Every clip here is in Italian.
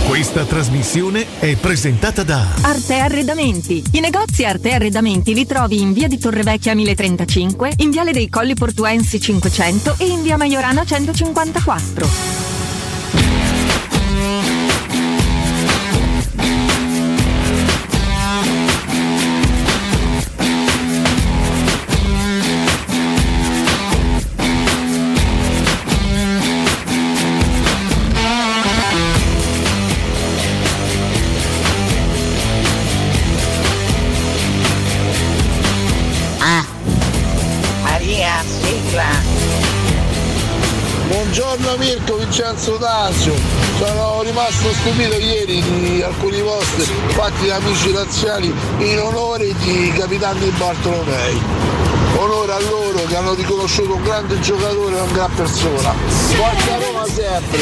Questa trasmissione è presentata da Arte Arredamenti. I negozi Arte Arredamenti li trovi in via di Torrevecchia 1035, in viale dei Colli Portuensi 500 e in via Maiorana 154. Buongiorno Mirko, Vincenzo D'Anzio. Sono rimasto stupito ieri di alcuni post fatti da amici razziali in onore di Capitani Bartolomei. Onore a loro che hanno riconosciuto un grande giocatore e una gran persona. Forza Roma sempre!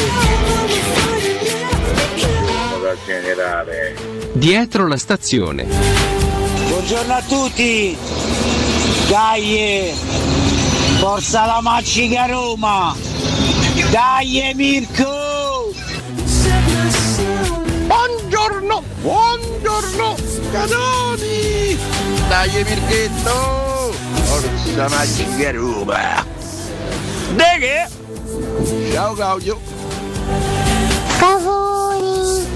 Generale. Dietro la stazione. Buongiorno a tutti! Dai! Forza la Maccica Roma! Dai Mirko! Buongiorno! Buongiorno! Canoni! Dai Mirchetto! Forza Maccica Roma! De che? Ciao Claudio! Cavoli!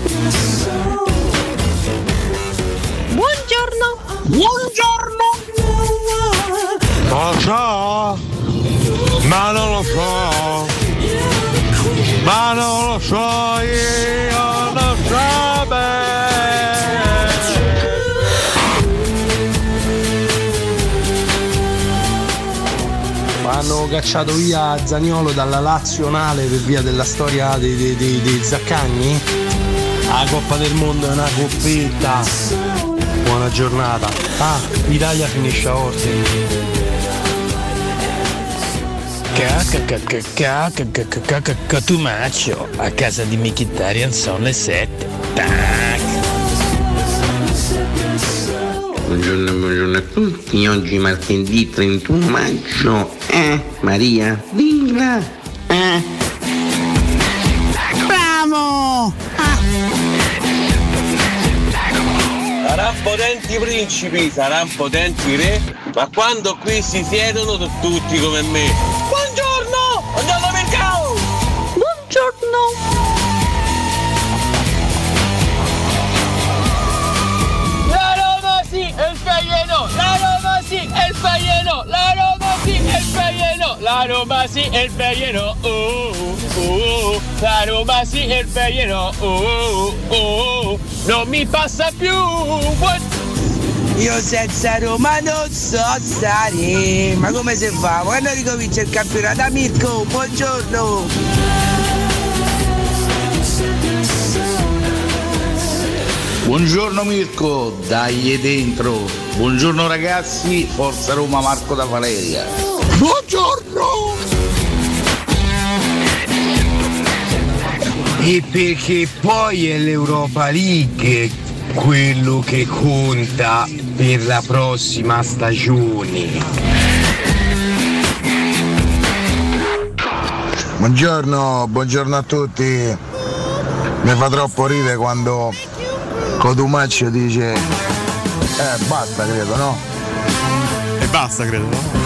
Buongiorno! Buongiorno! Non lo so! Ma non lo so! Ma non lo so, io non so bene. Hanno cacciato via Zaniolo dalla Nazionale per via della storia di Zaccagni. La Coppa del Mondo è una coppetta. Buona giornata. L'Italia finisce a ordine. Cotumaccio, a casa di Mkhitaryan sono le 7. Tac. Buongiorno a tutti, oggi martedì 31 maggio. Maria, dilla. Bravo! Saranno potenti principi, saranno potenti re, ma quando qui si siedono tutti come me. Buongiorno! Buongiorno Mirko! Buongiorno! La Roma sì, e il Feyenoord! La Roma sì, e il Feyenoord! La Roma sì, e il Feyenoord! La Roma sì, e il Feyenoord! La Roma sì, e il Feyenoord! Non mi passa più! Io senza Roma non so stare. Ma come si fa? Quando ricomincia il campionato? Mirko, buongiorno! Buongiorno Mirko, dai dentro. Buongiorno ragazzi, Forza Roma, Marco da Valeria. Buongiorno! E perché poi è l'Europa League quello che conta per la prossima stagione. Buongiorno a tutti. Mi fa troppo ridere quando Cotumaccio dice basta credo, no? E basta credo, no?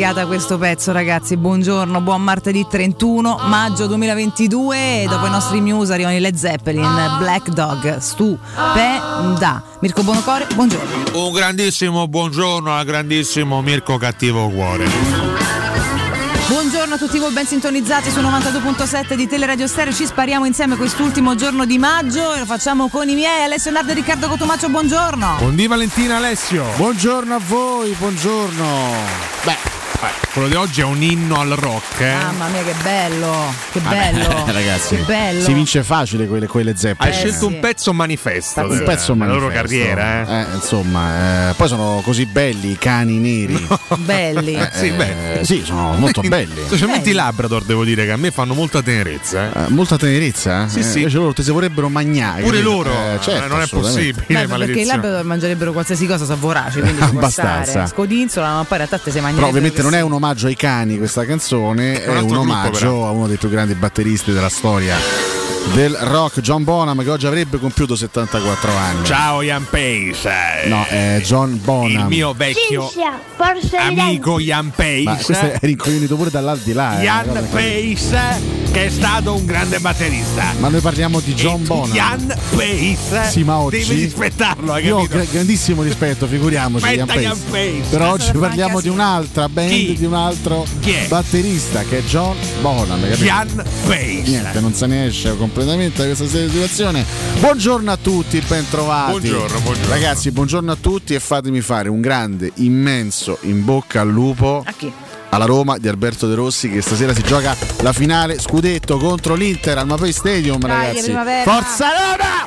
dedicata questo pezzo, ragazzi. Buongiorno, buon martedì 31 maggio 2022 e dopo i nostri news arrivano i Led Zeppelin, Black Dog, stupenda. Mirko Buonocore, buongiorno. Un grandissimo buongiorno al grandissimo Mirko Cattivo Cuore. Buongiorno a tutti voi ben sintonizzati su 92.7 di Teleradio Stereo. Ci spariamo insieme quest'ultimo giorno di maggio e lo facciamo con i miei Alessio Nardo e Riccardo Cotumaccio. Buongiorno. Buondì Valentina, Alessio. Buongiorno a voi, buongiorno. Beh, quello di oggi è un inno al rock, Mamma mia, che bello, che bello. Ragazzi, che bello. si vince facile quelle zeppe. Hai scelto un pezzo manifesto un pezzo della manifesto. loro carriera, insomma, poi sono così belli i cani neri. Belli. Sì, sono molto belli. Specialmente i Labrador, devo dire che a me fanno molta tenerezza. Molta tenerezza? Sì, sì. Invece loro ti si vorrebbero mangiare. Pure loro, certo, non è possibile. Perché i Labrador mangerebbero qualsiasi cosa, sono voraci, quindi abbastanza. Scodinzolano, ma poi in realtà te sei mangiato. Però ovviamente non è un omaggio ai cani questa canzone, è un omaggio a uno dei più grandi batteristi della storia del rock, John Bonham, che oggi avrebbe compiuto 74 anni. Ciao Ian Pace. No, è John Bonham, il mio vecchio amico Ian Pace. Ma questo è rincoglionito pure dall'aldilà. Ian Pace, che è stato un grande batterista. Ma noi parliamo di John Bonham. Ian Pace. Sì, ma oggi devi rispettarlo, hai io ho capito? grandissimo rispetto, figuriamoci. Ian Pace. Però oggi parliamo di un'altra band, di un altro batterista che è John Bonham, capito? Ian Pace. Niente, non se ne esce completamente da questa situazione. Buongiorno a tutti, ben trovati. Buongiorno. Ragazzi, buongiorno a tutti e fatemi fare un grande, immenso in bocca al lupo. A chi? Alla Roma di Alberto De Rossi, che stasera si gioca la finale scudetto contro l'Inter al Mapei Stadium. Dai, ragazzi. Forza Roma!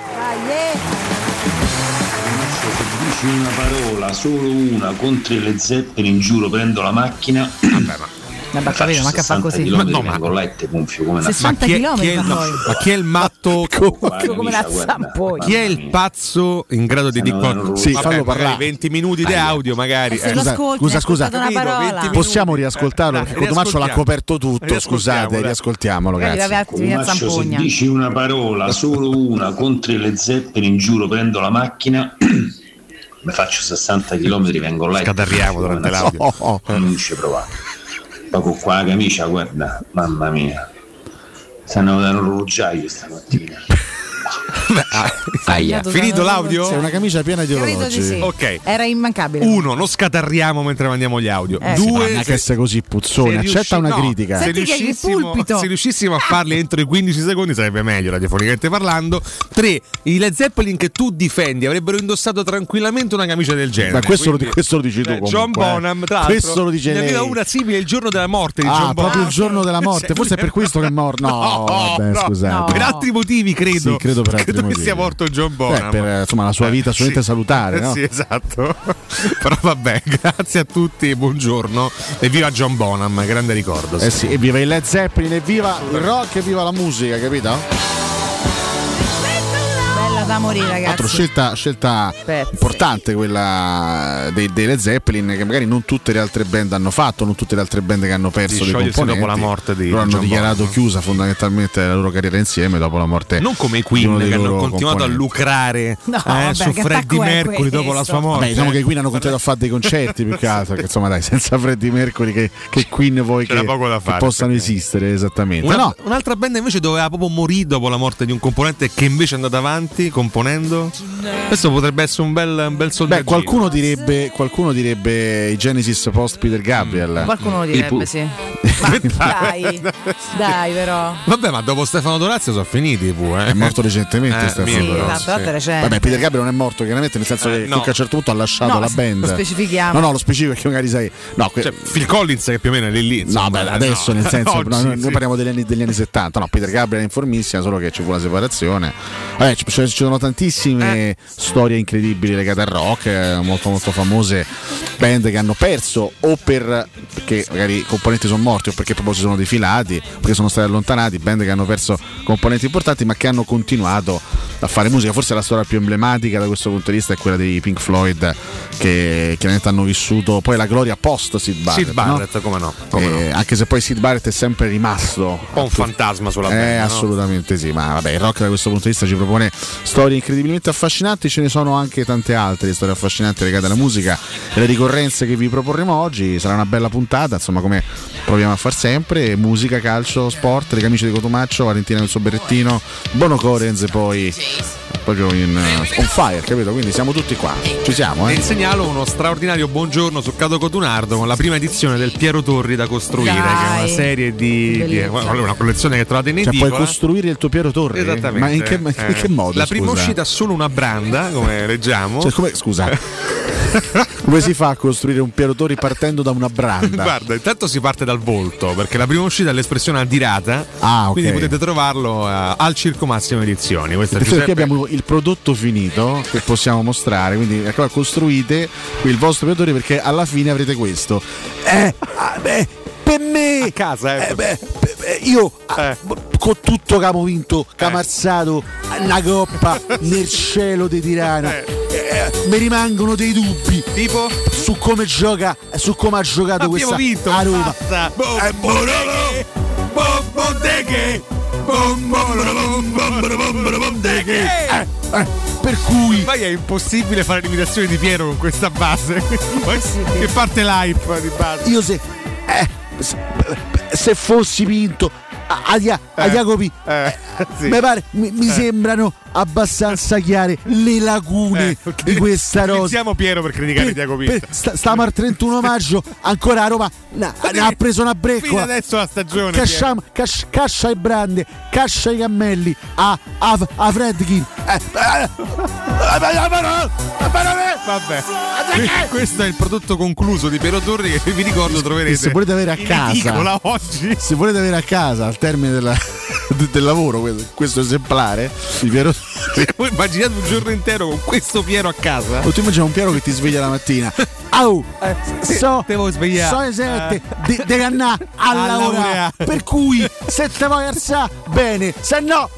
Se dici una parola, solo una, contro le Zeppelin, giuro, prendo la macchina. Ma capito, ma che fa così? Ma vengo là e te gonfio come una 60 chilometri fa poi. Ma chi è il matto? Come la zampoglia. Chi è il pazzo in grado di dire? Sì, fallo parlare. 20 minuti di audio magari. Scusa, possiamo riascoltarlo perché Cotumaccio l'ha coperto tutto. Scusate, riascoltiamolo, se dici una parola, solo una, contro le Zeppelin, giuro, prendo la macchina. Mi faccio 60 km, vengo là e scadarriamo durante l'audio. Non ci provate. Poco qua la camicia, guarda, mamma mia, stanno da un orologiaio stamattina. Finito l'audio? C'è una camicia piena di orologi. Sì. Ok. Era immancabile. 1. Non scatarriamo mentre mandiamo gli audio. 2. Non è che sei così puzzone, accetta una critica. Se riuscissimo a farli entro i 15 secondi sarebbe meglio radiofonicamente parlando. 3. I Led Zeppelin che tu difendi avrebbero indossato tranquillamente una camicia del genere. Ma questo lo dici tu comunque. John Bonham, tra l'altro, questo lo dice ne lei. aveva una simile il giorno della morte di John Bonham. Proprio il giorno della morte. Forse è per questo che è morto. No, vabbè, scusate. Per altri motivi credo. Sì, credo per altri motivi. Che sia morto John Bonham. Per insomma la sua vita assolutamente salutare, no? Sì, esatto. Però vabbè, grazie a tutti, buongiorno e viva John Bonham, grande ricordo. Sì, e viva il Led Zeppelin, e viva il rock, e viva la musica, capito? Da morire, ragazzi. Altro scelta importante quella dei Led Zeppelin, che magari non tutte le altre band hanno fatto, non tutte le altre band che hanno perso dei componenti. Dopo la morte di loro hanno John dichiarato Bonham. chiusa fondamentalmente la loro carriera insieme dopo la morte. Non come i Queen che hanno continuato a lucrare su Freddie Mercury dopo la sua morte. Beh, diciamo che i Queen hanno continuato a fare dei concerti più che altro, che insomma dai, senza Freddie Mercury che Queen vuoi che possano esistere esattamente. Un'altra band invece doveva proprio morire dopo la morte di un componente che invece è andato avanti componendo. Questo potrebbe essere un bel soldato. Qualcuno direbbe i Genesis post Peter Gabriel. Qualcuno lo direbbe, sì. Ma dai però. Vabbè, ma dopo Stefano Dorazio sono finiti È morto recentemente Stefano Dorazio. Esatto, recente. Vabbè, Peter Gabriel non è morto chiaramente, nel senso che a un certo punto ha lasciato la band. Lo specifichiamo. No, lo specifico perché magari sai. No, Phil Collins che più o meno è lì. No, beh, adesso nel senso noi parliamo degli anni 70. No, Peter Gabriel è in formissima, solo che ci fu la separazione. Vabbè, ci sono tantissime storie incredibili legate al rock, molto molto famose, band che hanno perso o perché magari i componenti sono morti o perché proprio si sono defilati, perché sono stati allontanati, band che hanno perso componenti importanti ma che hanno continuato a fare musica. Forse la storia più emblematica da questo punto di vista è quella dei Pink Floyd, che chiaramente hanno vissuto poi la gloria post Syd Barrett, no? Come no? Anche se poi Syd Barrett è sempre rimasto un po' un fantasma sulla band, assolutamente no? Sì, ma vabbè, il rock da questo punto di vista ci propone storie incredibilmente affascinanti, ce ne sono anche tante altre storie affascinanti legate alla musica, e le ricorrenze che vi proporremo oggi. Sarà una bella puntata, insomma, come proviamo a far sempre. Musica, calcio, sport, le camicie di Cotumaccio, Valentina nel suo berrettino, Bono Corenz e poi proprio on fire, capito? Quindi siamo tutti qua, ci siamo. E segnalo uno straordinario buongiorno su Cato Cotunardo con la prima edizione del Piero Torri da costruire, che è una serie di una collezione che trovate in edicola. Puoi costruire il tuo Piero Torri? Esattamente. Ma in che modo? La prima uscita è solo una branda, come leggiamo. Scusa. Come si fa a costruire un Piero Torri partendo da una branda? Guarda, intanto si parte dal volto, perché la prima uscita è l'espressione adirata. Quindi potete trovarlo al Circo Massimo Edizioni. Perché abbiamo il prodotto finito che possiamo mostrare, quindi costruite il vostro Piero Torri, perché alla fine avrete questo. Per me a casa, io con tutto che abbiamo vinto, Camarzato, una coppa nel cielo di Tirana, mi rimangono dei dubbi tipo su come gioca, su come ha giocato questa a Roma. Per cui poi è impossibile fare l'imitazione di Piero con questa base. Che parte l'hype di base. Io se fossi vinto a Jacopi mi pare, mi sembrano abbastanza chiare le lacune di questa rosa. Siamo Piero per criticare Jacopi. Stiamo al 31 maggio, ancora a Roma ne ha preso una breccola. Fino adesso la stagione cascia i brande, cascia i cammelli a Fredkin. Vabbè, questo è il prodotto concluso di Piero Torri, che vi ricordo troverete. Se volete avere a casa oggi, se volete avere a casa al termine del lavoro questo esemplare di Piero Torri, voi immaginate un giorno intero con questo Piero a casa. O tu immagini un Piero che ti sveglia la mattina. Devo svegliare. So 7 de cannà alla ora. Per cui se te vuoi alzare bene, se no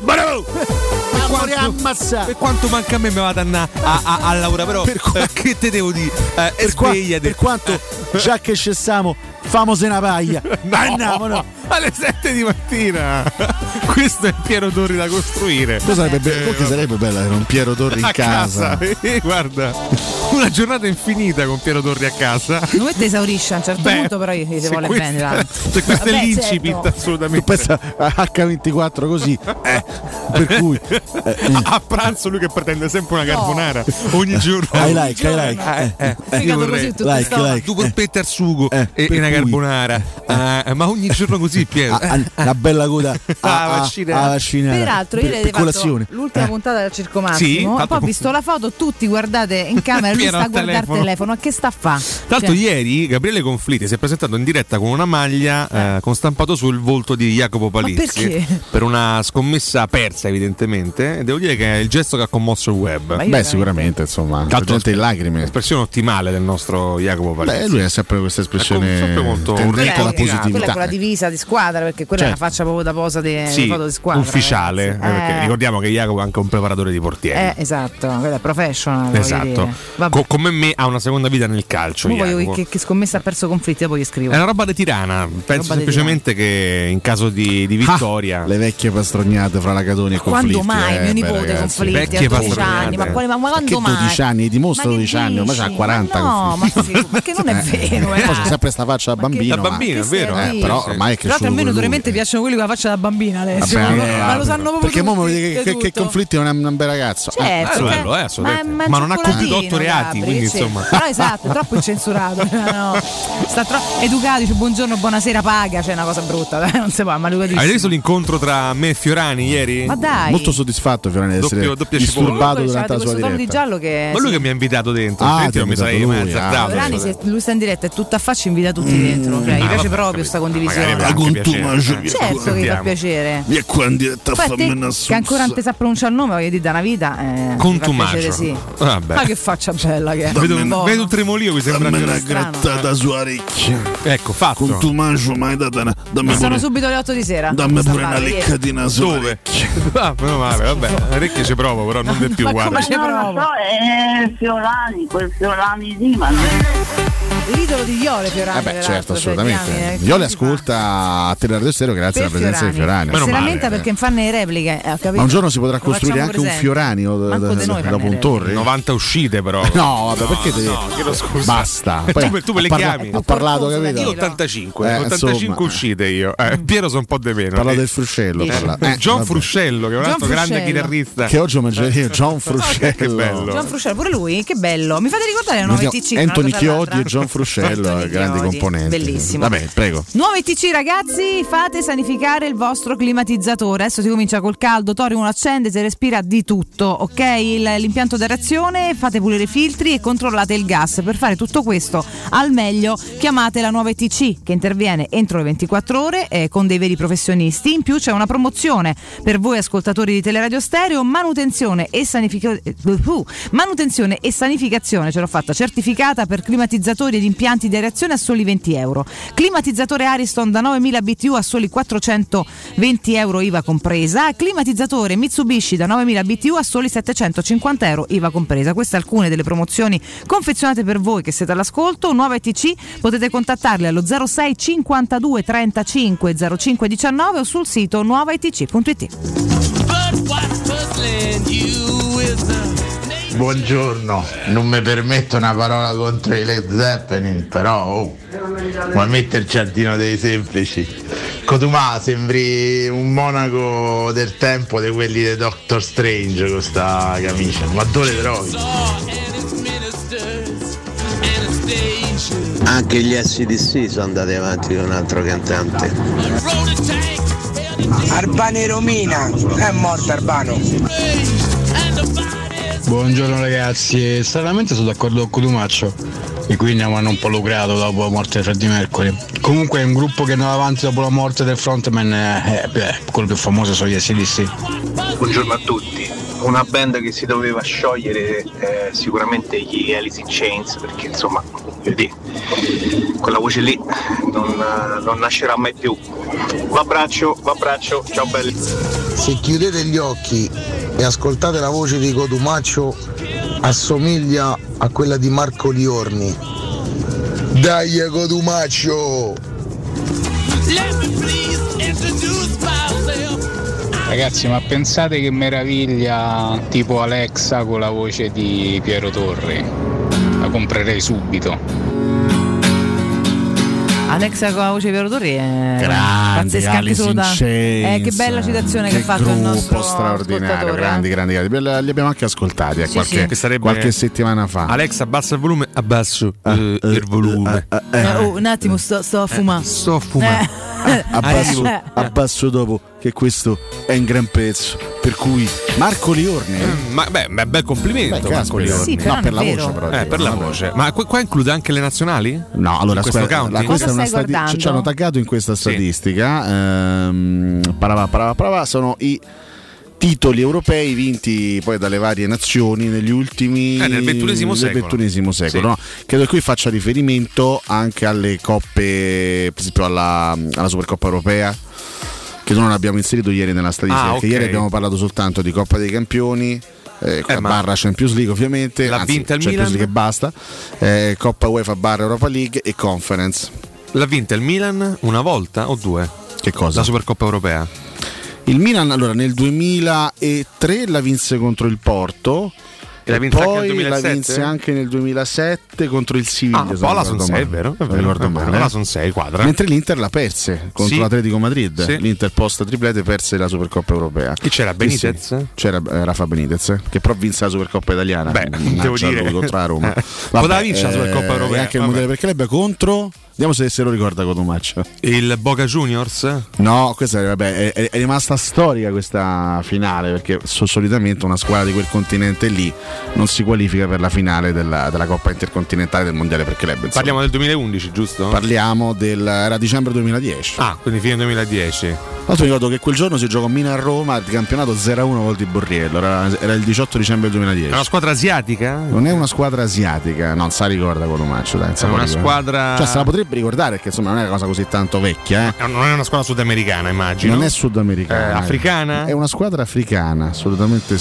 per quanto manca a me mi vado a Laura, però che te devo dire? Per quanto già che ci stiamo, famose una paglia. No, alle 7 di mattina. Questo è Piero Torri da costruire. Sarebbe bella avere un Piero Torri in casa. Guarda, una giornata infinita con Piero Torri a casa. Non ti esaurisce a un certo punto, però gli si vuole bene. Se questo è l'incipit, certo. Assolutamente. Tu pensa H24 così, per cui a pranzo lui che pretende sempre una carbonara ogni giorno. I like. Io vorrei due polpette al sugo e una carbonara, ma ogni giorno così, Piero. Una bella coda a vaccinare. Peraltro io le fatto l'ultima puntata del Circo Massimo, poi ho visto la foto, tutti guardate in camera, lui sta a guardare il telefono. Ma che sta a fa? Tanto ieri Gabriele Conflitti si è presentato in diretta con una maglia con stampato sul volto di Jacopo Palizzi per una scommessa persa, evidentemente. Devo dire che è il gesto che ha commosso il web. Sicuramente, insomma, la gente in lacrime. Espressione ottimale del nostro Jacopo Palizzi. Lui ha sempre questa espressione molto tendente alla positività. Quella è con la divisa di squadra, perché quella è una faccia proprio da posa di foto di squadra. Ufficiale, perché ricordiamo che Jacopo è anche un preparatore di portieri. Esatto, quella è professional. Esatto. Come me ha una seconda vita nel calcio. Che scommessa ha perso Conflitti, poi gli scrivo. È una roba di Tirana. Penso semplicemente che in caso di vittoria. Le vecchie pastrognate fra la Catoni e Conflitti. Quando mai mio nipote Conflitti a 12 anni? Ma quando mai? 12 anni, dimostra 12 anni, ormai c'ha 40. No, ma perché non è vero. Poi c'è sempre sta faccia da bambino. Da bambino, è vero. Però ormai è cresciuto. Tra l'altro a me notoriamente piacciono quelli con la faccia da bambina, Alessio. Ma lo sanno proprio perché mo che Conflitti è un bel ragazzo. Certo, bello, assolutamente. Ma non ha compiuto 8 reati, quindi insomma. Però esatto, è troppo incensurato. Sta troppo educato, dice buongiorno, buonasera, paga, c'è una cosa brutta, non si può, maleducatissimo. Hai visto l'incontro tra me e Fiorani ieri? Ma dai. Molto soddisfatto Fiorani di essere disturbato durante la sua diretta. Di giallo che ma lui che mi ha invitato dentro, io mi sarei mai azzardato. Fiorani, se lui sta in diretta e tutta a faccia, invita tutti dentro, cioè gli piace proprio sta condivisione. Certo che gli fa piacere. E qua in diretta fammi una che ancora non ti sa pronunciare il nome, voglio dire da una vita. Contumacio. Sì. Vabbè. Ma che faccia bella che è. Vedo un tremolio, mi sembra una grattata su orecchie. Ecco, fatto. Contumacio, mai data sono subito le 8 di sera. Dammi pure una leccatina su orecchie. Meno male, vabbè, orecchie ci provo, però non di più, guarda. Ma non lo so, è Fiorani, quel Fiorani sì, ma non l'idolo di Viole Fiorani. Certo, assolutamente. Viole ascolta a Teleradio Stereo grazie alla presenza di Fiorani. Si lamenta perché fanno le repliche. Ma un giorno si potrà costruire anche un Fiorani dopo un Torri? 90 uscite però. No, vabbè, perché chiedo scusa. Basta. Poi tu me le chiami. Ho parlato, capito? Io 85 uscite io. Piero sono un po' di meno. Parlo del Fruscello. John Fruscello, che è un altro grande chitarrista. Che oggi ho mangiato io, John Fruscello. Che bello. John Fruscello, pure lui, che bello. Mi fate ricordare la nuova ITC. Anthony Chiodi e John Fruscello, grandi componenti. Bellissimo. Vabbè, prego. Nuova ITC, ragazzi, fate sanificare il vostro climatizzatore. Adesso si comincia col caldo, Tori uno accende, si respira di tutto, ok? L'impianto d'aerazione, fate pulire i filtri e controllate il gas. Per fare tutto questo al meglio chiamate la nuova ITC che interviene entro le 24 ore con dei veri professionisti. In più c'è una promozione per voi ascoltatori di Teleradio Stereo, manutenzione e sanificazione, ce l'ho fatta, certificata per climatizzatori ed impianti di aerazione a soli €20. Climatizzatore Ariston da 9.000 BTU a soli €420 IVA compresa. Climatizzatore Mitsubishi da 9.000 BTU a soli €750 IVA compresa. Queste alcune delle promozioni confezionate per voi che siete all'ascolto. Nuova ITC, potete contattarli allo 06 52 35 05 19 o sul sito nuovaitc.it. Buongiorno, non mi permetto una parola contro i Led Zeppelin, però ma metterci al giardino dei semplici. Cotumà, sembri un monaco del tempo di quelli di Doctor Strange con sta camicia, ma dove le trovi? Anche gli SDC sono andati avanti con un altro cantante. Arbano e Romina, è morto Arbano. Buongiorno ragazzi, stranamente sono d'accordo con Cotumaccio e quindi hanno un po' lucrato dopo la morte di Freddie Mercury. Comunque è un gruppo che andava avanti dopo la morte del frontman, quello più famoso sono gli AC/DC. Buongiorno a tutti. Una band che si doveva sciogliere sicuramente gli Alice in Chains, perché insomma vedi, quella voce lì non nascerà mai più. L'abbraccio, ciao belli. Se chiudete gli occhi e ascoltate la voce di Cotumaccio, assomiglia a quella di Marco Liorni. Dai Cotumaccio! Ragazzi, ma pensate che meraviglia tipo Alexa con la voce di Piero Torri. La comprerei subito. Alexa con la voce di Piero Torri è grande, pazzesca anche solo da... che bella citazione che ha fatto il nostro straordinario, grandi. Li abbiamo anche ascoltati qualche settimana fa. Alexa, abbassa il volume, abbasso il volume. Un attimo, sto a fumare. Abbasso dopo, che questo è un gran pezzo. Per cui Marco Liorni. Bel complimento. Marco Liorni. Sì, no, per la voce, però. Per la voce. Ma qua include anche le nazionali? No, allora questa è una ci hanno taggato in questa statistica. Sono i titoli europei vinti poi dalle varie nazioni negli ultimi nel XXI secolo. Sì. No? Credo che qui faccia riferimento anche alle coppe, per esempio alla Supercoppa europea, che non abbiamo inserito ieri nella statistica, perché ieri abbiamo parlato soltanto di Coppa dei Campioni, barra Champions League ovviamente, l'ha vinta il Champions Milan, League e basta, Coppa UEFA barra Europa League e Conference. L'ha vinta il Milan una volta o due? Che cosa? La Supercoppa europea. Il Milan allora nel 2003 la vinse contro il Porto. E la vinse anche nel poi 2007? La vinse anche nel 2007 contro il Siviglia. Poi sono 6, è vero? Ricordo male. Sono 6 quadra. Mentre l'Inter la perse contro l'Atletico Madrid. Sì. L'Inter post triplete perse la Supercoppa europea. Chi c'era? Benitez? Sì. C'era Rafa Benitez, che però vinse la Supercoppa italiana. Devo dire contro la Roma. Poteva vincere la Supercoppa europea. E anche il mondiale per club contro. Vediamo se lo ricorda Cotumaccio. Il Boca Juniors? No, questa è rimasta storica questa finale, perché solitamente una squadra di quel continente lì non si qualifica per la finale della Coppa Intercontinentale del Mondiale per club. Insomma. Parliamo del 2011, giusto? Parliamo era dicembre 2010. Quindi fine 2010. Tra l'altro ricordo che quel giorno si giocò Milan-Roma, il campionato 0-1 gol di Borriello, era il 18 dicembre 2010. È una squadra asiatica? Non è una squadra asiatica, non sa ricorda Cotumaccio. È una squadra... Cioè se la potrebbe ricordare, perché insomma non è una cosa così tanto vecchia. Non è una squadra sudamericana, immagino. Non è sudamericana. Africana? È una squadra africana, assolutamente sì.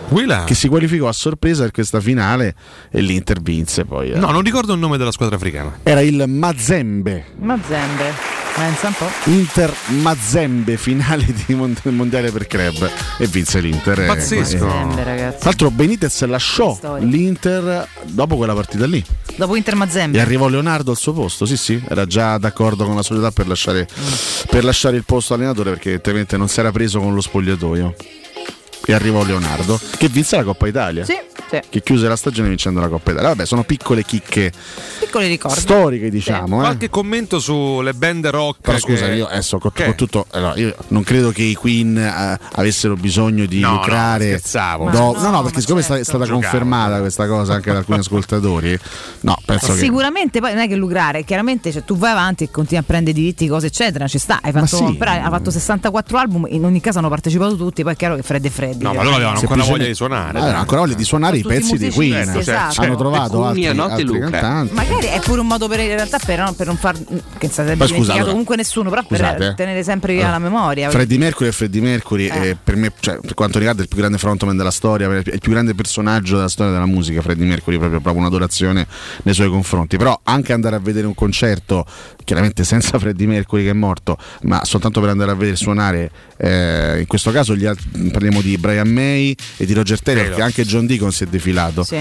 che si qualificò a sorpresa per questa finale e l'Inter vinse poi. No, non ricordo il nome della squadra africana. Era il Mazembe. Pensa un po'. Inter Mazembe, finale di mondiale per club, e vinse l'Inter. Pazzesco. Ragazzi. Tra l'altro Benitez lasciò l'Inter dopo quella partita lì. Dopo Inter Mazembe. E arrivò Leonardo al suo posto, sì, era già d'accordo con la società per lasciare il posto allenatore, perché evidentemente non si era preso con lo spogliatoio. E arrivò Leonardo, che vinse la Coppa Italia. Sì. Che chiuse la stagione vincendo la Coppa Italia. Vabbè, sono piccole chicche, piccoli ricordi storiche, diciamo. Qualche commento sulle band rock. Però scusa, io adesso con tutto, allora, io non credo che i Queen avessero bisogno di lucrare. No, scherzavo. No, perché siccome è stata confermata questa cosa anche da alcuni ascoltatori, no, penso che sicuramente poi non è che lucrare, chiaramente, cioè, tu vai avanti e continui a prendere diritti, cose eccetera, ci sta. Hai fatto 64 album, in ogni caso hanno partecipato tutti, poi è chiaro che Freddy. No, ma loro avevano ancora voglia di suonare. Avevano ancora voglia di suonare i pezzi dei Queen, esatto. Hanno trovato altri cantanti. Magari è pure un modo in realtà per non far che sarebbe dimenticato comunque nessuno, però per tenere sempre via la memoria. Freddie Mercury per me, cioè, per quanto riguarda il più grande frontman della storia, il più grande personaggio della storia della musica, Freddie Mercury, proprio un'adorazione nei suoi confronti. Però anche andare a vedere un concerto, chiaramente senza Freddie Mercury che è morto, ma soltanto per andare a vedere suonare, in questo caso parliamo di Brian May e di Roger Taylor, che anche John Deacon si è defilato. Sì.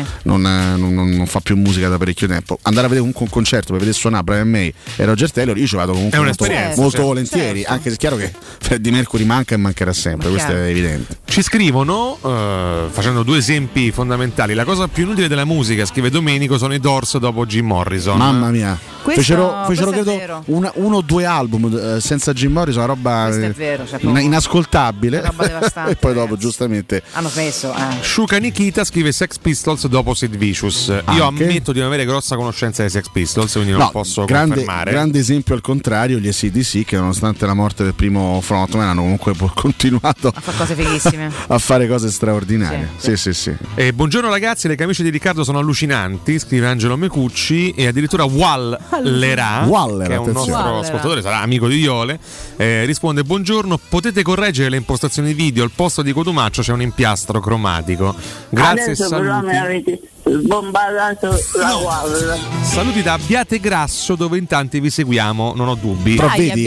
Non fa più musica da parecchio tempo. Andare a vedere un concerto per vedere suonare Brian May e Roger Taylor, io ci vado comunque molto volentieri, certo. Anche se è chiaro che Freddie Mercury manca e mancherà sempre, questo è evidente. Ci scrivono, facendo due esempi fondamentali: la cosa più inutile della musica, scrive Domenico, sono i Doors dopo Jim Morrison. Mamma mia, fecero credo uno o due album senza Jim Morrison, una roba inascoltabile, una roba devastante. E poi dopo giustamente hanno smesso. Shuka Nikita scrive Sex Pistols dopo Sid Vicious. Io ammetto di non avere grossa conoscenza dei Sex Pistols, quindi non posso confermare. Grande esempio al contrario gli AC/DC, che nonostante la morte del primo frontman hanno comunque continuato a fare cose fighissime, a fare cose straordinarie. Sì. E buongiorno ragazzi, le camicie di Riccardo sono allucinanti, scrive Angelo Mecucci, e addirittura Wallera, che è un nostro ascoltatore, sarà amico di Iole, risponde: buongiorno, potete correggere le impostazioni video, al posto di Cotumaccio c'è un impiastro cromatico. Grazie. Adesso però mi avete sbombardato la Wallera. Saluti da Abbiategrasso, dove in tanti vi seguiamo, non ho dubbi. Però vedi,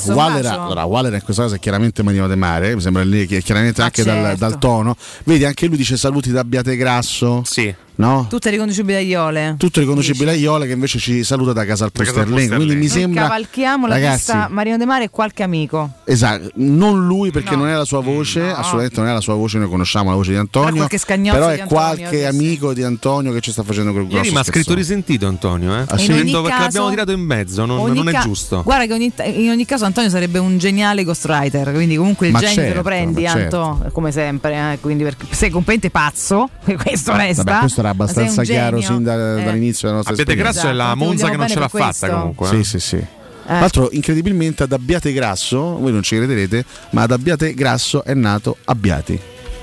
Wallera in questa cosa è chiaramente Marino De Mare, mi sembra lì che chiaramente anche dal tono. Vedi, anche lui dice saluti da Abbiategrasso. Sì. No? Tutto riconducibile a Iole. Tutto riconducibile a Iole, che invece ci saluta da Casal Pusterlengo. Quindi mi sembra, cavalchiamo la pista Marino De Mare e qualche amico. Esatto, non lui, perché non è la sua voce, assolutamente non è la sua voce, noi conosciamo la voce di Antonio. Però è qualche amico di Antonio che ci sta facendo quel grosso. Ieri mi ha scritto risentito Antonio, perché abbiamo tirato in mezzo, non è giusto. Guarda che in ogni caso Antonio sarebbe un geniale ghostwriter, quindi comunque il genio te lo prendi, Anto, come sempre, quindi sei completamente pazzo, questo resta. Vabbè, questo era abbastanza chiaro sin dall'inizio della nostra esperienza. Abbiategrasso è la Monza che non ce l'ha fatta comunque. Sì. Tra l'altro, incredibilmente, ad Abbiategrasso, voi non ci crederete, ma ad Abbiategrasso è nato Abbiati.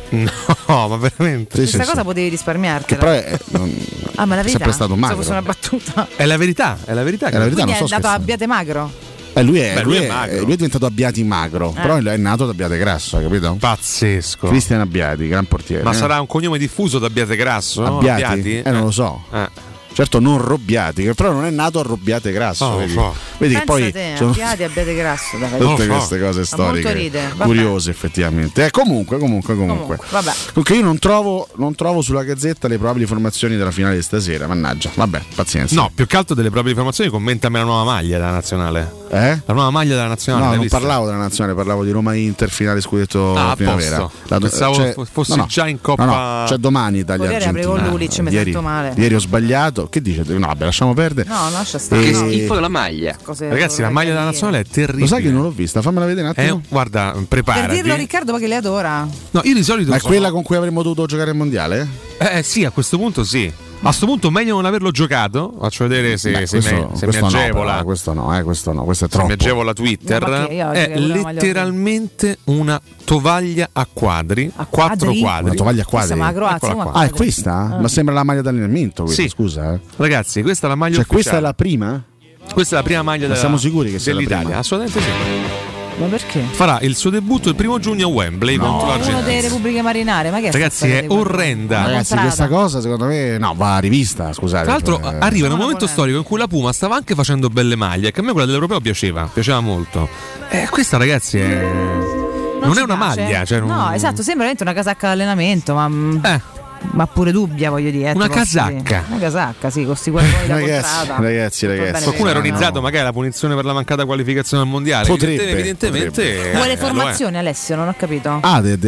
No, ma veramente. Questa cosa potevi risparmiarti. Che però è ma la verità, sempre stato magro. Fosse una battuta. È la verità. Quindi non è nato Abbiate magro. Lui è diventato Abbiati magro, però è nato da Abbiategrasso, capito? Pazzesco. Cristian Abbiati, gran portiere. Ma sarà un cognome diffuso da Abbiategrasso? Abbiati? Non lo so. Certo, non Robbiati, che però non è nato a Robbiategrasso. Vedi che poi sono Abbiategrasso, tutte queste cose storiche curiose, effettivamente. Comunque. Vabbè. Comunque io non trovo sulla Gazzetta le probabili formazioni della finale di stasera, mannaggia. Vabbè, pazienza. No, più che altro delle probabili formazioni, commentami la nuova maglia della nazionale. La nuova maglia della nazionale. No, non parlavo della nazionale, parlavo di Roma-Inter finale scudetto primavera. Pensavo fossi già in Coppa. No, c'è domani Italia-Argentina. Ieri ho sbagliato. Che dice? No, vabbè, lasciamo perdere. No, lascia stare. Che schifo della maglia. Ragazzi, la maglia della nazionale è terribile. Lo sai che non l'ho vista? Fammela vedere un attimo. Guarda, preparati. Per dirlo a Riccardo, perché le adora. No, io di solito. Ma è quella con cui avremmo dovuto giocare il mondiale? Sì, a questo punto sì. A questo punto meglio non averlo giocato. Faccio vedere se mi agevola. Questo no, questo è troppo. Se mi agevola Twitter. È letteralmente una tovaglia a quadri. 4 quadri. Una tovaglia a quadri. È questa? Ma sembra la maglia d'allenamento questa, sì. Scusa. Ragazzi, questa è la maglia ufficiale. Questa è la prima? Questa è la prima maglia siamo sicuri che sia dell'Italia? La prima? Assolutamente sì. Ma perché? Farà il suo debutto il 1 giugno a Wembley contro l'Argentina. Uno delle Repubbliche Marinare, ma che ragazzi, è orrenda. Ragazzi, questa cosa secondo me va rivista, scusate. Tra l'altro arriva in un momento storico in cui la Puma stava anche facendo belle maglie, che a me quella dell'Europeo piaceva molto. Questa, ragazzi, non è una maglia, cioè no, esatto, sembra veramente una casacca d'allenamento, ma pure dubbia, voglio dire. Una casacca. Una casacca, sì, con sti guardoni da contrada. Ragazzi. Qualcuno ha ironizzato magari la punizione per la mancata qualificazione al mondiale. Evidentemente. Quale formazione, Alessio? Non ho capito.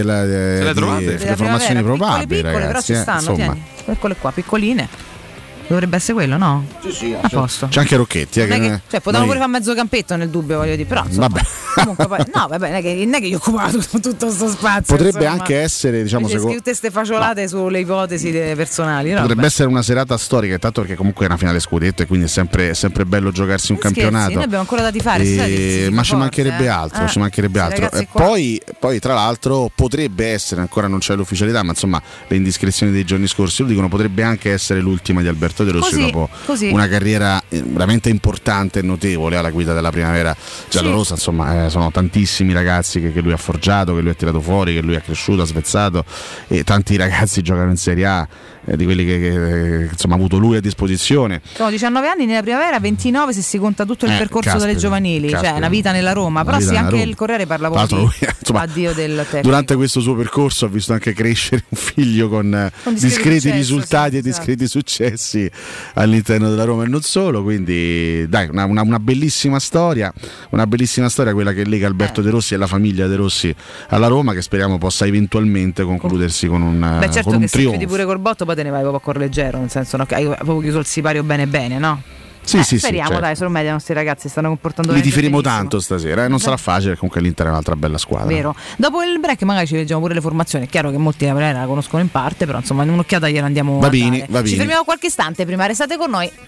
le trovate? Le formazioni probabili, piccole, ragazzi, però ci stanno, tieni. Eccole qua, piccoline. Dovrebbe essere quello, no? Sì, a posto. C'è anche Rocchetti. Cioè, potevano pure fare mezzo campetto nel dubbio, voglio dire. Però insomma, vabbè. Comunque poi, no, vabbè, non è che io ho occupato tutto sto spazio. Potrebbe anche essere, diciamo, tutte ste faciolate sulle ipotesi personali. No? Potrebbe essere una serata storica, intanto perché comunque è una finale scudetto e quindi è sempre bello giocarsi un campionato. Noi abbiamo ancora da tifare, ma ci mancherebbe altro, E poi tra l'altro potrebbe essere, ancora non c'è l'ufficialità, ma insomma le indiscrezioni dei giorni scorsi lo dicono, potrebbe anche essere l'ultima di Alberto De Rossi dopo una carriera veramente importante e notevole alla guida della primavera giallorossa. Insomma, sono tantissimi ragazzi che lui ha forgiato, che lui ha tirato fuori, che lui ha cresciuto, ha svezzato, e tanti ragazzi giocano in Serie A, di quelli che insomma ha avuto lui a disposizione. Sono 19 anni nella primavera, 29 se si conta tutto il percorso delle giovanili, cioè una vita nella Roma. Però sì, anche il Corriere parla proprio di addio del tecnico. Durante questo suo percorso ha visto anche crescere un figlio con discreti risultati e discreti successi all'interno della Roma e non solo, quindi dai, una bellissima storia quella che lega Alberto De Rossi e la famiglia De Rossi alla Roma, che speriamo possa eventualmente concludersi con un certo, con un che trionfo. Se chiudi pure col botto poi te ne vai proprio a cuor leggero, nel senso, no, che hai proprio chiuso il sipario bene, no? Sì, speriamo, certo. dai, sono meglio i nostri ragazzi, stanno comportando li benissimo. tiferemo tanto stasera, non sarà facile, comunque l'Inter è un'altra bella squadra. Vero. Dopo il break magari ci leggiamo pure le formazioni, è chiaro che molti la conoscono in parte, però insomma in un'occhiata gliela andiamo a dare. Ci fermiamo qualche istante, prima restate con noi.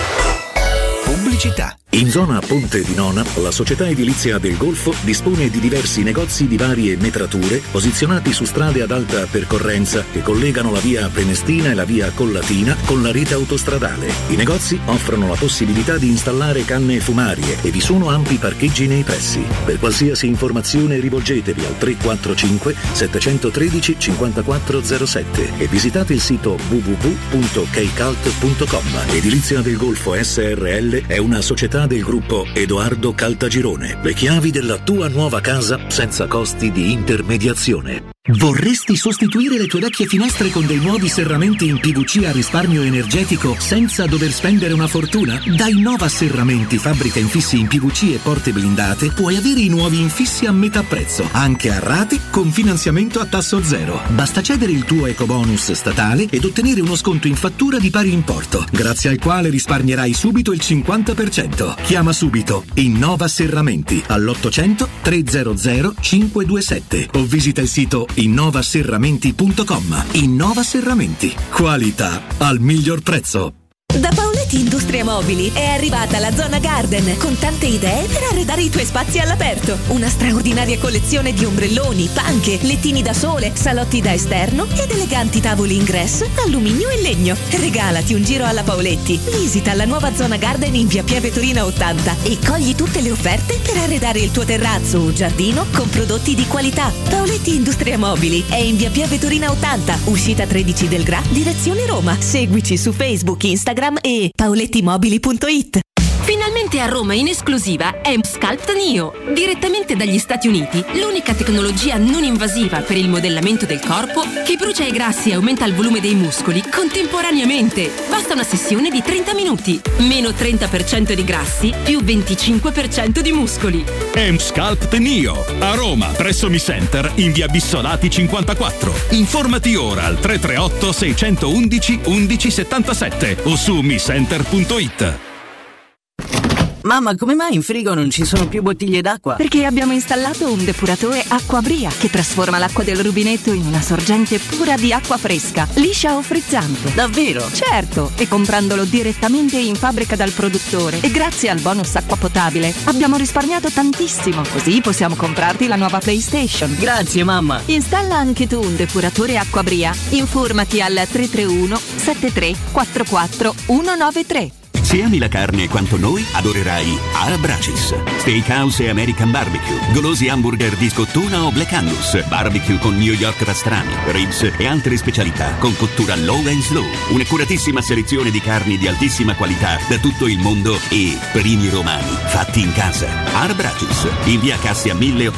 Pubblicità. In zona Ponte di Nona, la società edilizia del Golfo dispone di diversi negozi di varie metrature posizionati su strade ad alta percorrenza che collegano la via Prenestina e la via Collatina con la rete autostradale. I negozi offrono la possibilità di installare canne fumarie e vi sono ampi parcheggi nei pressi. Per qualsiasi informazione rivolgetevi al 345 713 5407 e visitate il sito www.keicalt.com. Edilizia del Golfo SRL è una società del gruppo Edoardo Caltagirone. Le chiavi della tua nuova casa senza costi di intermediazione. Vorresti sostituire le tue vecchie finestre con dei nuovi serramenti in PVC a risparmio energetico senza dover spendere una fortuna? Da Innova Serramenti, fabbrica infissi in PVC e porte blindate, puoi avere i nuovi infissi a metà prezzo, anche a rate con finanziamento a tasso zero. Basta cedere il tuo ecobonus statale ed ottenere uno sconto in fattura di pari importo, grazie al quale risparmierai subito il 50%. Chiama subito Innova Serramenti all'800 300 527 o visita il sito innovaserramenti.com. Innova Serramenti, qualità al miglior prezzo. Da Paoletti Industria Mobili è arrivata la Zona Garden con tante idee per arredare i tuoi spazi all'aperto. Una straordinaria collezione di ombrelloni, panche, lettini da sole, salotti da esterno ed eleganti tavoli ingresso, alluminio e legno. Regalati un giro alla Paoletti. Visita la nuova Zona Garden in via Pieve Torina 80 e cogli tutte le offerte per arredare il tuo terrazzo o giardino con prodotti di qualità. Paoletti Industria Mobili è in via Pieve Torina 80, uscita 13 del Gra, direzione Roma. Seguici su Facebook, Instagram e paolettimobili.it. Finalmente a Roma in esclusiva M-Sculpt Neo, direttamente dagli Stati Uniti, l'unica tecnologia non invasiva per il modellamento del corpo che brucia i grassi e aumenta il volume dei muscoli contemporaneamente. Basta una sessione di 30 minuti, meno 30% di grassi, più 25% di muscoli. M-Sculpt Neo, a Roma, presso Mi Center, in via Bissolati 54. Informati ora al 338 611 1177 o su micenter.it. Mamma, come mai in frigo non ci sono più bottiglie d'acqua? Perché abbiamo installato un depuratore Acquabria che trasforma l'acqua del rubinetto in una sorgente pura di acqua fresca, liscia o frizzante. Davvero? Certo, e comprandolo direttamente in fabbrica dal produttore e grazie al bonus acqua potabile abbiamo risparmiato tantissimo, così possiamo comprarti la nuova PlayStation. Grazie mamma. Installa anche tu un depuratore Acquabria. Informati al 331 73 44 193. Se ami la carne quanto noi, adorerai Arab Bracis. Steakhouse e American Barbecue, golosi hamburger di scottuna o Black Angus, barbecue con New York pastrami, ribs e altre specialità con cottura low and slow. Un'accuratissima selezione di carni di altissima qualità da tutto il mondo e primi romani fatti in casa. Arab Bracis, in via Cassia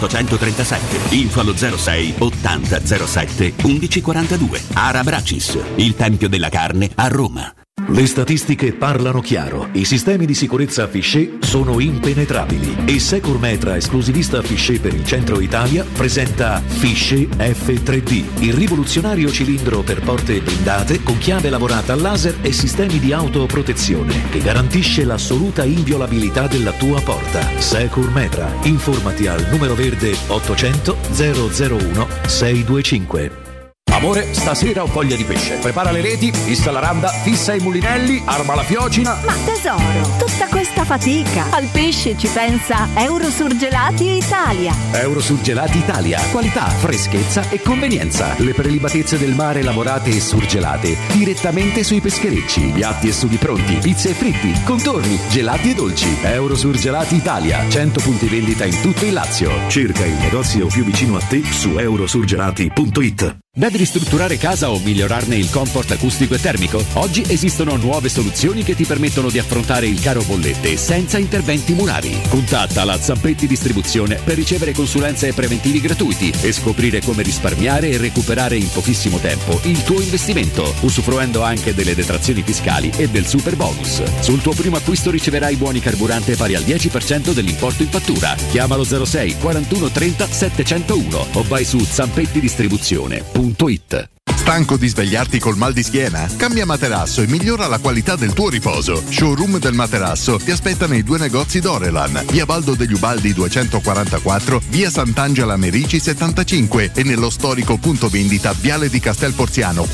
1837, info allo 06 80 07 1142. Arab Bracis, il tempio della carne a Roma. Le statistiche parlano chiaro. I sistemi di sicurezza Fichet sono impenetrabili e Securmetra, esclusivista Fichet per il centro Italia, presenta Fichet F3D, il rivoluzionario cilindro per porte blindate con chiave lavorata a laser e sistemi di autoprotezione che garantisce l'assoluta inviolabilità della tua porta. Securmetra. Informati al numero verde 800 001 625. Amore, stasera ho voglia di pesce. Prepara le reti, fissa la randa, fissa i mulinelli, arma la fiocina. Ma tesoro, tutta questa fatica. Al pesce ci pensa Eurosurgelati Italia. Eurosurgelati Italia. Qualità, freschezza e convenienza. Le prelibatezze del mare lavorate e surgelate direttamente sui pescherecci. Piatti e sughi pronti, pizze e fritti, contorni, gelati e dolci. Eurosurgelati Italia. 100 punti vendita in tutto il Lazio. Cerca il negozio più vicino a te su eurosurgelati.it. Devi ristrutturare casa o migliorarne il comfort acustico e termico? Oggi esistono nuove soluzioni che ti permettono di affrontare il caro bollette senza interventi murari. Contatta la Zampetti Distribuzione per ricevere consulenze e preventivi gratuiti e scoprire come risparmiare e recuperare in pochissimo tempo il tuo investimento, usufruendo anche delle detrazioni fiscali e del super bonus. Sul tuo primo acquisto riceverai buoni carburante pari al 10% dell'importo in fattura. Chiamalo 06 41 30 701 o vai su zampettidistribuzione.it. Stanco di svegliarti col mal di schiena? Cambia materasso e migliora la qualità del tuo riposo. Showroom del materasso ti aspetta nei due negozi Dorelan, via Baldo degli Ubaldi 244, via Sant'Angela Merici 75 e nello storico punto vendita Viale di Castel Porziano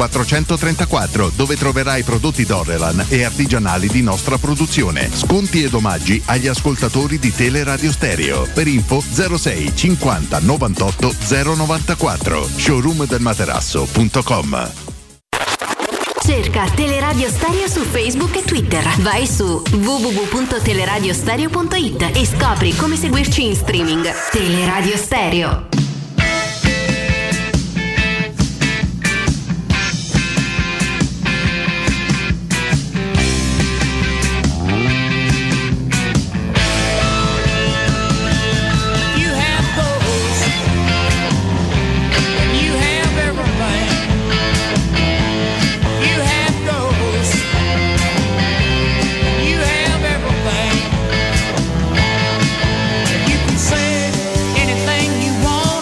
434, dove troverai prodotti Dorelan e artigianali di nostra produzione. Sconti ed omaggi agli ascoltatori di Teleradio Stereo. Per info 06 50 98 094. Showroom del materasso.com. Cerca Teleradio Stereo su Facebook e Twitter. Vai su www.teleradiostereo.it e scopri come seguirci in streaming. Teleradio Stereo. Anything you want.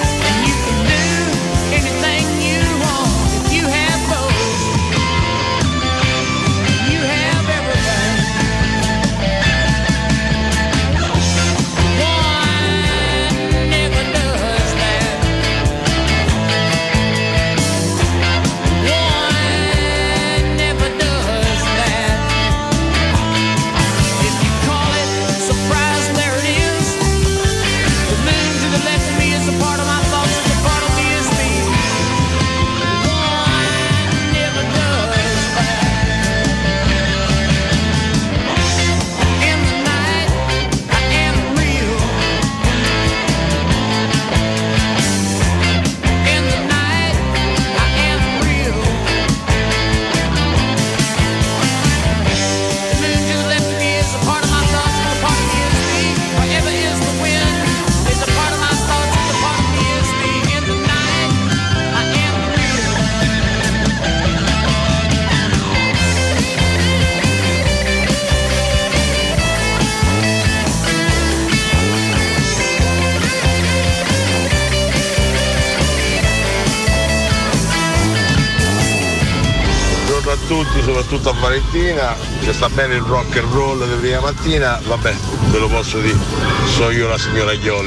tutti, soprattutto a Valentina, che sta bene il rock and roll di prima mattina, vabbè, ve lo posso dire, so io la signora Iole.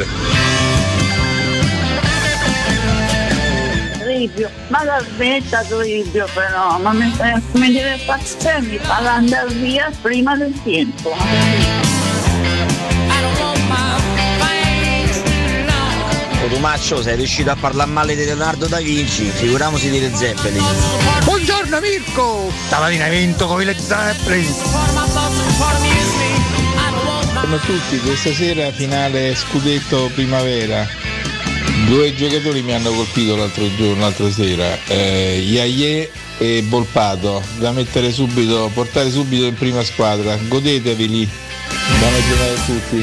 Toribio, ma la smetta Toribio però, ma mi deve far mi fa andare via prima del tempo. Tomaccio, sei riuscito a parlare male di Leonardo da Vinci, figuriamoci di Led Zeppelin. Buongiorno Mirko! Stamattina hai vinto con i Led Zeppelin! Buongiorno a tutti, questa sera finale scudetto primavera. 2 giocatori mi hanno colpito l'altra sera, Iaie e Volpato, da portare subito in prima squadra. Godeteveli, buona giornata a tutti.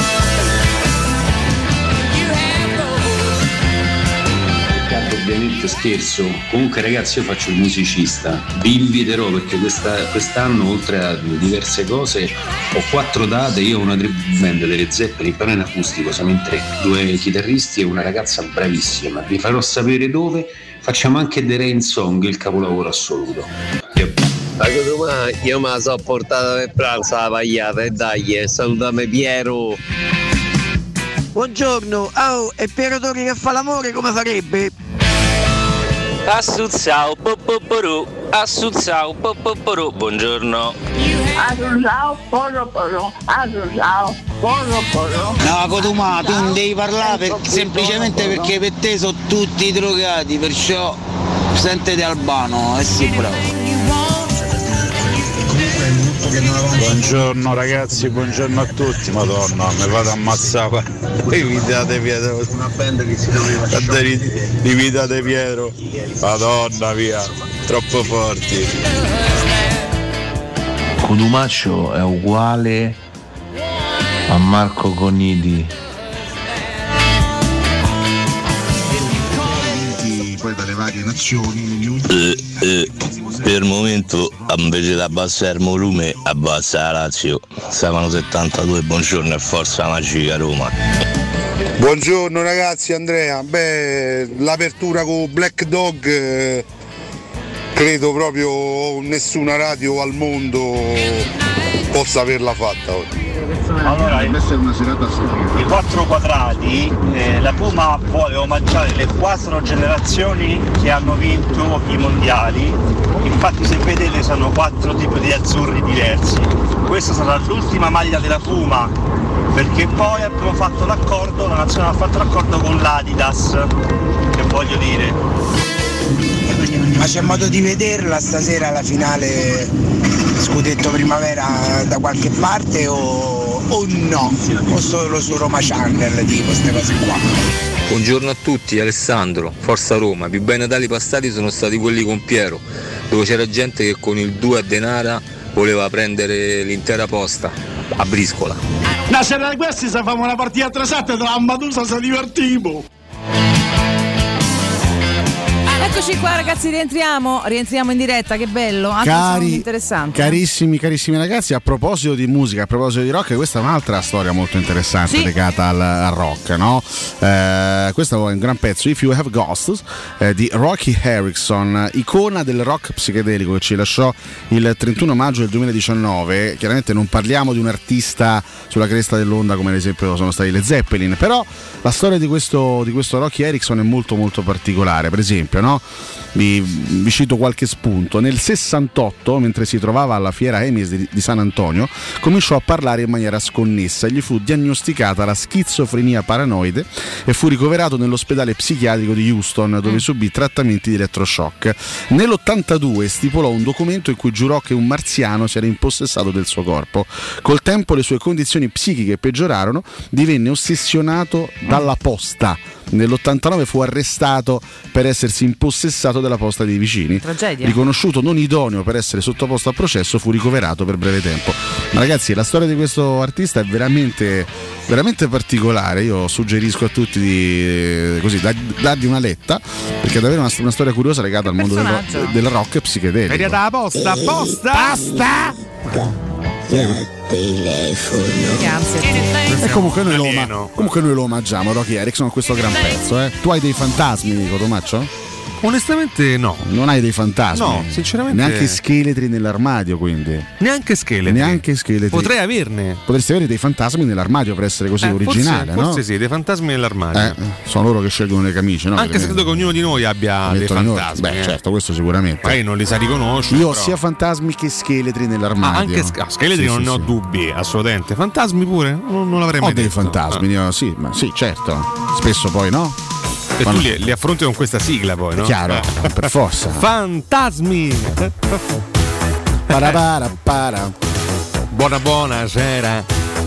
Ovviamente scherzo, comunque ragazzi io faccio il musicista, vi inviterò perché quest'anno oltre a diverse cose ho 4 date, io ho una band delle Zeppelin, però in acustico, siamo in 3, 2 chitarristi e una ragazza bravissima, vi farò sapere dove, facciamo anche The Rain Song, il capolavoro assoluto. Io me la so portata per pranzo la pagliata e dai, salutami Piero. Buongiorno, e Piero Torri che fa l'amore come farebbe? Assunzao, buongiorno. No, Codumà, tu non devi parlare semplicemente perché per te sono tutti drogati, perciò sentete Albano, sì bravo. Buongiorno ragazzi, buongiorno a tutti, madonna, mi vado a ammazzare. Invitate Pietro. Una band che si doveva invitate Pietro. Madonna via, troppo forti. Codumaccio è uguale a Marco Connidi. Poi dalle varie nazioni. Per il momento invece di abbassare il volume abbassa la Lazio. Stavano 72, buongiorno e forza magica Roma. Buongiorno ragazzi, Andrea. L'apertura con Black Dog credo proprio nessuna radio al mondo possa averla fatta oggi. Allora, i 4 quadrati, la Puma vuole omaggiare le 4 generazioni che hanno vinto i mondiali. Infatti se vedete sono 4 tipi di azzurri diversi. Questa sarà l'ultima maglia della Puma, perché poi abbiamo fatto l'accordo, la nazionale ha fatto l'accordo con l'Adidas, che voglio dire. Ma c'è modo di vederla stasera alla finale scudetto primavera da qualche parte o no? O solo su Roma Channel, tipo queste cose qua? Buongiorno a tutti, Alessandro, Forza Roma. I più bei Natali passati sono stati quelli con Piero, dove c'era gente che con il 2 a denara voleva prendere l'intera posta a briscola. Una sera di questi se famo una partita a 3-7 tra Lampedusa si divertiamo. Eccoci qua ragazzi, rientriamo in diretta, che bello, anche interessante. Carissimi ragazzi, a proposito di musica, a proposito di rock, questa è un'altra storia molto interessante legata al rock, no? Questo è un gran pezzo, If You Have Ghosts, di Rocky Erickson, icona del rock psichedelico che ci lasciò il 31 maggio del 2019. Chiaramente non parliamo di un artista sulla cresta dell'onda come ad esempio sono stati le Zeppelin, però la storia di questo Rocky Erickson è molto molto particolare. Per esempio, no? Vi cito qualche spunto. Nel 68, mentre si trovava alla fiera EMIS di San Antonio, cominciò a parlare in maniera sconnessa e gli fu diagnosticata la schizofrenia paranoide e fu ricoverato nell'ospedale psichiatrico di Houston, dove subì trattamenti di elettroshock. Nell'82 stipulò un documento in cui giurò che un marziano si era impossessato del suo corpo. Col tempo le sue condizioni psichiche peggiorarono, divenne ossessionato dalla posta. Nell'89 fu arrestato per essersi impossessato della posta dei vicini. Tragedia. Riconosciuto non idoneo per essere sottoposto a processo, fu ricoverato per breve tempo. Ma ragazzi, la storia di questo artista è veramente, veramente particolare. Io suggerisco a tutti di dargli una letta, perché è davvero una storia curiosa legata al mondo del rock psicedelico. Vedi la posta! Basta! E comunque noi lo omaggiamo, Rocky Erickson, con questo gran pezzo. Tu hai dei fantasmi, Cotomaccio? Onestamente no. Non hai dei fantasmi? No, sinceramente. Neanche scheletri nell'armadio, quindi. Neanche scheletri. Potrei averne. Potresti avere dei fantasmi nell'armadio per essere così originale, forse, no? Forse sì, dei fantasmi nell'armadio. Sono loro che scelgono le camicie, no? Anche se credo che ognuno di noi abbia dei fantasmi. Beh, certo, questo sicuramente. Magari non li sa riconoscere. Io ho sia fantasmi che scheletri nell'armadio. Anche scheletri non ne ho dubbi, assolutamente. Fantasmi pure? Non l'avrei mai detto. Ho dei fantasmi, sì, certo. Spesso poi, no? E tu li affronti con questa sigla poi, no? Chiaro, per forza. Fantasmi! Para. Buonasera.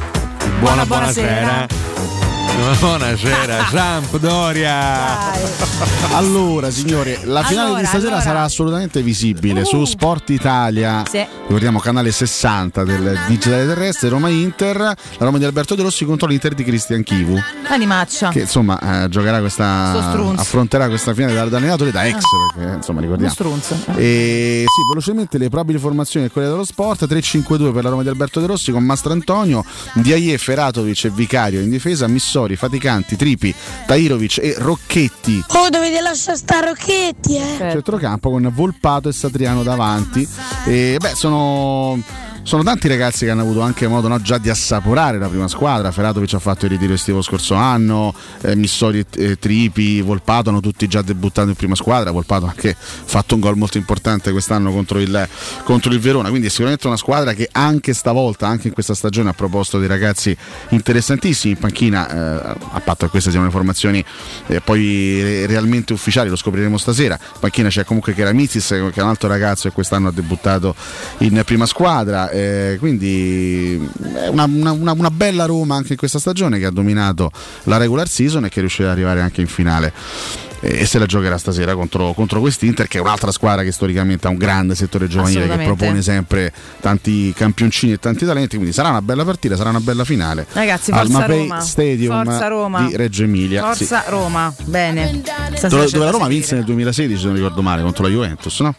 Buonasera. Buonasera, Sampdoria. Allora, signori, la finale di stasera sarà assolutamente visibile su Sport Italia. Sì. Ricordiamo canale 60 del digitale terrestre, Roma Inter, la Roma di Alberto De Rossi contro l'Inter di Cristian Chivu. Animaccia. Che insomma giocherà affronterà questa finale da allenatore, da ex, perché insomma ricordiamo. E sì, velocemente le probabili formazioni del Corriere dello Sport: 3-5-2 per la Roma di Alberto De Rossi con Mastrantonio, Ndiaye, Feratovic e Vicario in difesa, Missori, Faticanti, Tripi, Tahirovic e Rocchetti. Oh, dovete lasciare sta Rocchetti, Centrocampo con Volpato e Satriano davanti. E sono tanti ragazzi che hanno avuto anche modo già di assaporare la prima squadra. Feratovic ha fatto il ritiro estivo scorso anno, Missori e Tripi, Volpato hanno tutti già debuttato in prima squadra. Volpato ha anche fatto un gol molto importante quest'anno contro il Verona, quindi è sicuramente una squadra che anche stavolta, anche in questa stagione, ha proposto dei ragazzi interessantissimi in panchina, a patto che queste siano le formazioni poi realmente ufficiali, lo scopriremo stasera. In panchina c'è comunque Keramizis, che è un altro ragazzo che quest'anno ha debuttato in prima squadra. Quindi è una bella Roma anche in questa stagione, che ha dominato la regular season e che riuscirà ad arrivare anche in finale, e se la giocherà stasera contro quest'Inter, che è un'altra squadra che storicamente ha un grande settore giovanile, che propone sempre tanti campioncini e tanti talenti, quindi sarà una bella partita, sarà una bella finale. Ragazzi, al forza Mapei Roma. Stadium Forza Roma. di Reggio Emilia. Forza Roma, bene. Dove la Roma vinse nel 2016, se non ricordo male, contro la Juventus, no?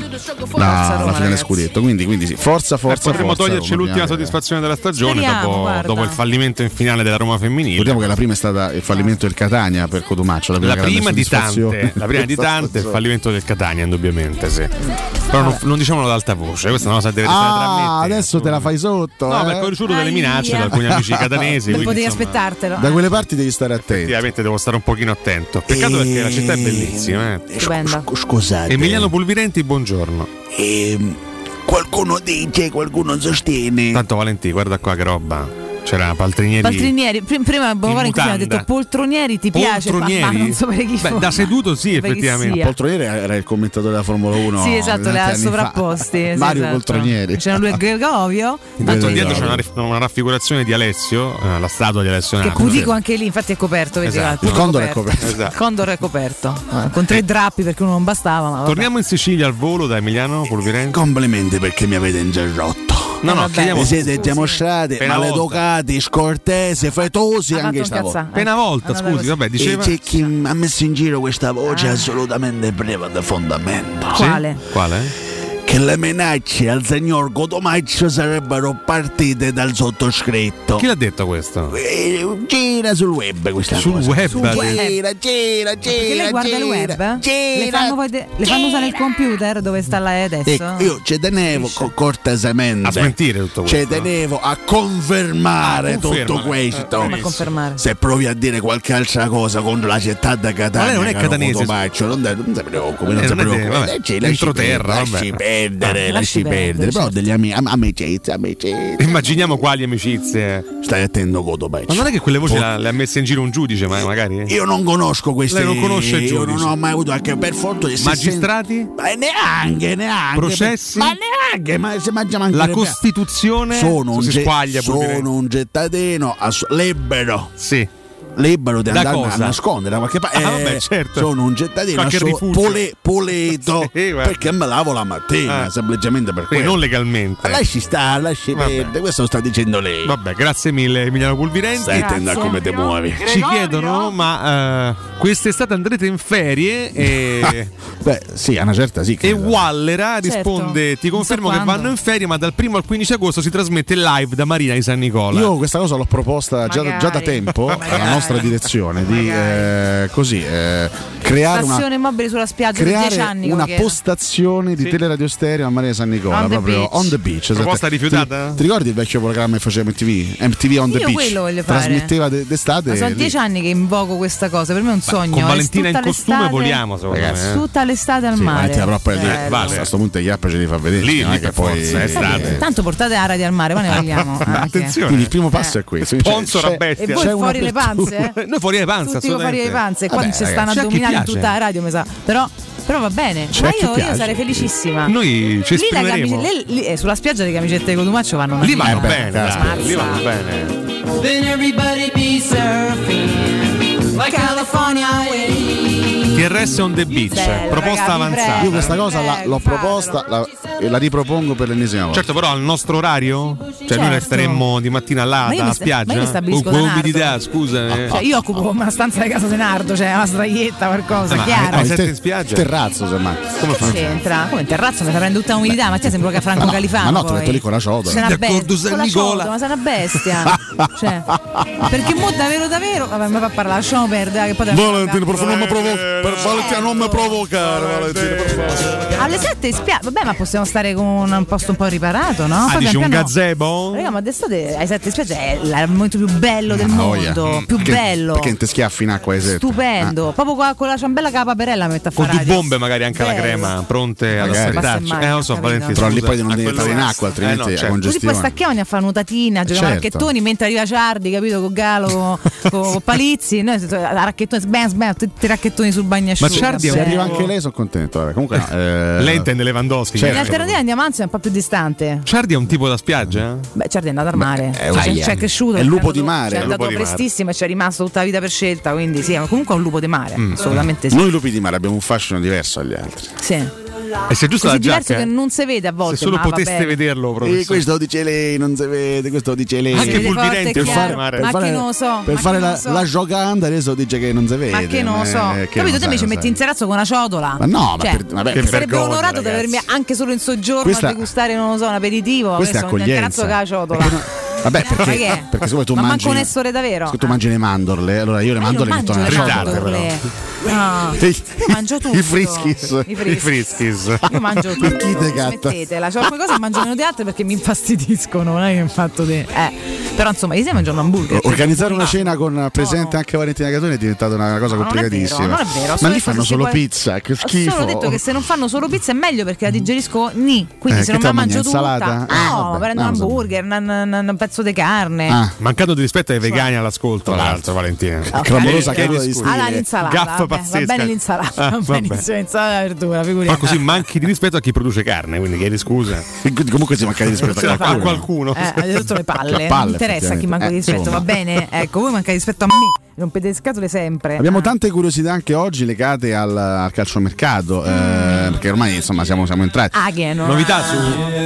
La finale scudetto, quindi sì, forza. Potremmo toglierci l'ultima soddisfazione della stagione. Speriamo, dopo il fallimento in finale della Roma femminile. Ricordiamo che la prima è stata il fallimento del Catania per Cotumaccio, la prima di tante, il fallimento del Catania, indubbiamente, sì. Però non diciamolo ad alta voce, questa è una cosa che deve restare tra me. Adesso te la fai sotto. No, perché ho ricevuto delle minacce da alcuni amici catanesi. Non potevi aspettartelo. Da quelle parti devi stare attento. Effettivamente devo stare un pochino attento. Peccato perché la città è bellissima. Stupenda. Scusate. Emiliano Pulvirenti, buongiorno. Qualcuno dice, qualcuno sostiene. Tanto Valentì, guarda qua che roba. C'era Paltrinieri. Prima abbiamo detto Poltronieri, ti piace? Ma non so per chi da seduto sì, effettivamente. Poltronieri era il commentatore della Formula 1. Sì, esatto, le ha sovrapposti. Mario esatto. Poltronieri. C'era lui e Gregovio. Intanto dietro c'è una raffigurazione di Alessio, la statua di Alessio Nardo. Che Pudico anche lì, infatti è coperto. Esatto. Il Condor è coperto. Esatto. Il Condor è coperto. Con 3 drappi perché uno non bastava. Ma torniamo in Sicilia al volo da Emiliano Pulvirenti. Complimenti perché mi avete interrotto. No, vi siete dimostrati maleducati, scortesi, fetosi anche stavolta. Appena volta, scusi, vabbè, diceva. C'è chi ha messo in giro questa voce assolutamente priva di fondamento. Quale? Quale? Che le minacce al signor Cotumaccio sarebbero partite dal sottoscritto. Chi l'ha detto questo? Gira sul web questa sul cosa. Web? Gira. Perché lei guarda il web? Le fanno usare il computer dove sta lei adesso? Ecco, io ci tenevo cortesemente a smentire tutto questo. Ci tenevo a confermare tutto questo. Come confermare? Se provi a dire qualche altra cosa contro la città da Catania, ma lei non è catanese. Non si preoccupi, non si preoccupi. Lasci perdere. Però degli amicizie. Immaginiamo quali amicizie. Stai attento, Cotumaccio. Ma non è che quelle voci le ha messe in giro un giudice, magari? Io non conosco questi. Lei non conosce il giudice? Io non ho mai avuto anche per fortuna. Magistrati? Ma neanche. Processi? Ma neanche. Ma se mangiamo anche la Costituzione? Sono un gettatino libero. Sì. Libero di andare a nascondere da qualche parte. Vabbè, certo. Sono un gettadino pulito perché me lavo la mattina, semplicemente per quello. Non legalmente. Lasci perdere, questo lo sta dicendo lei. Vabbè, grazie mille Emiliano Pulvirenti. Stai attento a come ti muovi. Ci chiedono, ma quest'estate andrete in ferie? E beh, sì, a una certa sì. E Wallera risponde: ti confermo che vanno in ferie, ma dal 1 al 15 agosto si trasmette live da Marina di San Nicola. Io questa cosa l'ho proposta già da tempo alla nostra direzione di creare stazione mobile sulla spiaggia per 10 anni, una postazione di Teleradio Stereo a Marina San Nicola, proprio on the beach. Proposta rifiutata? Ti ricordi il vecchio programma che faceva MTV on the beach? Quello voglio fare. Trasmetteva d'estate. Ma sono 10 anni che invoco questa cosa, per me è un sogno. Con Valentina in costume voliamo, ragazzi. Tutta l'estate al mare. Però poi a questo punto gli app ce li fa vedere. Lì per forza, estate. Tanto portate la radio al mare, ma ne vogliamo. Attenzione. Quindi il primo passo è questo. Sponsor a bestia. E voi fuori le panze? Noi fuori le panze, tutti fuori le panze. Qua ci stanno addominali in tutta la radio, mi sa. Però Però va bene, C'è ma chi io piace. sarei felicissima. Noi ci Lì la esprimeremo. lì, sulla spiaggia le camicette di Cotumaccio vanno una Lì vanno fine. bene, dai, lì vanno bene. Then everybody be surfing like California way. TRS on the beach, Bello, proposta ragazzi, avanzata. prego. Io questa cosa l'ho Fatelo. proposta e la ripropongo per l'ennesima volta. Certo, però al nostro orario? Cioè noi Certo. resteremmo di mattina là Ma io dalla mi spiaggia? ma io mi stabilisco Con da umidità, Nardo. scusa. Cioè, io occupo una stanza di casa di Nardo, cioè una sdraietta, qualcosa, Ma chiaro. hai sette in spiaggia? Terrazzo, semmai. Come c'entra? Come in terrazzo mi prende tutta umidità, ma te sembra che Franco Califano. Ma no, ti poi. metto lì con la ciotola. Sei una D'accordo, bestia. San Con la Nicola. ciotola, ma sei una bestia. Cioè, perché mo davvero, vabbè, mi fa parlare, lasciamo perdere. Che poi Valentino, per favore, non mi provocare, Valentino, per favore. alle 7 in spiaggia, vabbè, ma possiamo stare con un posto un po' riparato, no? Ah, Poi dici pian un piano- gazebo? Raga, ma d'estate ai 7 in spiaggia è il momento più bello del mondo, più bello. Perché non ti schiaffi in acqua ai sette? Stupendo, proprio con la ciambella che la paperella mi mette a Con fare due bombe magari anche alla Bello. crema, pronte ad Magari. aspettarci. Passa in Lo so, macchina, Valentino. Però lì scusa, poi non a devi quello entrare in gas. acqua, altrimenti no, la certo. Così poi congestione. stacchiamo a fare nuotatina, a giocare a Certo. racchettoni mentre arriva Ciardi, capito, con Galo, con Palizzi, noi a racchettoni, sbam, tutti i racchettoni sul bagnasciugo. Ma Ciardi è Se un- arriva anche lei sono contento. Vabbè, comunque no, Lei intende Lewandowski. Certo. In alternativa andiamo anzi un po' più distante. Ciardi è un tipo da spiaggia? Beh, Ciardi è andato al mare, è cioè è cresciuto, è il lupo andato- di mare. cioè, è È il andato lupo di mare. prestissimo e ci è rimasto tutta la vita per scelta, quindi sì, ma comunque è un lupo di mare, assolutamente sì. Noi lupi di mare abbiamo un fascino diverso agli altri. Sì. E se è giusto Così la diverso giacca? che non si vede a volte. Se solo ma va poteste bene. vederlo, E professore. questo lo dice lei, non si vede, questo lo dice lei. Anche Si vede Fulminante forte e per chiaro. fare mare. Ma che non lo so, per ma fare che non la, lo so. la giocanda adesso dice che non si vede. Ma che non lo so, che capito? non Te sai, mi ci non metti sai. in terrazzo con una ciotola. Ma no, ma cioè, vabbè, che sarebbe vergogna, onorato di ragazzi. avermi anche solo in soggiorno Questa- a degustare, non lo so, un aperitivo. Questa è Adesso nel terrazzo accoglienza. con la ciotola. Vabbè, Ma che perché, è? perché siccome tu Ma mangi. manco un essere davvero. Se tu mangi le mandorle, allora io le Ma io mandorle non metto mangio nella le ciotola. mandorle. No, I- io mangio tutto. I friskis. I friskis. Io mangio tutto. Per chi te gatta? Smettetela, c'ho alcune cose che mangio meno di altre perché mi infastidiscono, non è che è un fatto di. Però insomma, ieri mangio un hamburger. Organizzare una cena con presente anche Valentina Catone è diventata una cosa No, non è vero, complicatissima. non è vero, Ma solo lì detto fanno che solo si può- pizza, che Ho schifo. solo detto che se non fanno solo pizza è meglio perché la digerisco ni. Quindi se che non te me la mangi mangio insalata? tutta. Ah, No, vabbè, prendo un no, hamburger, un pezzo di carne. Ah. Mancando di rispetto ai vegani all'ascolto, tra l'altro, Valentina. Ok. Clamorosa Che caduta di discorso. stile. Allora l'insalata. Gaffa Va pazzesca. bene l'insalata. Ah, Va vabbè. benissimo, insalata e verdura, Ma figuriamoci. così manchi di rispetto a chi produce carne, quindi chiedi scusa. Quindi comunque si manca di rispetto a A qualcuno. qualcuno. Avete detto le palle, Palle, non interessa a chi manca di rispetto, insomma. va bene? Ecco, voi mancate di rispetto a me, rompete le scatole sempre. Abbiamo tante curiosità anche oggi legate al calciomercato, perché ormai insomma siamo entrati. Again. Novità su.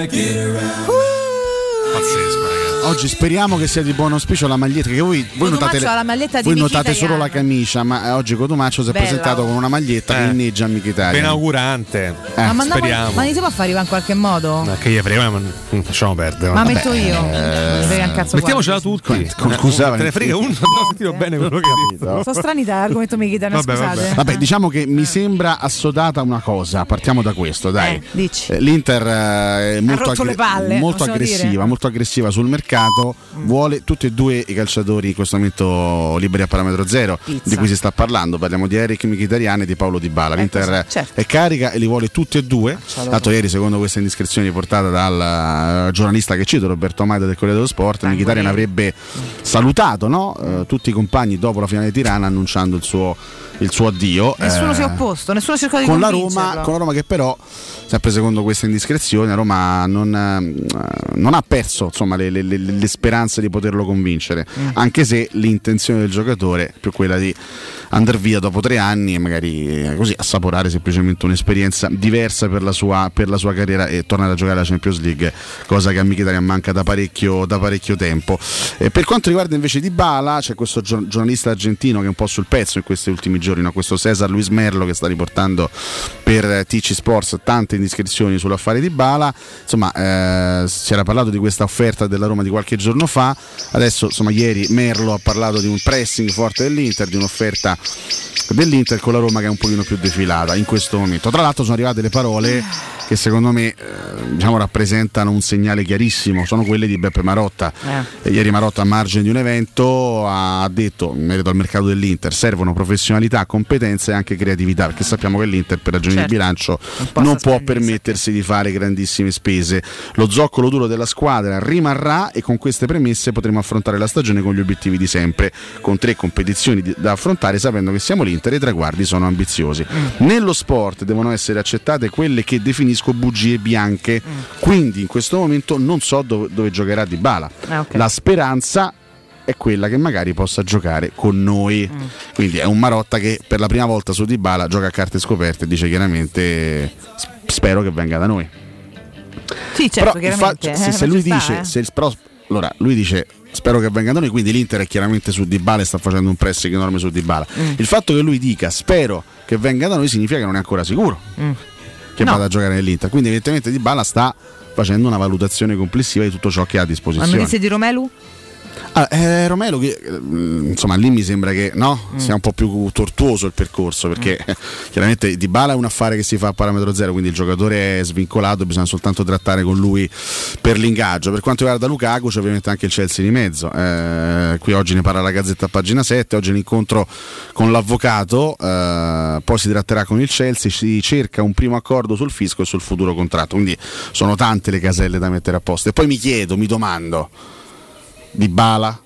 Pazzesco, ragazzi. Oggi speriamo che sia di buon auspicio la maglietta, che voi notate, ha la maglietta di voi Mkhitaryan. notate solo la camicia, ma oggi Cotumaccio si è Bella. presentato con una maglietta che inneggia a Mkhitaryan. Benaugurante. Ma speriamo. ma si può fare arrivare in qualche modo? Ma che gli frega, ma non lasciamo perdere. Ma Vabbè. metto io. Mi frega un cazzo Mettiamocela qua. tutti. Scusa, te ne frega uno, non ho sentito bene quello che hai detto. Sono stranità l'argomento Mkhitaryan, Vabbè, scusate. Vabbè, diciamo che mi sembra assodata una cosa, partiamo da questo, dai. Dici. L'Inter è molto, rotto le palle, molto possiamo aggressiva, dire? molto aggressiva sul mercato, vuole tutti e due i calciatori in questo momento liberi a parametro zero, Pizza. di cui si sta parlando, parliamo di Eric Mkhitaryan e di Paolo Dybala. L'Inter certo. è carica e li vuole tutti e due. Tanto ieri, secondo questa indiscrezione riportata dal giornalista che cito, Roberto Maida del Corriere dello Sport, Mkhitaryan avrebbe salutato, no? Tutti i compagni dopo la finale di Tirana annunciando il suo addio. Nessuno si è opposto, nessuno ha cercato di con la convincerlo. Roma che però, sempre secondo questa indiscrezione, Roma non ha perso insomma le speranze di poterlo convincere, anche se l'intenzione del giocatore è più quella di andare via dopo 3 anni e magari così assaporare semplicemente un'esperienza diversa per la sua carriera e tornare a giocare la Champions League, cosa che a Mkhitaryan manca da parecchio tempo. Per quanto riguarda invece Dybala, c'è questo giornalista argentino che è un po' sul pezzo in questi ultimi giorni, no? Questo Cesar Luis Merlo, che sta riportando per TC Sports tante indiscrezioni sull'affare Dybala. Insomma, si era parlato di questa offerta della Roma di qualche giorno fa, adesso insomma ieri Merlo ha parlato di un pressing forte dell'Inter, di un'offerta dell'Inter con la Roma che è un pochino più defilata in questo momento. Tra l'altro sono arrivate le parole che secondo me rappresentano un segnale chiarissimo, sono quelle di Beppe Marotta. Ieri Marotta, a margine di un evento, ha detto in merito al mercato dell'Inter: servono professionalità, competenze e anche creatività, perché sappiamo che l'Inter per ragioni di bilancio non può permettersi di fare grandissime spese. Lo zoccolo duro della squadra rimarrà, e con queste premesse potremo affrontare la stagione con gli obiettivi di sempre, con 3 competizioni da affrontare, sapendo che siamo l'Inter e i traguardi sono ambiziosi. Nello sport devono essere accettate quelle che definisco bugie bianche, quindi in questo momento non so dove giocherà Dybala. La speranza è quella che magari possa giocare con noi, quindi è un Marotta che per la prima volta su Dybala gioca a carte scoperte e dice chiaramente spero che venga da noi. Sì, certo, chiaramente. Se lui dice allora lui dice spero che venga da noi, quindi l'Inter è chiaramente su Dybala e sta facendo un pressing enorme su Dybala. Il fatto che lui dica spero che venga da noi significa che non è ancora sicuro che vada a giocare nell'Inter, quindi evidentemente Dybala sta facendo una valutazione complessiva di tutto ciò che ha a disposizione. Ma notizie di Romelu? Romelu, che insomma lì mi sembra che sia un po' più tortuoso il percorso, perché chiaramente Dybala è un affare che si fa a parametro zero, quindi il giocatore è svincolato, bisogna soltanto trattare con lui per l'ingaggio. Per quanto riguarda Lukaku c'è ovviamente anche il Chelsea di mezzo, qui oggi ne parla la Gazzetta a pagina 7, oggi l'incontro con l'avvocato, poi si tratterà con il Chelsea, si cerca un primo accordo sul fisco e sul futuro contratto, quindi sono tante le caselle da mettere a posto. E poi mi domando Dybala,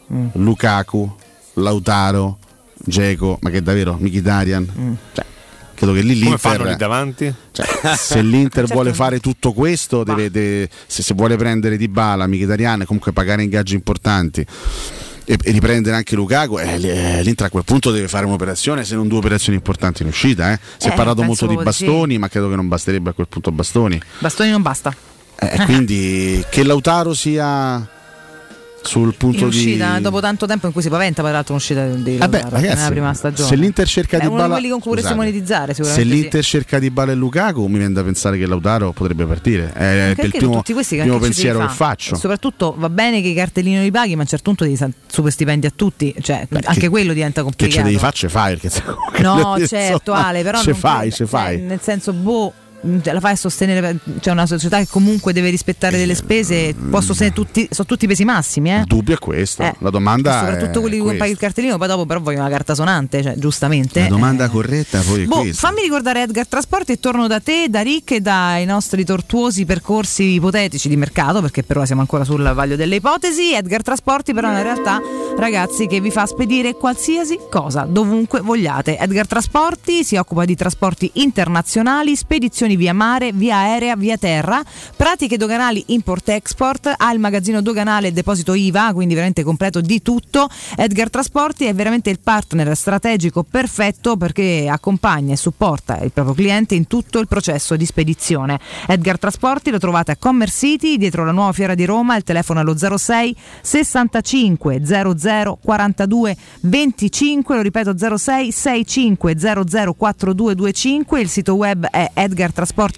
Lukaku, Lautaro, Dzeko, ma che davvero Mkhitaryan? Credo che l'Inter, come fanno lì davanti? Se l'Inter vuole fare tutto questo, se vuole prendere Dybala, Mkhitaryan, comunque pagare ingaggi importanti e riprendere anche Lukaku, l'Inter a quel punto deve fare un'operazione, se non 2 operazioni importanti in uscita. Si è parlato molto di Bastoni, ma credo che non basterebbe a quel punto Bastoni non basta. Quindi che Lautaro sia sul punto in uscita, di dopo tanto tempo in cui si paventa peraltro un'uscita di Lautaro nella prima stagione. Se l'Inter cerca è Dybala, uno di quelli con cui vorresti monetizzare sicuramente. Se l'Inter cerca Dybala e Lukaku, mi viene da pensare che Lautaro potrebbe partire. È il primo pensiero che faccio. E soprattutto va bene che i cartellini li paghi, ma a un certo punto devi super stipendi a tutti, cioè anche quello diventa complicato. Che ce devi fare, perché no, certo, Ale, però ce fai. Nel senso la fai a sostenere, c'è una società che comunque deve rispettare delle spese, può sostenere sono tutti pesi massimi. Il dubbio è questo, la domanda soprattutto è quelli che paghi il cartellino, poi dopo però vogliono una carta sonante, cioè giustamente. La domanda corretta poi è questa. Fammi ricordare Edgar Trasporti e torno da te, da Rick e dai nostri tortuosi percorsi ipotetici di mercato, perché per ora siamo ancora sul vaglio delle ipotesi. Edgar Trasporti però in realtà, ragazzi, che vi fa spedire qualsiasi cosa, dovunque vogliate. Edgar Trasporti si occupa di trasporti internazionali, spedizioni via mare, via aerea, via terra, pratiche doganali import-export, ha il magazzino doganale e deposito IVA, quindi veramente completo di tutto. Edgar Trasporti è veramente il partner strategico perfetto perché accompagna e supporta il proprio cliente in tutto il processo di spedizione. Edgar Trasporti lo trovate a Commerce City, dietro la nuova fiera di Roma, il telefono è lo 06 65 00 42 25, lo ripeto 06 65 00 4225, il sito web è edgartrasporti.com.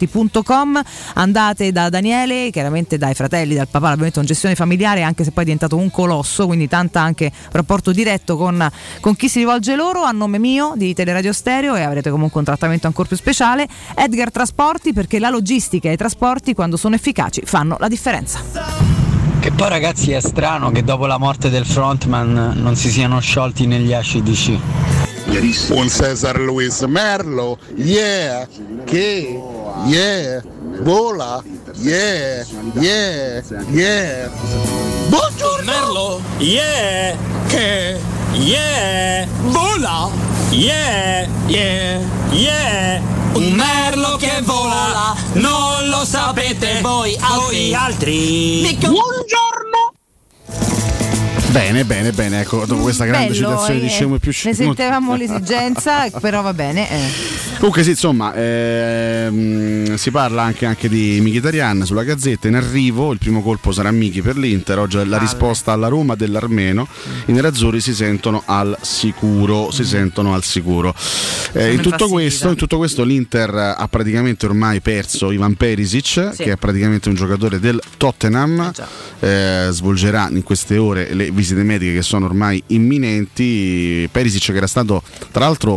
Andate da Daniele, chiaramente dai fratelli, dal papà, l'abbiamo detto, in gestione familiare, anche se poi è diventato un colosso, quindi tanta anche rapporto diretto con chi si rivolge loro, a nome mio di Teleradio Stereo, e avrete comunque un trattamento ancora più speciale. Edgar Trasporti, perché la logistica e i trasporti quando sono efficaci fanno la differenza. Che poi ragazzi è strano che dopo la morte del frontman non si siano sciolti negli ACDC. Un Cesar Luis Merlo, che vola, buongiorno Merlo, che vola, un merlo che vola, non lo sapete voi altri. Buongiorno. Bene, ecco, dopo questa grande citazione di Scemo e più Scemo. Ne sentivamo l'esigenza, però va bene. Comunque sì, insomma, si parla anche di Mkhitaryan sulla Gazzetta, in arrivo, il primo colpo sarà Miki per l'Inter, oggi è la risposta alla Roma dell'armeno, i nerazzurri si sentono al sicuro, in tutto questo l'Inter ha praticamente ormai perso Ivan Perisic, che è praticamente un giocatore del Tottenham, svolgerà in queste ore le visite mediche che sono ormai imminenti. Perisic, che era stato tra l'altro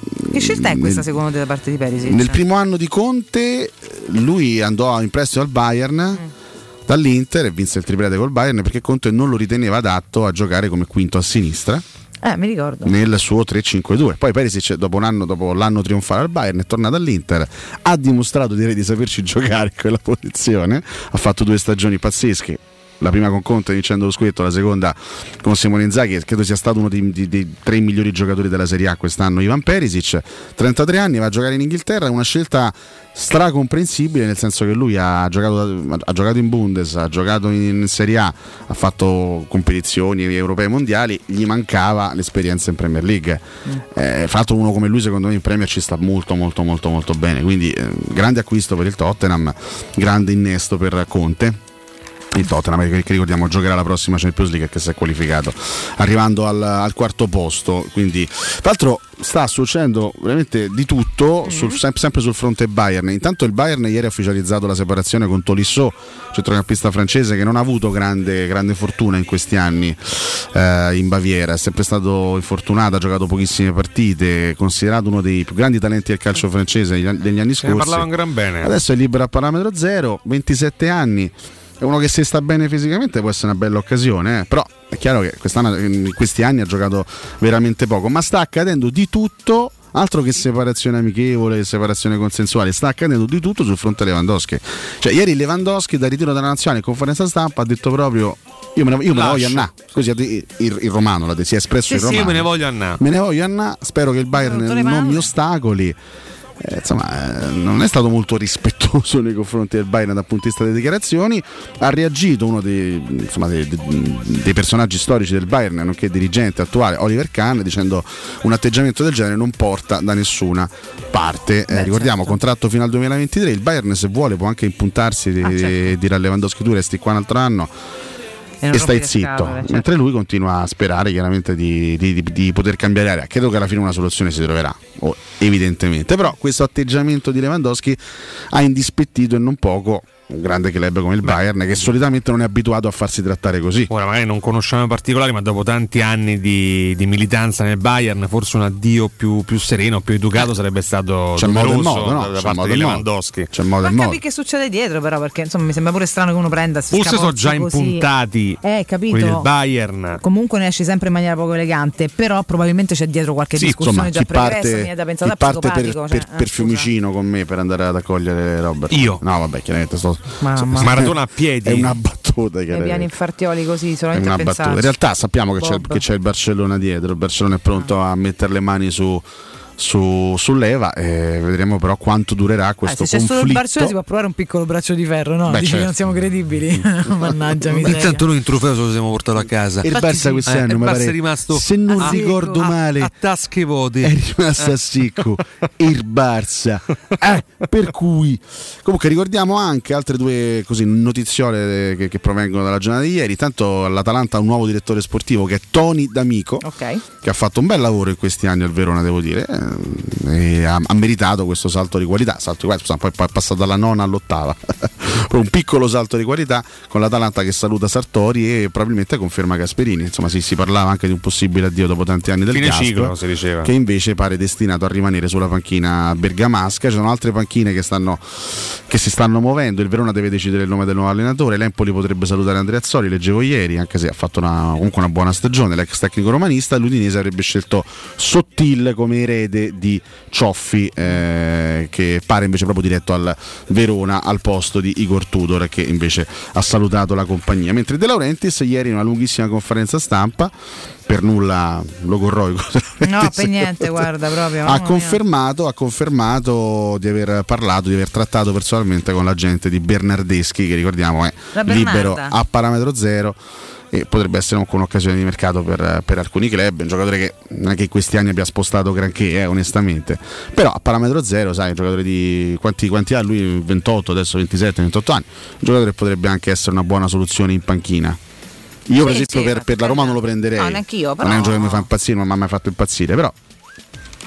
Che scelta è questa secondo te da parte di Perisic? Nel primo anno di Conte lui andò in prestito al Bayern dall'Inter e vinse il triplete col Bayern perché Conte non lo riteneva adatto a giocare come quinto a sinistra. Mi ricordo. Nel suo 3-5-2. Poi Perisic dopo l'anno trionfale al Bayern è tornato all'Inter, ha dimostrato direi di saperci giocare in quella posizione, ha fatto 2 stagioni pazzesche. La prima con Conte vincendo lo scudetto, la seconda con Simone Inzaghi, credo sia stato uno dei 3 migliori giocatori della Serie A quest'anno. Ivan Perisic, 33 anni, va a giocare in Inghilterra, una scelta stracomprensibile, nel senso che lui ha giocato in Bundes, ha giocato in Serie A, ha fatto competizioni europee mondiali, gli mancava l'esperienza in Premier League. Fra l'altro uno come lui secondo me in Premier ci sta molto bene, quindi grande acquisto per il Tottenham, grande innesto per Conte. Il Tottenham, che ricordiamo giocherà la prossima Champions League, che si è qualificato arrivando al quarto posto. Quindi tra l'altro sta succedendo veramente di tutto sempre sul fronte Bayern. Intanto il Bayern ieri ha ufficializzato la separazione con Tolisso, centrocampista francese che non ha avuto grande fortuna in questi anni in Baviera, è sempre stato infortunato, ha giocato pochissime partite, considerato uno dei più grandi talenti del calcio francese degli anni scorsi. Ne parlavano gran bene. Adesso è libero a parametro zero, 27 anni. È uno che se sta bene fisicamente può essere una bella occasione, però è chiaro che in questi anni ha giocato veramente poco, ma sta accadendo di tutto, altro che separazione amichevole, separazione consensuale, sta accadendo di tutto sul fronte Lewandowski. Cioè ieri Lewandowski da ritiro dalla nazionale in conferenza stampa ha detto proprio io me ne voglio andare, così il romano si è espresso il romano. Sì, me ne voglio andare, spero che il Bayern non mi ostacoli. Non è stato molto rispettoso nei confronti del Bayern dal punto di vista delle dichiarazioni. Ha reagito uno dei personaggi storici del Bayern, nonché dirigente attuale, Oliver Kahn, dicendo un atteggiamento del genere non porta da nessuna parte. Ricordiamo, contratto fino al 2023, il Bayern se vuole può anche impuntarsi e dire a Lewandowski tu resti qua un altro anno e stai zitto, mentre lui continua a sperare chiaramente di poter cambiare area. Credo che alla fine una soluzione si troverà, evidentemente, però questo atteggiamento di Lewandowski ha indispettito e non poco un grande club come il Bayern, che solitamente non è abituato a farsi trattare così. Ora magari non conosciamo i particolari, ma dopo tanti anni di militanza nel Bayern forse un addio più sereno, più educato sarebbe stato doveroso da parte di Lewandowski. Ma capi che succede dietro, però, perché insomma mi sembra pure strano che uno prenda forse sono già impuntati capito? Quelli del Bayern. Comunque ne esce sempre in maniera poco elegante, però probabilmente c'è dietro qualche discussione già pregressa, mi è da pensare da psicopatico, per Fiumicino con me per andare ad accogliere Robert. Io? No, vabbè, chiaramente sto Maradona a piedi. È una battuta. I piani infartioli così, solamente a pensarci. In realtà sappiamo che c'è il Barcellona dietro. Il Barcellona è pronto a mettere le mani sull'Eva e vedremo però quanto durerà questo conflitto. Se c'è solo il Barcellona si può provare un piccolo braccio di ferro, no? Dici che non siamo credibili. Mannaggia miseria. Intanto noi in trofeo ce lo siamo portato a casa. E il Barça quest'anno mi pare, rimasto, se non ricordo male, a tasche vuote, è rimasto a secco il Barça. Per cui comunque ricordiamo anche altre due notiziole che provengono dalla giornata di ieri. Tanto l'Atalanta ha un nuovo direttore sportivo che è Tony D'Amico, che ha fatto un bel lavoro in questi anni al Verona, devo dire. E ha meritato questo salto di qualità, poi è passato dalla nona all'ottava un piccolo salto di qualità con l'Atalanta che saluta Sartori e probabilmente conferma Gasperini. Insomma si parlava anche di un possibile addio dopo tanti anni del Gasp, si diceva, che invece pare destinato a rimanere sulla panchina bergamasca. Ci sono altre panchine che si stanno muovendo. Il Verona deve decidere il nome del nuovo allenatore, l'Empoli potrebbe salutare Andrea Azzoli, leggevo ieri, anche se ha fatto comunque una buona stagione l'ex tecnico romanista. L'Udinese avrebbe scelto Sottil come erede di Cioffi, che pare invece proprio diretto al Verona al posto di Igor Tudor, che invece ha salutato la compagnia. Mentre De Laurentiis ieri in una lunghissima conferenza stampa, per nulla logorroico, no, per niente, guarda, proprio ha confermato di aver trattato personalmente con l'agente di Bernardeschi, che ricordiamo è libero a parametro zero e potrebbe essere anche un'occasione di mercato per alcuni club. Un giocatore che non è che in questi anni abbia spostato granché, onestamente, però a parametro zero, sai, un giocatore di quanti ha lui? 28, adesso 27, 28 anni, un giocatore che potrebbe anche essere una buona soluzione in panchina. Io per esempio per la Roma non lo prenderei, no, neanch'io, però non è un giocatore che mi fa impazzire, non mi ha mai fatto impazzire, però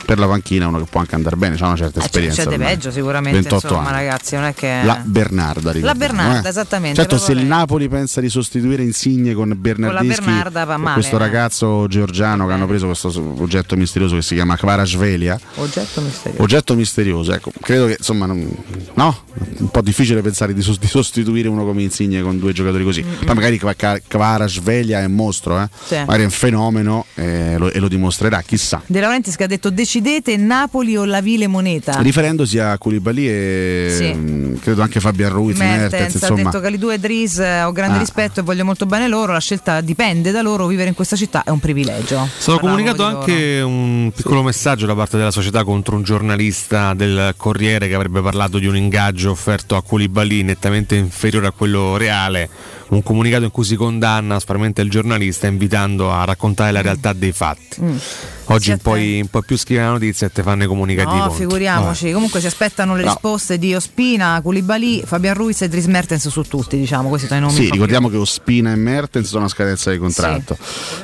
per la panchina uno che può anche andare bene, c'ha una certa esperienza. C'è di peggio sicuramente, 28 insomma, anni. ragazzi, non è che La Bernarda, la Bernarda, esattamente. Certo, se il Napoli pensa di sostituire Insigne con Bernardeschi, con la Bernarda va male, questo ragazzo georgiano che hanno preso, questo oggetto misterioso che si chiama Kvaratskhelia. Oggetto misterioso, ecco, credo che insomma un po' difficile pensare di sostituire uno come Insigne con due giocatori così. Poi magari Kvaratskhelia è un mostro, sì, magari è un fenomeno e lo dimostrerà, chissà. De Laurentiis che ha detto: decidete Napoli o la Vile Moneta, riferendosi a Koulibaly e credo anche Fabian Ruiz, Mertens, insomma. Ha detto Kalidou e Dries, ho grande rispetto e voglio molto bene loro, la scelta dipende da loro, vivere in questa città è un privilegio. È stato comunicato anche un piccolo messaggio da parte della società contro un giornalista del Corriere che avrebbe parlato di un ingaggio offerto a Koulibaly nettamente inferiore a quello reale, un comunicato in cui si condanna aspramente il giornalista invitando a raccontare la realtà dei fatti. Oggi un po' più scrive la notizia e te fanno i comunicati. No, figuriamoci. Comunque si aspettano le risposte di Ospina, Koulibaly, Fabian Ruiz e Dries Mertens su tutti, diciamo, questi sono i nomi. Sì, ricordiamo che Ospina e Mertens sono a scadenza di contratto.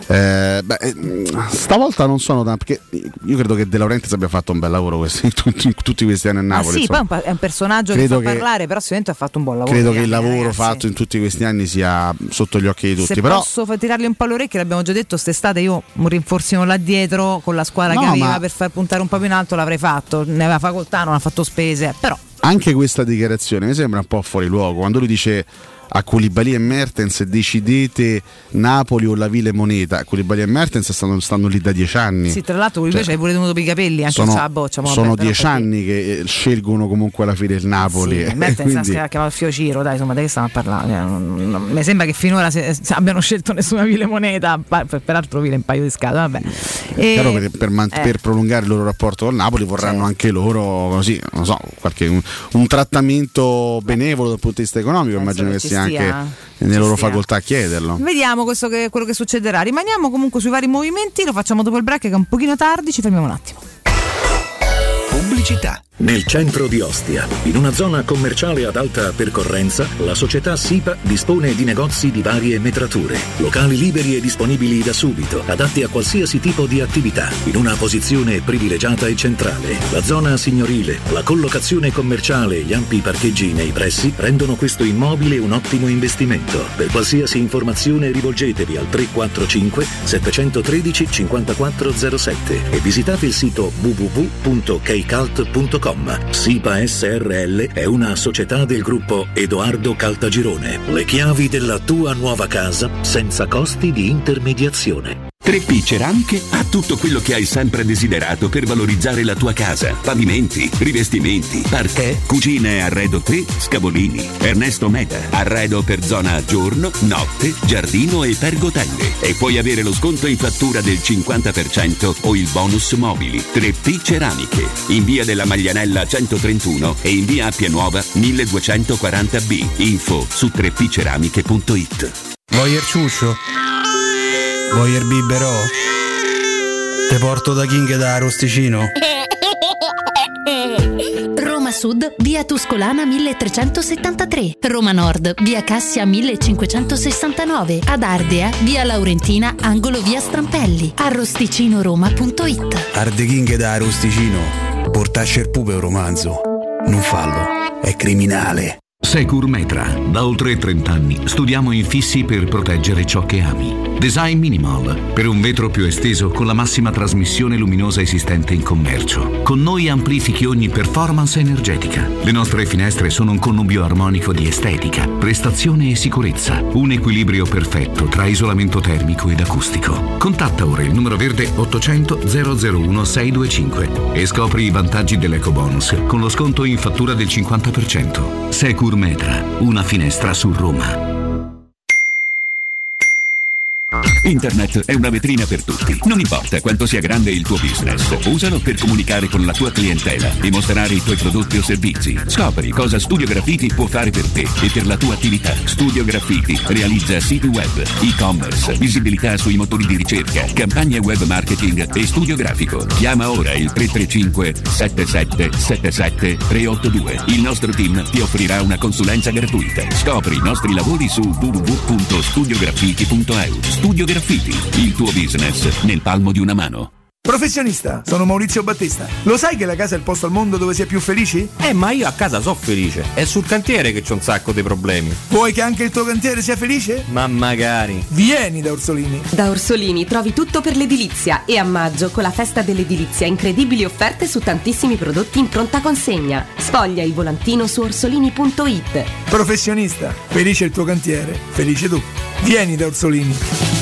Stavolta non sono tanto, perché io credo che De Laurentiis abbia fatto un bel lavoro tutti questi anni a Napoli. Sì, poi è un personaggio che fa parlare, però sicuramente ha fatto un buon lavoro. Credo che il lavoro fatto in tutti questi anni sia sotto gli occhi di tutti. Se però posso tirargli un po' le orecchie, l'abbiamo già detto, quest'estate io un rinforzino là dietro con la squadra che aveva per far puntare un po' più in alto l'avrei fatto, ne aveva facoltà, non ha fatto spese, però anche questa dichiarazione mi sembra un po' fuori luogo quando lui dice a Koulibaly e Mertens decidete Napoli o la Vile Moneta. Koulibaly e Mertens stanno lì da 10 anni. Sì, tra l'altro invece hai pure tenuto per i capelli anche sono, la boccia. Sono 10 anni che scelgono comunque alla fine il Napoli. Sì, Mertens ha chiamato Fio Ciro, dai, insomma, di che stiamo a parlare? Mi sembra che finora abbiano scelto nessuna Vile Moneta, peraltro Vile un paio di scatole, vabbè. Chiaro per prolungare il loro rapporto con Napoli vorranno anche loro così, non so, un trattamento benevolo dal punto di vista economico, immagino che sia anche nelle loro facoltà a chiederlo. Vediamo quello che succederà. Rimaniamo comunque sui vari movimenti, lo facciamo dopo il break che è un pochino tardi, ci fermiamo un attimo. Pubblicità. Nel centro di Ostia, in una zona commerciale ad alta percorrenza, la società SIPA dispone di negozi di varie metrature, locali liberi e disponibili da subito, adatti a qualsiasi tipo di attività, in una posizione privilegiata e centrale. La zona signorile, la collocazione commerciale e gli ampi parcheggi nei pressi rendono questo immobile un ottimo investimento. Per qualsiasi informazione rivolgetevi al 345 713 5407 e visitate il sito www.kcalt.com. SIPA SRL è una società del gruppo Edoardo Caltagirone. Le chiavi della tua nuova casa senza costi di intermediazione. 3P Ceramiche ha tutto quello che hai sempre desiderato per valorizzare la tua casa. Pavimenti, rivestimenti, parquet, cucine e arredo 3, Scavolini. Ernesto Meda, arredo per zona giorno, notte, giardino e pergotelle. E puoi avere lo sconto in fattura del 50% o il bonus mobili. 3P Ceramiche, in via della Maglianella 131 e in via Appia Nuova 1240B. Info su 3pceramiche.it. Voyer ciuscio? Voyer biberò? Te porto da King da Arosticino? Roma Sud, via Tuscolana 1373. Roma Nord, via Cassia 1569. Ad Ardea, via Laurentina, angolo via Strampelli. Arrosticinoroma.it. Arde King da Arosticino. Portasce il pupe un romanzo. Non fallo, è criminale. Securmetra. Da oltre 30 anni studiamo infissi per proteggere ciò che ami. Design minimal, per un vetro più esteso con la massima trasmissione luminosa esistente in commercio. Con noi amplifichi ogni performance energetica. Le nostre finestre sono un connubio armonico di estetica, prestazione e sicurezza. Un equilibrio perfetto tra isolamento termico ed acustico. Contatta ora il numero verde 800 001 625 e scopri i vantaggi dell'ecobonus con lo sconto in fattura del 50%. Securmetra, una finestra su Roma. Internet è una vetrina per tutti. Non importa quanto sia grande il tuo business, usalo per comunicare con la tua clientela e mostrare i tuoi prodotti o servizi. Scopri cosa Studio Graffiti può fare per te e per la tua attività. Studio Graffiti realizza siti web, e-commerce, visibilità sui motori di ricerca, campagne web marketing e studio grafico. Chiama ora il 335 7777 382. Il nostro team ti offrirà una consulenza gratuita. Scopri i nostri lavori su www.studiograffiti.eu. Studio Graffiti, il tuo business nel palmo di una mano. Professionista, sono Maurizio Battista. Lo sai che la casa è il posto al mondo dove si è più felici? Ma io a casa so felice. È sul cantiere che c'ho un sacco di problemi. Vuoi che anche il tuo cantiere sia felice? Ma magari. Vieni da Orsolini. Da Orsolini trovi tutto per l'edilizia e a maggio, con la festa dell'edilizia, incredibili offerte su tantissimi prodotti in pronta consegna. Sfoglia il volantino su orsolini.it. Professionista, felice il tuo cantiere, felice tu. Vieni da Orsolini.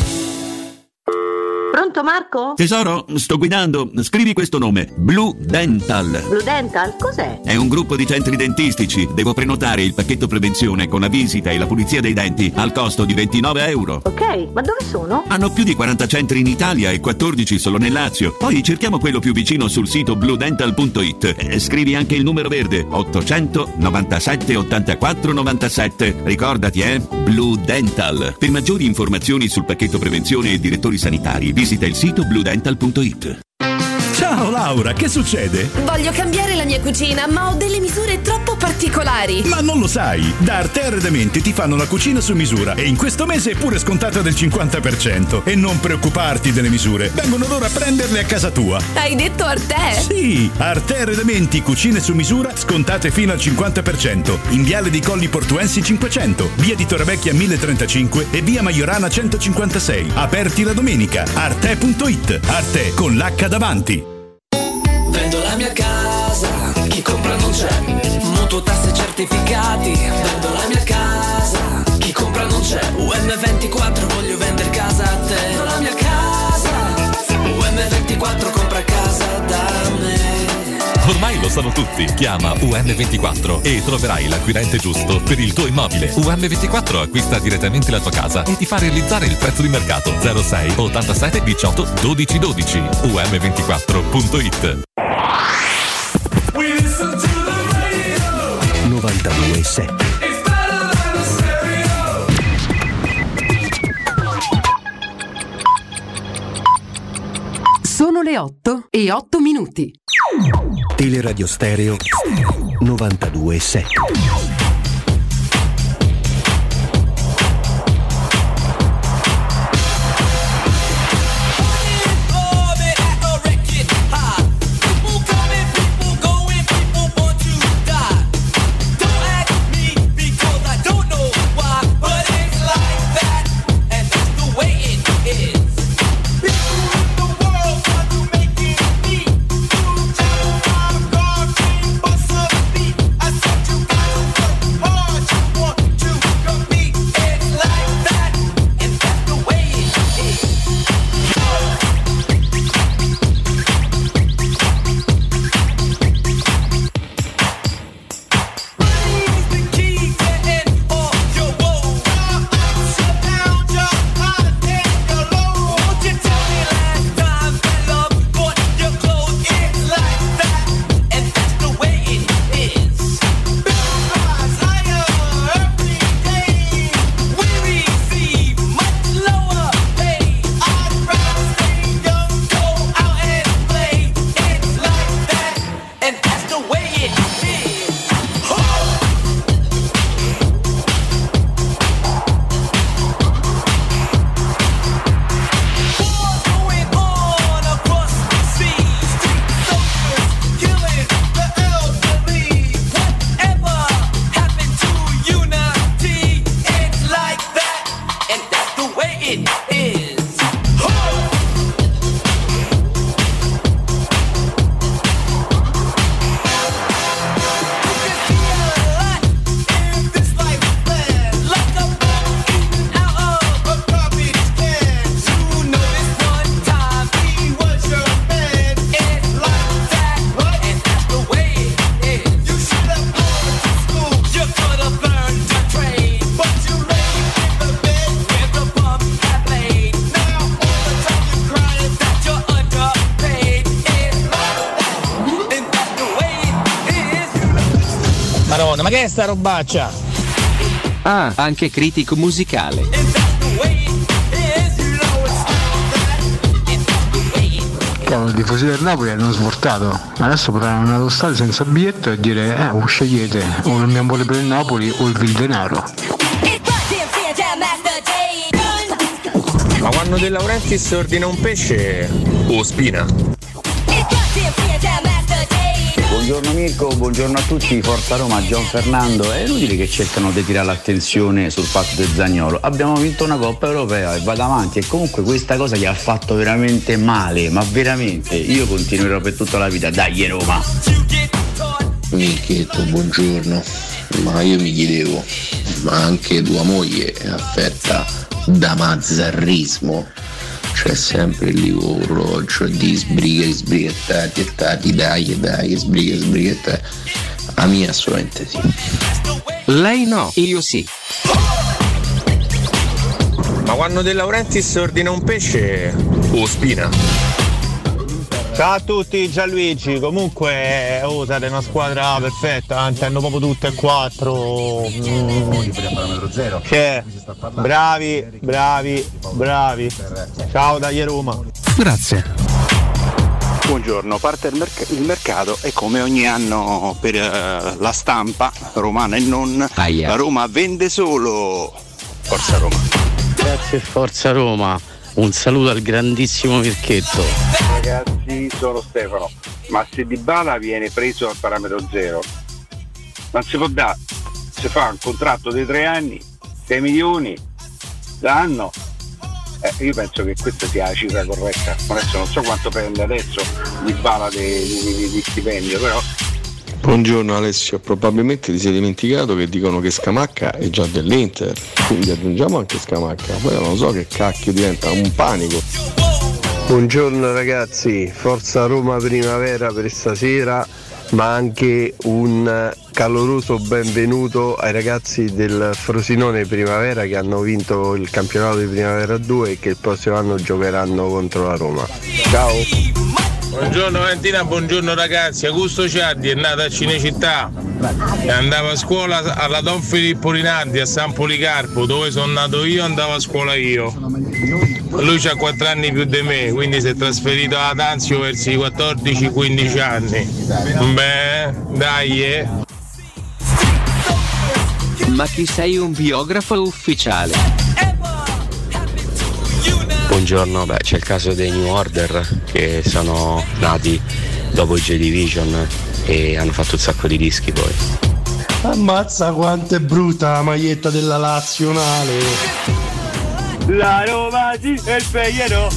Pronto Marco? Tesoro, sto guidando. Scrivi questo nome: Blue Dental. Blue Dental? Cos'è? È un gruppo di centri dentistici. Devo prenotare il pacchetto prevenzione con la visita e la pulizia dei denti al costo di €29. Ok, ma dove sono? Hanno più di 40 centri in Italia e 14 solo nel Lazio. Poi cerchiamo quello più vicino sul sito bluedental.it. Scrivi anche il numero verde: 800 97 84 97. Ricordati, Blue Dental. Per maggiori informazioni sul pacchetto prevenzione e direttori sanitari, visita il sito bluedental.it. Ciao Laura, che succede? Voglio cambiare la mia cucina, ma ho delle misure troppo particolari. Ma non lo sai, da Arte Arredamenti ti fanno la cucina su misura e in questo mese è pure scontata del 50%. E non preoccuparti delle misure, vengono loro a prenderle a casa tua. Hai detto Arte? Sì, Arte Arredamenti, cucine su misura, scontate fino al 50%. In Viale dei Colli Portuensi 500, via di Torrevecchia 1035 e via Maiorana 156. Aperti la domenica. Arte.it. Arte con l'H davanti. Vendo la mia casa, chi compra non c'è. Mutuo, tasse, certificati. Vendo la mia casa, chi compra non c'è. UM24, voglio vendere casa a te. Vendo la mia casa, UM24, compra casa da me. Ormai lo sanno tutti. Chiama UM24 e troverai l'acquirente giusto per il tuo immobile. UM24 acquista direttamente la tua casa e ti fa realizzare il prezzo di mercato. 06 87 18 12 12. UM24.it. 92.7. Sono le 8:08. Teleradio Stereo 92.7. Maronna, ma che è sta robaccia? Ah, anche critico musicale. I tifosi del Napoli hanno svoltato, adesso potranno andare allo stadio senza biglietto e dire o scegliete o l'amiamo per il Napoli o il Vil Denaro. Ma quando De Laurentiis ordina un pesce o spina? Buongiorno Mirko, buongiorno a tutti, Forza Roma, Gian Fernando. È inutile che cercano di tirare l'attenzione sul fatto del Zaniolo. Abbiamo vinto una Coppa Europea e vado avanti, e comunque questa cosa gli ha fatto veramente male, ma veramente. Io continuerò per tutta la vita, dai Roma. Mirchetto, buongiorno. Ma io mi chiedevo, ma anche tua moglie è affetta da mazzarrismo? C'è sempre lì un orologio di sbrighettati, dai, sbrighettati. A mia assolutamente sì. Lei no, io sì. Ma quando De Laurentiis ordina un pesce o spina? Ciao a tutti, Gianluigi. Comunque usate una squadra perfetta, intendo proprio tutte e quattro. Che bravi. Ciao dagli Roma. Grazie. Buongiorno, parte il mercato e come ogni anno per la stampa romana e non, la Roma vende solo. Forza Roma. Grazie Forza Roma. Un saluto al grandissimo Mirchetto. Ragazzi, sono Stefano, ma se Dybala viene preso al parametro zero non si può dare, si fa un contratto di 3 anni, 6 milioni l'anno, io penso che questa sia la cifra corretta. Adesso non so quanto prende adesso Dybala di stipendio, però. Buongiorno Alessio, probabilmente ti sei dimenticato che dicono che Scamacca è già dell'Inter, quindi aggiungiamo anche Scamacca, poi non so che cacchio diventa un panico. Buongiorno ragazzi, Forza Roma Primavera per stasera, ma anche un caloroso benvenuto ai ragazzi del Frosinone Primavera che hanno vinto il campionato di Primavera 2 e che il prossimo anno giocheranno contro la Roma. Ciao! Buongiorno Valentina, buongiorno ragazzi. Augusto Ciardi è nato a Cinecittà e andava a scuola alla Don Filippo Rinaldi a San Policarpo, dove sono nato io, andavo a scuola io. Lui c'ha 4 anni più di me, quindi si è trasferito ad Anzio verso i 14-15 anni. Beh, dai. Ma chi sei, un biografo ufficiale? Buongiorno, c'è il caso dei New Order che sono nati dopo i J-Division e hanno fatto un sacco di dischi poi. Ammazza quanto è brutta la maglietta della nazionale. La Roma sì e il Feyenoord.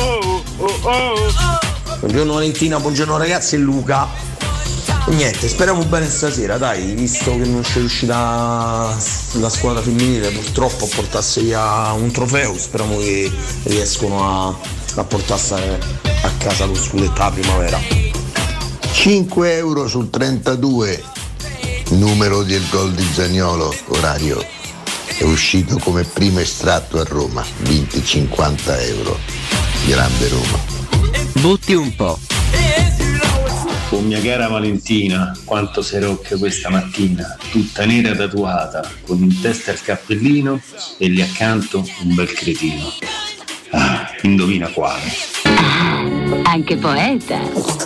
Buongiorno Valentina, buongiorno ragazzi, è Luca. Niente, speriamo bene stasera, dai, visto che non c'è riuscita la squadra femminile purtroppo a portarsi via un trofeo, speriamo che riescono a portarsi a casa lo scudetto alla Primavera. 5 euro sul 32, numero del gol di Zaniolo, orario. È uscito come primo estratto a Roma, vinti 50 euro. Grande Roma. Butti un po'. Oh mia cara Valentina, quanto sei rocca questa mattina, tutta nera tatuata, con in testa il cappellino e lì accanto un bel cretino. Indovina quale. Anche poeta.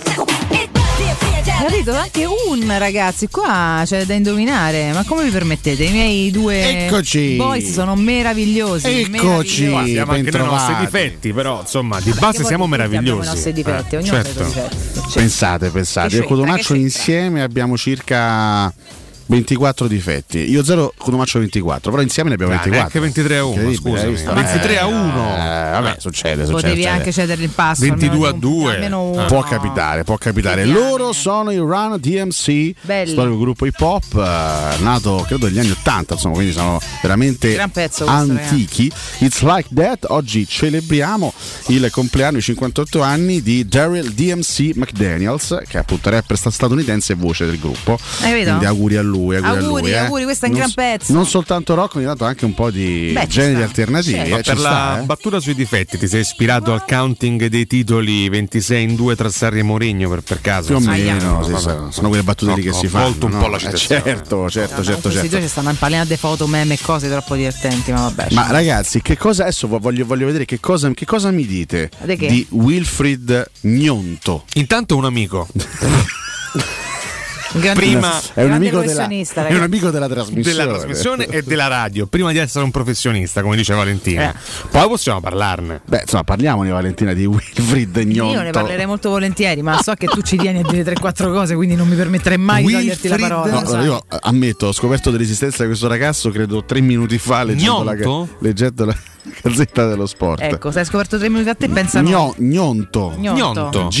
Capito? Anche un, ragazzi, qua c'è da indovinare. Ma come vi permettete? I miei due boys sono meravigliosi. Eccoci, abbiamo anche i nostri difetti, però insomma di base siamo meravigliosi. Abbiamo i nostri difetti, ognuno ha i suoi difetti. Pensate, io e Codomaccio insieme abbiamo circa 24 difetti. Io 0, Codomaccio 24, però insieme ne abbiamo 24. Anche 23-1, scusami. 23-1. Vabbè, succede. Potevi anche cedere il passo. 22-2. Può capitare. Loro sono i Run DMC, storico gruppo hip hop, nato credo negli anni 80, insomma, quindi sono veramente antichi. It's Like That. Oggi celebriamo il compleanno, i 58 anni di Daryl DMC McDaniels, che è appunto rapper statunitense e voce del gruppo. Quindi auguri a lui. Auguri, questo è un gran pezzo. Non soltanto rock, ogni tanto anche un po' di generi alternativi. Per la battuta sui difetti, ti sei ispirato al counting dei titoli 26-2 tra Sarri e Mourinho per caso? Più o meno, sono quelle battute lì che si fanno. Molto un po' la citazione. Certo. Questi due ci stanno impallando di foto, meme e cose troppo divertenti, ma vabbè. Ma ragazzi, che cosa adesso voglio vedere che cosa mi dite di Wilfried Gnonto. Intanto un amico. Prima è un amico della trasmissione e della radio, prima di essere un professionista, come dice Valentina. Poi possiamo parlarne. Beh, insomma, parliamone, Valentina, di Wilfried Gnonto. Io ne parlerei molto volentieri, ma so che tu ci tieni a dire 3-4 cose, quindi non mi permetterei mai di toglierti la parola. No, io ammetto, ho scoperto dell'esistenza di questo ragazzo credo 3 minuti fa leggendo la Gazzetta dello Sport. Ecco, se hai scoperto 3 minuti a te, pensa Gnonto. Gnonto.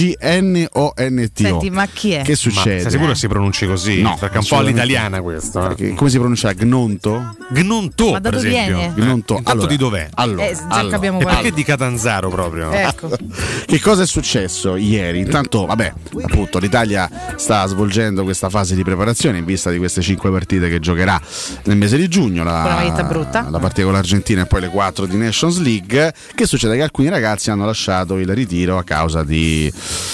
Senti, ma chi è? Che succede? Ma sei sicuro che si pronunci così? No, perché è un po' all'italiana questo. Come si pronuncia? Gnonto? Gnonto, ma da per dove esempio. viene? Gnonto. Intanto di dov'è? Già capiamo e qual è. perché di Catanzaro proprio? Ecco. Che cosa è successo ieri? Intanto, vabbè, appunto, l'Italia sta svolgendo questa fase di preparazione in vista di queste 5 partite che giocherà nel mese di giugno. Con la maglietta brutta. La partita con l'Argentina e poi le 4 di Nations League. Che succede? Che alcuni ragazzi hanno lasciato il ritiro a causa di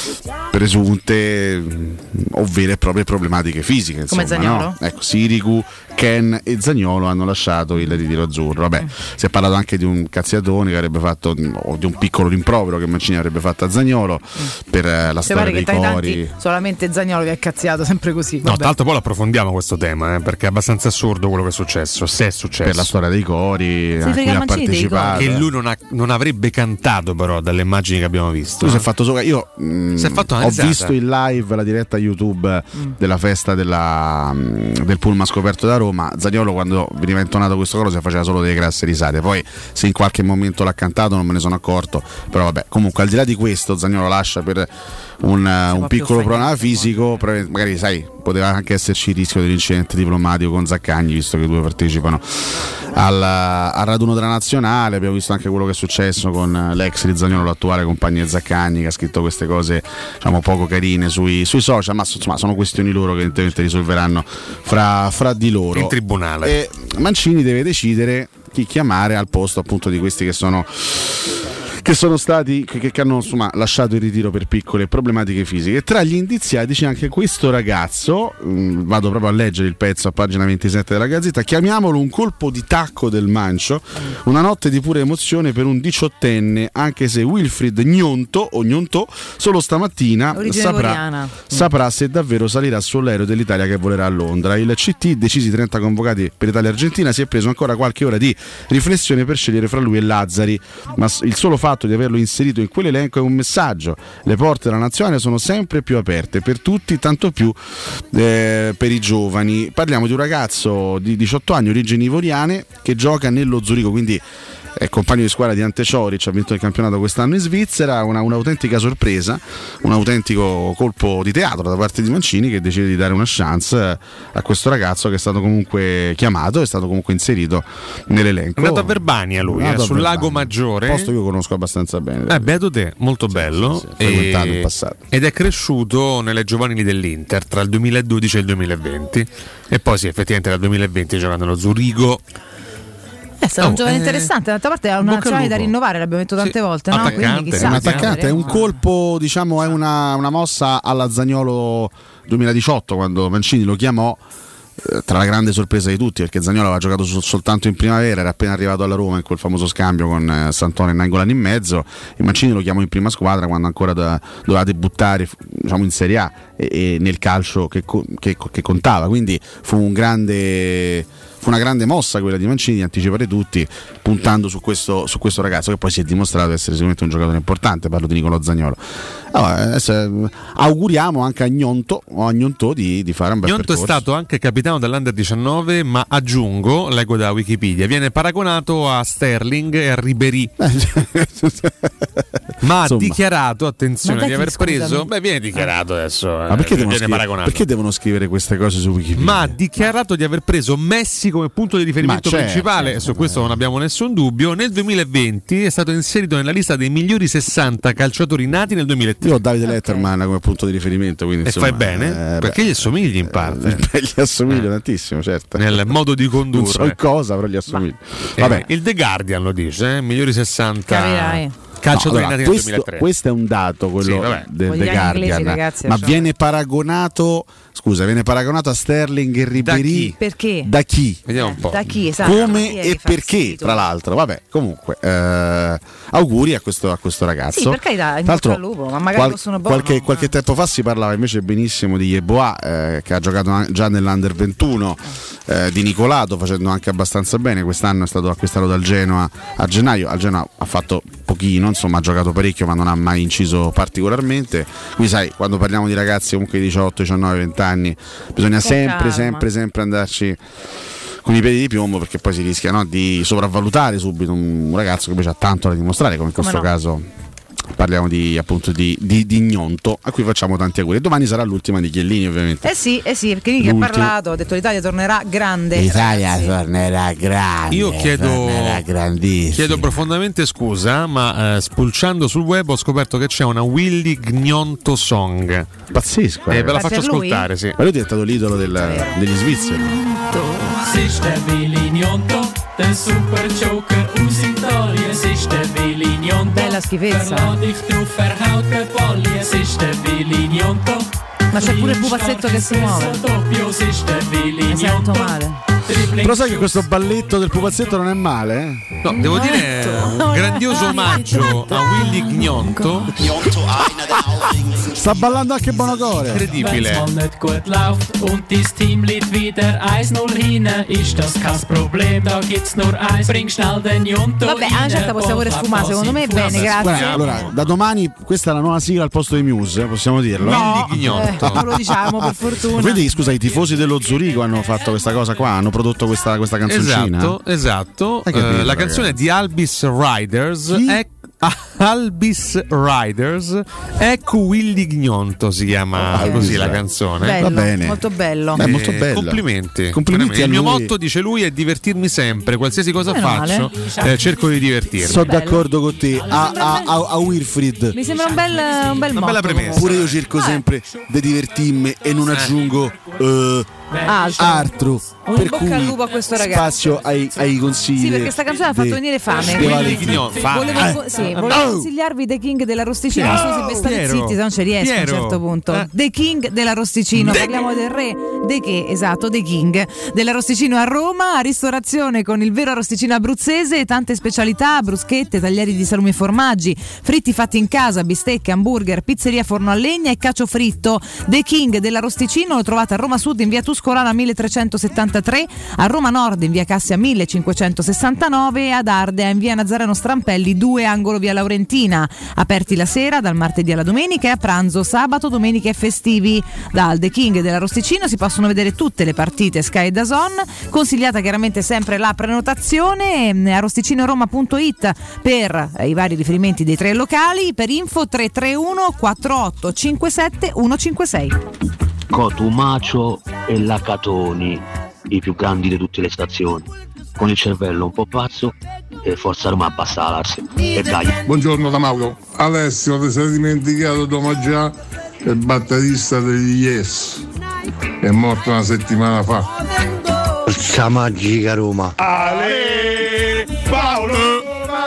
presunte o vere e proprie problematiche fisiche. Insomma, come Zaniolo? No? Ecco, Sirigu, Ken e Zaniolo hanno lasciato il ritiro azzurro. Vabbè, si è parlato anche di un cazziatone che avrebbe fatto, o di un piccolo rimprovero che Mancini avrebbe fatto a Zaniolo per la storia dei cori. Solamente Zaniolo vi ha cazziato, sempre così. No, tra l'altro poi lo approfondiamo questo tema, perché è abbastanza assurdo quello che è successo, se è successo. Per la storia dei cori, a cui ha partecipato. Che lui non avrebbe cantato, però, dalle immagini che abbiamo visto. Lui si è fatto io ho visto in live la diretta YouTube della festa del pullman scoperto da Roma. Zaniolo, quando veniva intonato questo coro, si faceva solo delle grasse risate. Poi se in qualche momento l'ha cantato non me ne sono accorto. Però vabbè, comunque al di là di questo, Zaniolo lascia per un piccolo problema fisico. Magari sai, poteva anche esserci il rischio dell'incidente diplomatico con Zaccagni, visto che i due partecipano al raduno della nazionale. Abbiamo visto anche quello che è successo con l'ex di Zaniolo, l'attuale compagno Zaccagni, che ha scritto queste cose, diciamo, poco carine sui social, ma insomma sono questioni loro che evidentemente risolveranno fra di loro in tribunale. E Mancini deve decidere chi chiamare al posto, appunto, di questi che sono stati, che hanno, insomma, lasciato il ritiro per piccole problematiche fisiche. Tra gli indiziati c'è anche questo ragazzo, vado proprio a leggere il pezzo a pagina 27 della Gazzetta. Chiamiamolo un colpo di tacco del Mancio, una notte di pura emozione per un 18enne, anche se Wilfried Gnonto solo stamattina saprà se davvero salirà sull'aereo dell'Italia che volerà a Londra. Il CT, decisi 30 convocati per Italia e Argentina, si è preso ancora qualche ora di riflessione per scegliere fra lui e Lazzari, ma il solo fatto di averlo inserito in quell'elenco è un messaggio: le porte della nazionale sono sempre più aperte per tutti, tanto più per i giovani. Parliamo di un ragazzo di 18 anni, origini ivoriane, che gioca nello Zurigo, quindi è compagno di squadra di Ante Cioric, ha vinto il campionato quest'anno in Svizzera. Un'autentica sorpresa, un autentico colpo di teatro da parte di Mancini, che decide di dare una chance a questo ragazzo, che è stato comunque chiamato, è stato comunque inserito nell'elenco. È andato a Verbania lui, sul Lago Maggiore, posto che io conosco abbastanza bene. Beato te, molto bello, frequentato in passato, ed è cresciuto nelle giovanili dell'Inter tra il 2012 e il 2020, e poi sì, effettivamente dal 2020 giocando nello Zurigo. È stato un giovane interessante, d'altra parte è una nazionale da rinnovare, l'abbiamo detto tante volte, no? Attaccante, chissà, è un attaccante, è un colpo, diciamo, è una mossa alla Zaniolo 2018, quando Mancini lo chiamò, tra la grande sorpresa di tutti, perché Zaniolo aveva giocato soltanto in primavera, era appena arrivato alla Roma in quel famoso scambio con Sant'One e Nainggolan in mezzo, e Mancini lo chiamò in prima squadra quando ancora doveva debuttare, diciamo, in Serie A e nel calcio che contava, quindi fu una grande mossa quella di Mancini, anticipare tutti puntando su questo ragazzo, che poi si è dimostrato essere sicuramente un giocatore importante. Parlo di Nicolò Zaniolo. Auguriamo anche a Gnonto di fare un bel Gnonto percorso. È stato anche capitano dell'Under 19, ma aggiungo, leggo da Wikipedia, viene paragonato a Sterling e a Ribéry. Ma ha dichiarato, attenzione, di aver preso. Viene dichiarato adesso. Ma perché devono scrivere queste cose su Wikipedia? Ma ha dichiarato di aver preso Messi come punto di riferimento principale, su questo non abbiamo nessun dubbio. Nel 2020 è stato inserito nella lista dei migliori 60 calciatori nati nel 2003. Io ho Davide Letterman come punto di riferimento, quindi, insomma, fai bene, perché gli assomigli in parte. Gli assomiglia tantissimo, certo. Nel modo di condurre. Non so cosa, però gli assomiglia. Vabbè. Il The Guardian lo dice, migliori 60 calciatori nati nel 2003. Questo è un dato, quello del The Guardian, ragazzi, ma viene paragonato a Sterling e Ribéry. Perché? Da chi? Vediamo un po'. Da chi, esatto. Come e perché, tra l'altro. Vabbè, comunque, auguri a questo ragazzo. Sì, per carità, in bocca al lupo, ma magari possono qualche tempo fa si parlava invece benissimo di Yeboah, che ha giocato già nell'Under 21, di Nicolato, facendo anche abbastanza bene. Quest'anno è stato acquistato dal Genoa a gennaio. Al Genoa ha fatto pochino, insomma, ha giocato parecchio, ma non ha mai inciso particolarmente. Quindi sai, quando parliamo di ragazzi comunque di 18, 19, 20 anni, bisogna sempre andarci con i piedi di piombo, perché poi si rischia, no, di sopravvalutare subito un ragazzo che invece ha tanto da dimostrare, come in questo caso. Parliamo appunto di Gnonto, a cui facciamo tanti auguri. Domani sarà l'ultima di Chiellini, ovviamente. Sì, perché Nick ha parlato, ha detto l'Italia tornerà grande. Tornerà grande. Io chiedo profondamente scusa, ma spulciando sul web ho scoperto che c'è una Willy Gnonto song. Pazzesco. Ve la faccio ascoltare, sì. Ma lui è diventato l'idolo degli svizzeri. Ist der Willy Gnonto, der Super Joker aus Italien. Es ist der Willy Gnonto, bella schifezza. Verlad dich drauf, verhaut der Balli. Es ist der Willy Gnonto. Ma c'è pure il pupazzetto che si muove. Mi sento male. Però sai che questo balletto del pupazzetto non è male? No, devo dire un grandioso omaggio a Willy Gnonto. Sta ballando anche Bonocore. Incredibile. Vabbè, a una certa possiamo pure sfumare, secondo me è bene, grazie. Guarda, allora, da domani questa è la nuova sigla al posto di Muse, possiamo dirlo? No, Willy Gnonto. Non lo diciamo, per fortuna. Vedi, scusa, i tifosi dello Zurigo hanno fatto questa cosa qua, hanno prodotto questa canzoncina. Esatto. La canzone è di Albis Riders. Albis Riders, ecco Willy Gnonto si chiama così la canzone. Bello, va bene, molto bello. Molto bello. Complimenti Il mio motto, dice lui, è divertirmi sempre, qualsiasi cosa faccio cerco di divertirmi. Sono d'accordo con te. A Wilfried mi sembra un bel motto, bella premessa. Pure io cerco sempre di divertirmi e non aggiungo altro. Un bocca al lupo a questo ragazzo. Spazio ai consigli. Sì, perché sta canzone ha fatto venire fame. Volevo consigliarvi The King dell'Arrosticino. Se state zitti, se non ci riesco a un certo punto. The King dell'Arrosticino. Parliamo del re. The King dell'Arrosticino a Roma. Ristorazione con il vero arrosticino abruzzese. Tante specialità: bruschette, taglieri di salumi e formaggi, fritti fatti in casa, bistecche, hamburger, pizzeria forno a legna e cacio fritto. The King dell'Arrosticino lo trovate a Roma Sud in via Tuscolana 1373, a Roma Nord in via Cassia 1569 e ad Ardea in via Nazareno Strampelli 2 angolo via Laurentina. Aperti la sera dal martedì alla domenica e a pranzo sabato, domenica e festivi. Dal The King dell'Arrosticino si possono vedere tutte le partite Sky e DAZN, consigliata chiaramente sempre la prenotazione. Arrosticinoroma.it per i vari riferimenti dei 3 locali. Per info 331 48 57 156. Cotumaccio e Lacatoni, i più grandi di tutte le stazioni, con il cervello un po' pazzo e Forza Roma abbassa l'arsi. E dai. Buongiorno da Mauro. Alessio, ti sei dimenticato di omaggiare il batterista degli Yes, è morto una settimana fa. Forza Magica Roma. Ale Paolo.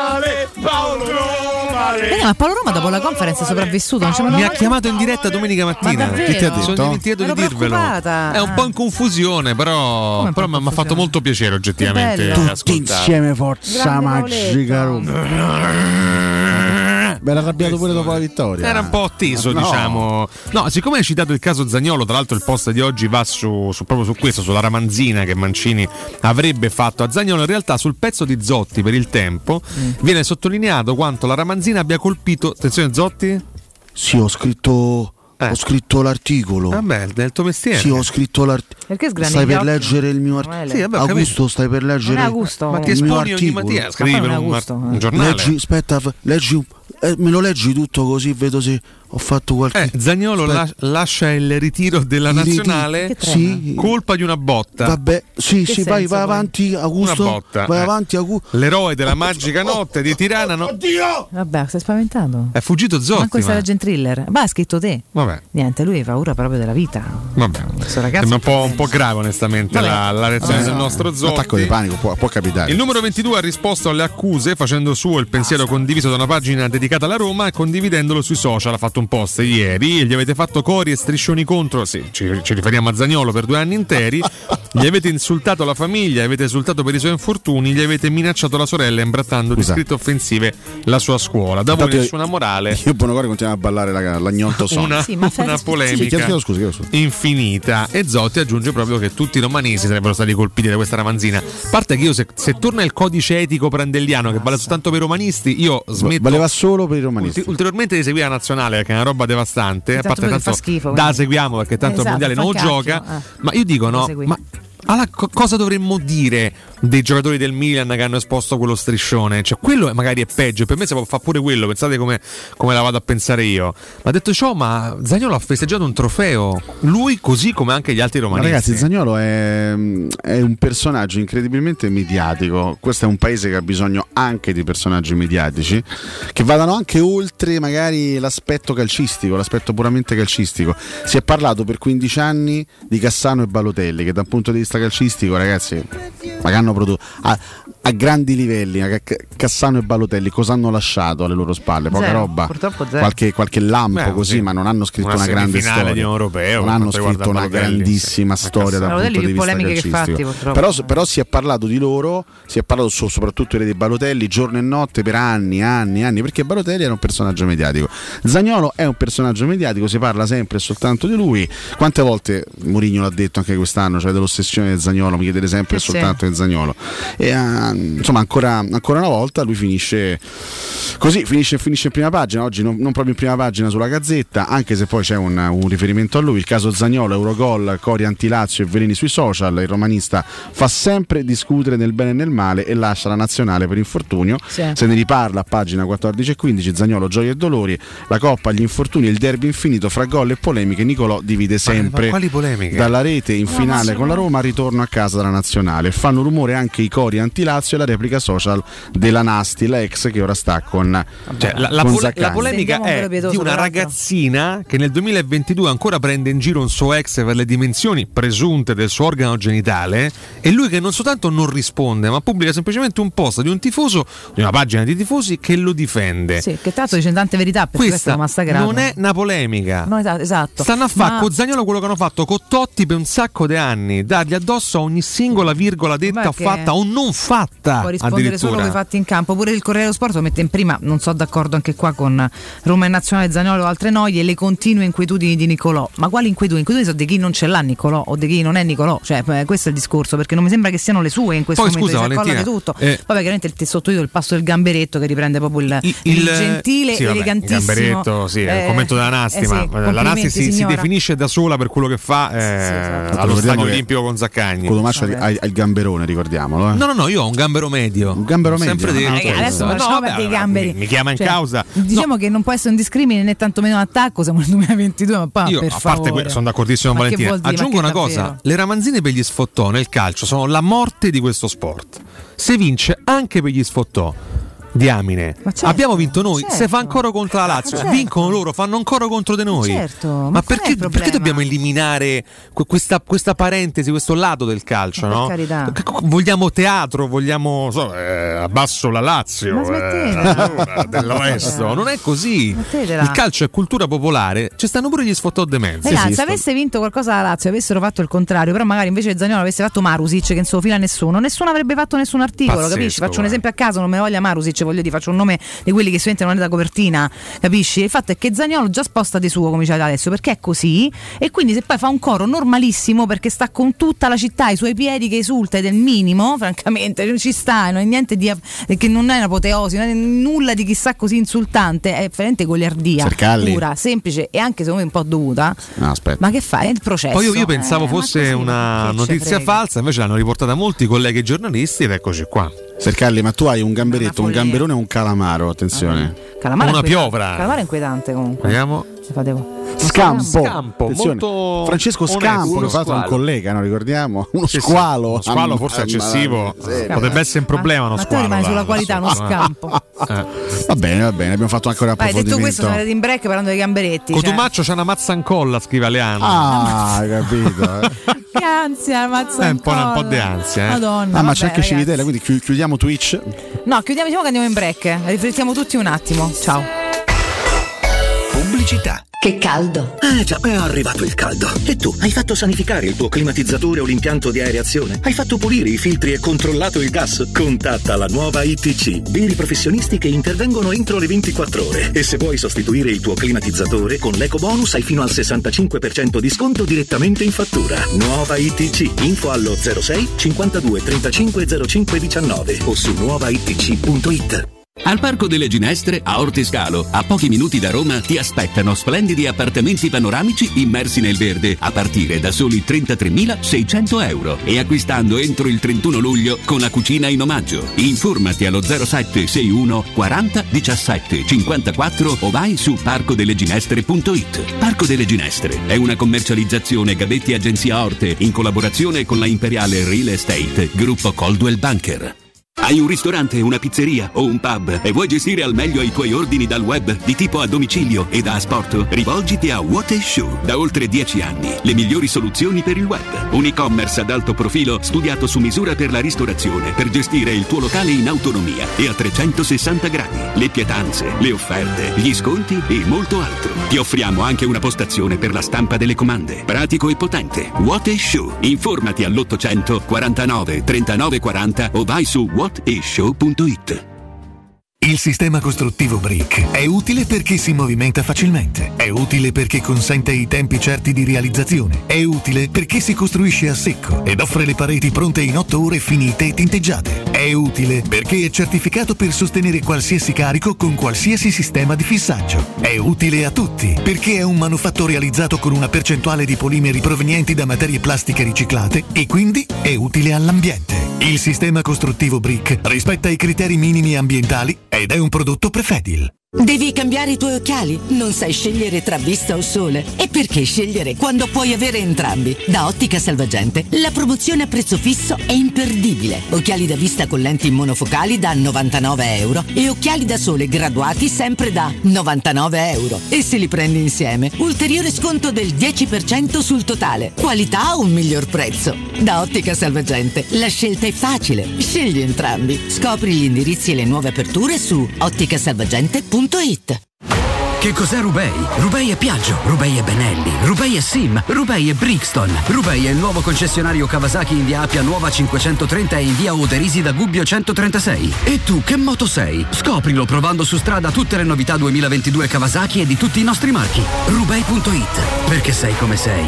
Ma Paolo Roma dopo la conference è sopravvissuto, non mi ha chiamato in diretta domenica mattina. Che ti ha detto? Sono dimenticato di dirvelo. È un po' in confusione, però mi ha fatto molto piacere oggettivamente. Tutti insieme Forza Magica Roma. Era arrabbiato pure dopo la vittoria. Era un po' teso, diciamo. No, siccome hai citato il caso Zaniolo, tra l'altro il post di oggi va proprio su questo, sulla ramanzina che Mancini avrebbe fatto a Zaniolo. In realtà sul pezzo di Zotti per Il Tempo viene sottolineato quanto la ramanzina abbia colpito. Attenzione Zotti? Sì, ho scritto l'articolo. Vabbè, del tuo mestiere. Sì, ho scritto l'articolo. Perché stai per leggere il mio articolo? Sì, vabbè, Augusto, stai per leggere ma ti esponi ogni mattina, scrivi per un giornale. Leggi me lo leggi tutto così vedo se ho fatto qualche. Zaniolo lascia il ritiro della nazionale. Sì. Colpa di una botta. Vabbè, sì, vai avanti, Augusto. Una botta. Vai avanti, Augusto. L'eroe della magica notte di Tirana. Oddio! Vabbè, stai spaventando. È fuggito Zotti. Ma questa è Legend Thriller. Ha scritto te. Vabbè. Niente, lui ha paura proprio della vita. Vabbè. Questo ragazzo sembra un po' grave onestamente la reazione del nostro Zotti. Un attacco di panico può capitare. Il numero 22 ha risposto alle accuse facendo suo il pensiero condiviso da una pagina dedicata alla Roma e condividendolo sui social. Ha fatto un post ieri: gli avete fatto cori e striscioni contro, sì, ci riferiamo a Zaniolo, per 2 anni interi. Gli avete insultato la famiglia, gli avete insultato per i suoi infortuni, gli avete minacciato la sorella imbrattando di scritte offensive la sua scuola. Da voi nessuna morale. Io Bonocore continua a ballare l'agnotto son. Una polemica infinita. E Zotti aggiunge proprio che tutti i romanesi sarebbero stati colpiti da questa ramanzina. A parte che io se torna il codice etico prandelliano che vale soltanto per i romanisti, io smetto. Valeva solo per i romanisti. Ulteriormente di seguire la nazionale, perché è una roba devastante. A parte tanto schifo, da seguiamo perché tanto il mondiale non gioca. Ma io dico no, ma cosa dovremmo dire dei giocatori del Milan che hanno esposto quello striscione? Cioè, quello magari è peggio. Per me si può fare pure quello. Pensate come la vado a pensare io. Ma detto ciò, ma Zaniolo ha festeggiato un trofeo. Lui, così come anche gli altri romanisti. Ma ragazzi, Zaniolo è un personaggio incredibilmente mediatico. Questo è un paese che ha bisogno anche di personaggi mediatici che vadano anche oltre magari l'aspetto calcistico, l'aspetto puramente calcistico. Si è parlato per 15 anni di Cassano e Balotelli, che da un punto di vista calcistico, ragazzi, ma che hanno prodotto a grandi livelli. Cassano e Balotelli cosa hanno lasciato alle loro spalle? Poca roba, qualche lampo così, ma non hanno scritto una grande storia di un europeo, non hanno scritto una grandissima storia dal punto di vista calcistico. Però si è parlato di loro, si è parlato soprattutto di Balotelli giorno e notte per anni, perché Balotelli era un personaggio mediatico. Zaniolo è un personaggio mediatico, si parla sempre e soltanto di lui. Quante volte Mourinho l'ha detto anche quest'anno, cioè dell'ossessione del Zaniolo, mi chiedete sempre e soltanto del Zaniolo. E insomma ancora una volta lui finisce così, finisce in prima pagina. Oggi non proprio in prima pagina sulla Gazzetta, anche se poi c'è un riferimento a lui. Il caso Zaniolo, Eurogol, cori anti-Lazio e veleni sui social. Il romanista fa sempre discutere nel bene e nel male e lascia la nazionale per infortunio. Se ne riparla a pagina 14 e 15. Zaniolo, gioie e dolori, la coppa, gli infortuni e il derby infinito fra gol e polemiche. Nicolò divide sempre. Ma quali polemiche? Dalla rete in finale con la Roma, ritorno a casa dalla nazionale. Fanno rumore anche i cori anti-Lazio e la replica social della Nasti, la ex che ora sta con la polemica è di una ragazzina che nel 2022 ancora prende in giro un suo ex per le dimensioni presunte del suo organo genitale, e lui che non soltanto non risponde ma pubblica semplicemente un post di un tifoso, di una pagina di tifosi che lo difende. Sì, che tanto dice tante verità, perché questa non è una polemica. No, esatto. Stanno a fare con Zaniolo quello che hanno fatto con Totti per un sacco di anni, dargli addosso a ogni singola virgola detta o fatta o non fatta. Può rispondere solo con i fatti in campo. Pure il Corriere dello Sport lo mette in prima. Non so, d'accordo anche qua con Roma e Nazionale, Zaniolo, altre noie e le continue inquietudini di Nicolò. Ma quali inquietudini? Inquietudini sono di chi non ce l'ha Nicolò o di chi non è Nicolò. Cioè, questo è il discorso, perché non mi sembra che siano le sue in questo momento. Scusa, Valentina, tutto. Poi chiaramente il sottotitolo, il passo del gamberetto, che riprende proprio il gentile, elegantissimo. Il gamberetto, sì, è un commento della Nasti, ma la Nasti si definisce da sola per quello che fa allo Stadio Olimpico con Zaccagni. Codomaccio ha il gamberone, ricordiamolo. No, io ho un gambero medio. Un gambero medio. Sempre detto. Adesso facciamo dei gamberi. Mi chiama in causa. Diciamo che non può essere un discrimine né tantomeno un attacco, siamo nel 2022, ma poi io, per a parte favore. Sono d'accordissimo con Valentina. Aggiungo una cosa: le ramanzine per gli sfottò nel calcio sono la morte di questo sport. Se vince anche per gli sfottò, diamine, certo, abbiamo vinto noi, se fa ancora contro la Lazio, vincono loro, fanno ancora contro di noi. Certo, ma perché dobbiamo eliminare questa parentesi, questo lato del calcio? No? Carità. Vogliamo teatro, vogliamo abbasso la Lazio, dell'Oesto. Non è così. Il calcio è cultura popolare, ci stanno pure gli sfottò de mezzo. Se avesse vinto qualcosa la Lazio, avessero fatto il contrario, però magari invece Zaniolo avesse fatto Marusic, che non se lo fila nessuno avrebbe fatto nessun articolo. Pazzesco, capisci? Faccio un esempio a caso, non me voglia Marusic, voglio dire, faccio un nome di quelli che sicuramente non è da copertina, capisci? Il fatto è che Zaniolo già sposta di suo, come diceva adesso, perché è così, e quindi se poi fa un coro normalissimo perché sta con tutta la città ai suoi piedi che esulta, ed è il minimo, francamente non ci sta, non è niente di che non è un'apoteosi, non è nulla di chissà così insultante, è veramente goliardia pura, semplice e anche secondo me un po' dovuta. No, aspetta. Ma che fai? È il processo. Poi io pensavo fosse una notizia falsa, invece l'hanno riportata molti colleghi giornalisti ed eccoci qua. Sercalli, ma tu hai un gamberetto, un gamberone e un calamaro, attenzione. Calamaro una piovra. Calamaro è inquietante comunque. Vediamo. Scampo. Molto Francesco Scampo, che ha fatto un collega, no? Ricordiamo? Uno squalo. Uno squalo forse eccessivo. Potrebbe essere un problema uno squalo. Rimane sulla qualità, uno scampo. Va bene, abbiamo fatto ancora approfondimento. Detto questo, siamo andati in break parlando dei gamberetti. Cotumaccio c'ha una mazzancolla, scrive Aleano. Hai capito? Che ansia, mazzancolla. Un po' di ansia. Madonna. Ma c'è anche Civitella, quindi chiudiamo Twitch. No, chiudiamo, diciamo che andiamo in break. Riflettiamo tutti un attimo. Ciao. Pubblicità. Che caldo. Già, è arrivato il caldo. E tu, hai fatto sanificare il tuo climatizzatore o l'impianto di areazione? Hai fatto pulire i filtri e controllato il gas? Contatta la nuova ITC, veri professionisti che intervengono entro le 24 ore. E se vuoi sostituire il tuo climatizzatore, con l'eco bonus hai fino al 65% di sconto direttamente in fattura. Nuova ITC, info allo 06 52 35 05 19 o su nuovaitc.it. Al Parco delle Ginestre, a Ortiscalo, a pochi minuti da Roma, ti aspettano splendidi appartamenti panoramici immersi nel verde a partire da soli 33.600 euro e acquistando entro il 31 luglio con la cucina in omaggio. Informati allo 0761 40 17 54 o vai su parcodelleginestre.it. Parco delle Ginestre è una commercializzazione Gabetti Agenzia Orte in collaborazione con la Imperiale Real Estate, gruppo Coldwell Banker. Hai un ristorante, una pizzeria o un pub e vuoi gestire al meglio i tuoi ordini dal web di tipo a domicilio e da asporto? Rivolgiti a What is Show. Da oltre 10 anni, le migliori soluzioni per il web. Un e-commerce ad alto profilo studiato su misura per la ristorazione, per gestire il tuo locale in autonomia e a 360 gradi. Le pietanze, le offerte, gli sconti e molto altro. Ti offriamo anche una postazione per la stampa delle comande. Pratico e potente. What is Show. Informati all'800 49 39 40 o vai su whatishow.it. Il sistema costruttivo Brick è utile perché si movimenta facilmente, è utile perché consente i tempi certi di realizzazione, è utile perché si costruisce a secco ed offre le pareti pronte in 8 ore finite e tinteggiate, è utile perché è certificato per sostenere qualsiasi carico con qualsiasi sistema di fissaggio, è utile a tutti perché è un manufatto realizzato con una percentuale di polimeri provenienti da materie plastiche riciclate e quindi è utile all'ambiente. Il sistema costruttivo Brick rispetta i criteri minimi ambientali ed è un prodotto Prefedil. Devi cambiare i tuoi occhiali? Non sai scegliere tra vista o sole? E perché scegliere quando puoi avere entrambi? Da Ottica Salvagente la promozione a prezzo fisso è imperdibile. Occhiali da vista con lenti monofocali da 99 euro e occhiali da sole graduati sempre da 99 euro. E se li prendi insieme, ulteriore sconto del 10% sul totale. Qualità o un miglior prezzo? Da Ottica Salvagente la scelta è facile. Scegli entrambi. Scopri gli indirizzi e le nuove aperture su otticasalvagente.it. Che cos'è Rubei? Rubei è Piaggio, Rubei è Benelli, Rubei è Sim, Rubei è Brixton. Rubei è il nuovo concessionario Kawasaki in via Appia Nuova 530 e in via Oderisi da Gubbio 136. E tu che moto sei? Scoprilo provando su strada tutte le novità 2022 Kawasaki e di tutti i nostri marchi. Rubei.it, perché sei come sei.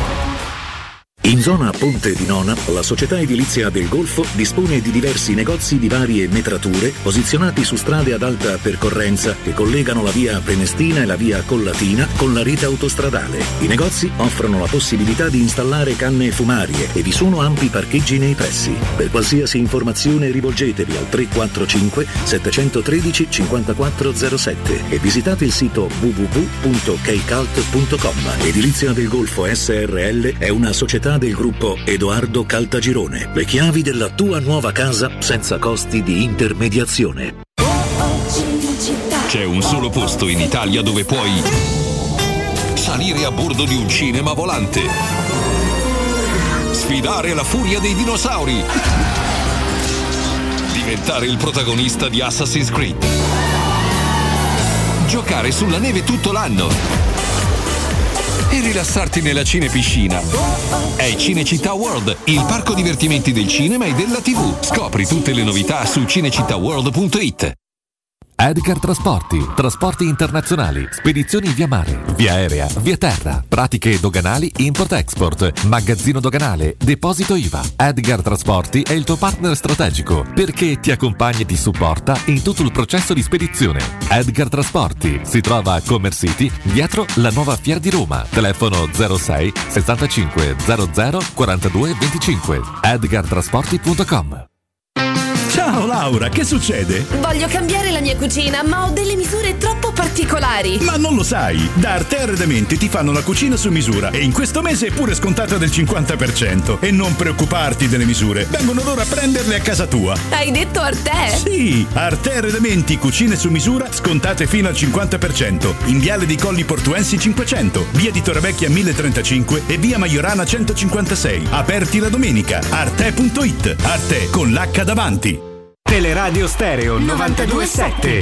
In zona Ponte di Nona, la società edilizia del Golfo dispone di diversi negozi di varie metrature posizionati su strade ad alta percorrenza che collegano la via Prenestina e la via Collatina con la rete autostradale. I negozi offrono la possibilità di installare canne fumarie e vi sono ampi parcheggi nei pressi. Per qualsiasi informazione rivolgetevi al 345 713 5407 e visitate il sito www.keicalt.com. Edilizia del Golfo SRL è una società del gruppo Edoardo Caltagirone. Le chiavi della tua nuova casa senza costi di intermediazione. C'è un solo posto in Italia dove puoi salire a bordo di un cinema volante, sfidare la furia dei dinosauri, diventare il protagonista di Assassin's Creed, giocare sulla neve tutto l'anno e rilassarti nella cinepiscina. È Cinecittà World, il parco divertimenti del cinema e della TV. Scopri tutte le novità su cinecittàworld.it. Edgar trasporti internazionali, spedizioni via mare, via aerea, via terra, pratiche doganali import-export, magazzino doganale, deposito IVA. Edgar Trasporti è il tuo partner strategico perché ti accompagna e ti supporta in tutto il processo di spedizione. Edgar Trasporti si trova a Commerce City, dietro la nuova Fiera di Roma. Telefono 06 65 00 42 25. edgartrasporti.com. Ciao, Ciao Laura, che succede? Voglio cambiare la mia cucina, ma ho delle misure troppo particolari. Ma non lo sai, da Arte Arredamenti ti fanno la cucina su misura e in questo mese è pure scontata del 50%. E non preoccuparti delle misure, vengono loro a prenderle a casa tua. Hai detto Arte? Sì, Arte Arredamenti, cucine su misura, scontate fino al 50%. In Viale dei Colli Portuensi 500, via di Torrevecchia 1035 e via Maiorana 156. Aperti la domenica. Arte.it. Arte con l'H davanti. Teleradio Stereo 92.7.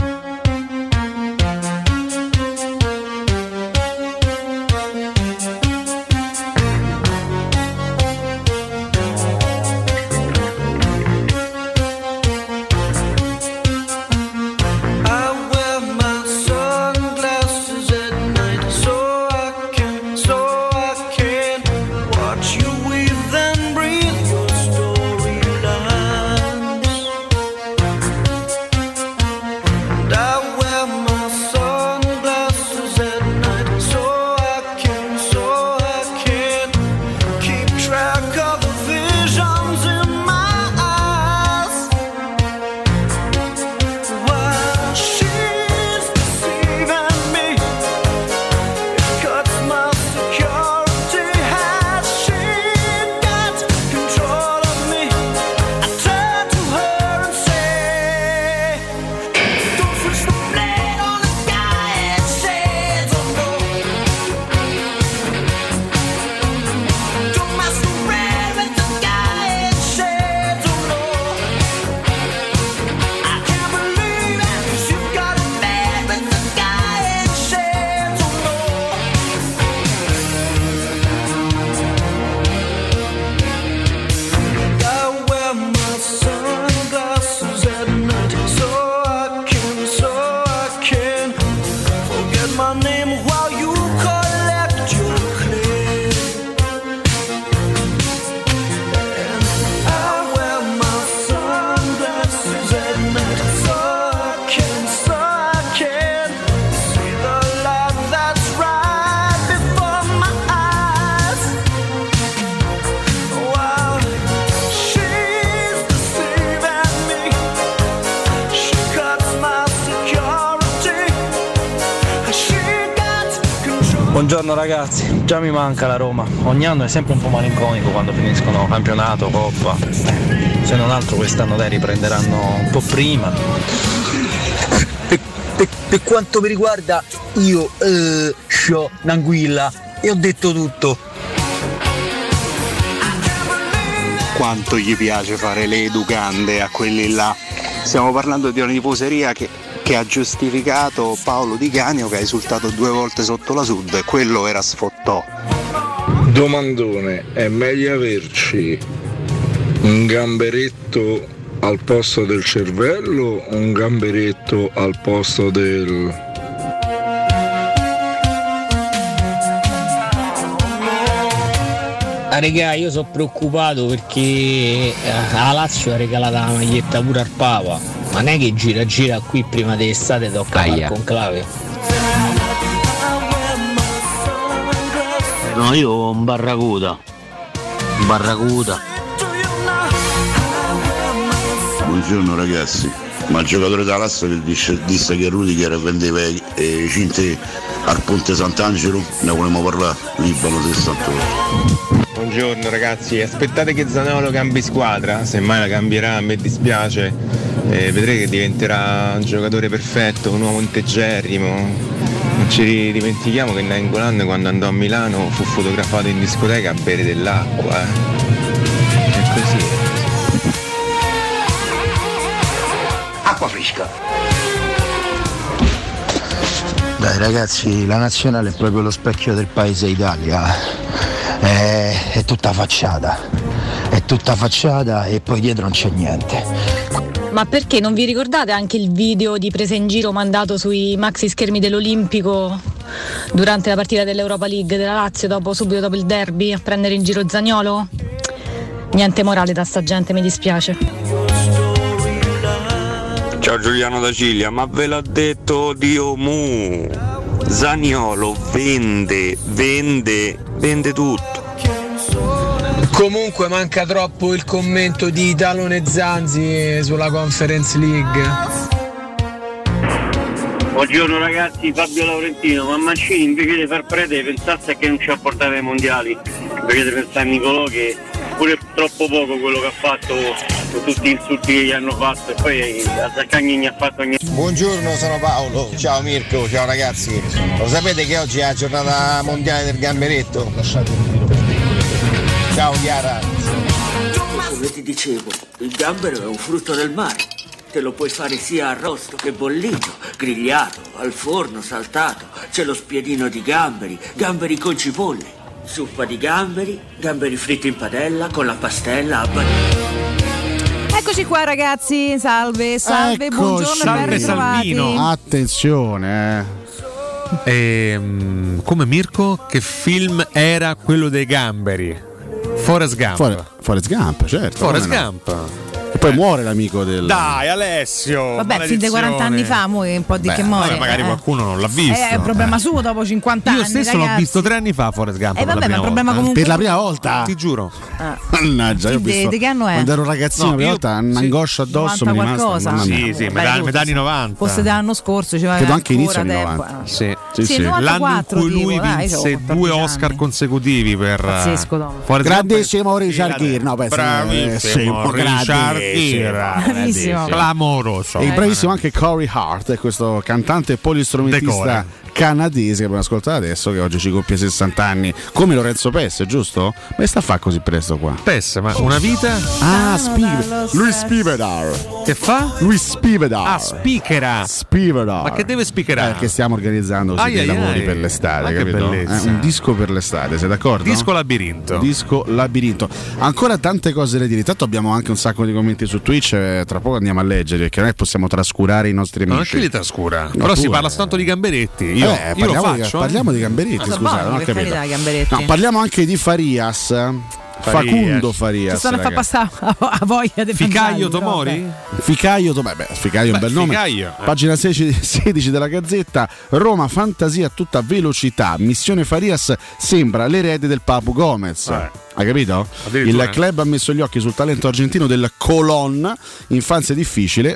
Buongiorno ragazzi, già mi manca la Roma, ogni anno è sempre un po' malinconico quando finiscono campionato, coppa, se non altro quest'anno dai riprenderanno un po' prima. Per quanto mi riguarda io c'ho un'anguilla e ho detto tutto. Quanto gli piace fare le educande a quelli là, stiamo parlando di una tifoseria che ha giustificato Paolo Di Canio che ha esultato 2 volte sotto la Sud e quello era sfottò. Domandone, è meglio averci un gamberetto al posto del cervello o un gamberetto al posto del... Regà, io sono preoccupato perché la Lazio ha regalato la maglietta pure al Papa, ma non è che gira qui prima dell'estate tocca il conclave. No, io ho un barracuda. Buongiorno ragazzi, ma il giocatore della Lazio che disse che Rudiger vendeva i cinte al Ponte Sant'Angelo, ne volevamo parlare, Libano 68. Buongiorno ragazzi, aspettate che Zaniolo cambi squadra, semmai la cambierà, a me dispiace, vedrete che diventerà un giocatore perfetto, un uomo integerrimo. Non ci dimentichiamo che Nainggolan quando andò a Milano fu fotografato in discoteca a bere dell'acqua. È così. Acqua fresca. Dai ragazzi, la nazionale è proprio lo specchio del paese Italia. È tutta facciata e poi dietro non c'è niente. Ma perché non vi ricordate anche il video di presa in giro mandato sui maxi schermi dell'Olimpico durante la partita dell'Europa League della Lazio, subito dopo il derby, a prendere in giro Zaniolo? Niente morale da sta gente, mi dispiace. Ciao Giuliano da Ciglia, ma ve l'ha detto Dio Mu, Zaniolo vende tutto. Comunque manca troppo il commento di Talone Zanzi sulla Conference League. Buongiorno ragazzi, Fabio Laurentino, ma Mancini invece di far prete pensasse che non ci ha portato ai mondiali, invece di pensare a Nicolò che pure troppo poco quello che ha fatto con tutti gli insulti che gli hanno fatto e poi a Zaccagni ne ha fatto niente. Buongiorno, sono Paolo, ciao Mirko, ciao ragazzi, lo sapete che oggi è la giornata mondiale del gamberetto? Ciao Chiara. Come ti dicevo, il gambero è un frutto del mare. Te lo puoi fare sia arrosto che bollito, grigliato, al forno, saltato. C'è lo spiedino di gamberi, gamberi con cipolle, zuppa di gamberi, gamberi fritti in padella con la pastella a Eccoci qua ragazzi, salve, buongiorno e ben ritrovati. Attenzione, come Mirko, che film era quello dei gamberi? Forrest Gump. Forrest Gump, certo. Forrest Gump. E poi muore l'amico del... Dai Alessio, vabbè, fin dei 40 anni fa un po' di che muore. Magari qualcuno non l'ha visto. È un problema suo dopo 50 anni. Io stesso l'ho visto 3 anni fa Forrest Gump. Vabbè, ma il problema comunque... Per la prima volta? Ti giuro. Mannaggia, io ho visto che anno è? quando ero ragazzino, la prima volta un'angoscia addosso mi è rimasta. Sì, metà anni 90. Fosse dell'anno scorso, credo anche inizio anni 90. Sì. 94, l'anno in cui lui vinse 2 Oscar consecutivi per grandissimo Richard Gere. No, bravissimo Richard Gere. Clamoroso. E bravissimo anche Corey Hart, questo cantante polistrumentista canadese che abbiamo ascoltato adesso, che oggi ci compie 60 anni, come Lorenzo Pes, giusto? Ma sta a fare così presto qua? Pes, ma una vita? Luis Spivedar. Che fa? Luis Spivedar. Spichera. Spivedar. Ma che deve spicherare? Perché stiamo organizzando dei lavori per l'estate, capito? Un disco per l'estate, sei d'accordo? Disco labirinto. Ancora tante cose da dire. Intanto abbiamo anche un sacco di commenti su Twitch, tra poco andiamo a leggere, perché noi possiamo trascurare i nostri amici. Ma chi li trascura? Però si parla soltanto di gamberetti. Io lo faccio. Parliamo di gamberetti, scusate, non ho capito. Gamberetti. No, parliamo anche di Farias. Facundo Farias. Ci stanno a far passare a voglia di Ficaio Tomori? Ficaio è un bel nome. Pagina 16 della Gazzetta. Roma fantasia a tutta velocità. Missione Farias sembra l'erede del Papu Gomez. Hai capito? Il club ha messo gli occhi sul talento argentino del Colón, infanzia difficile.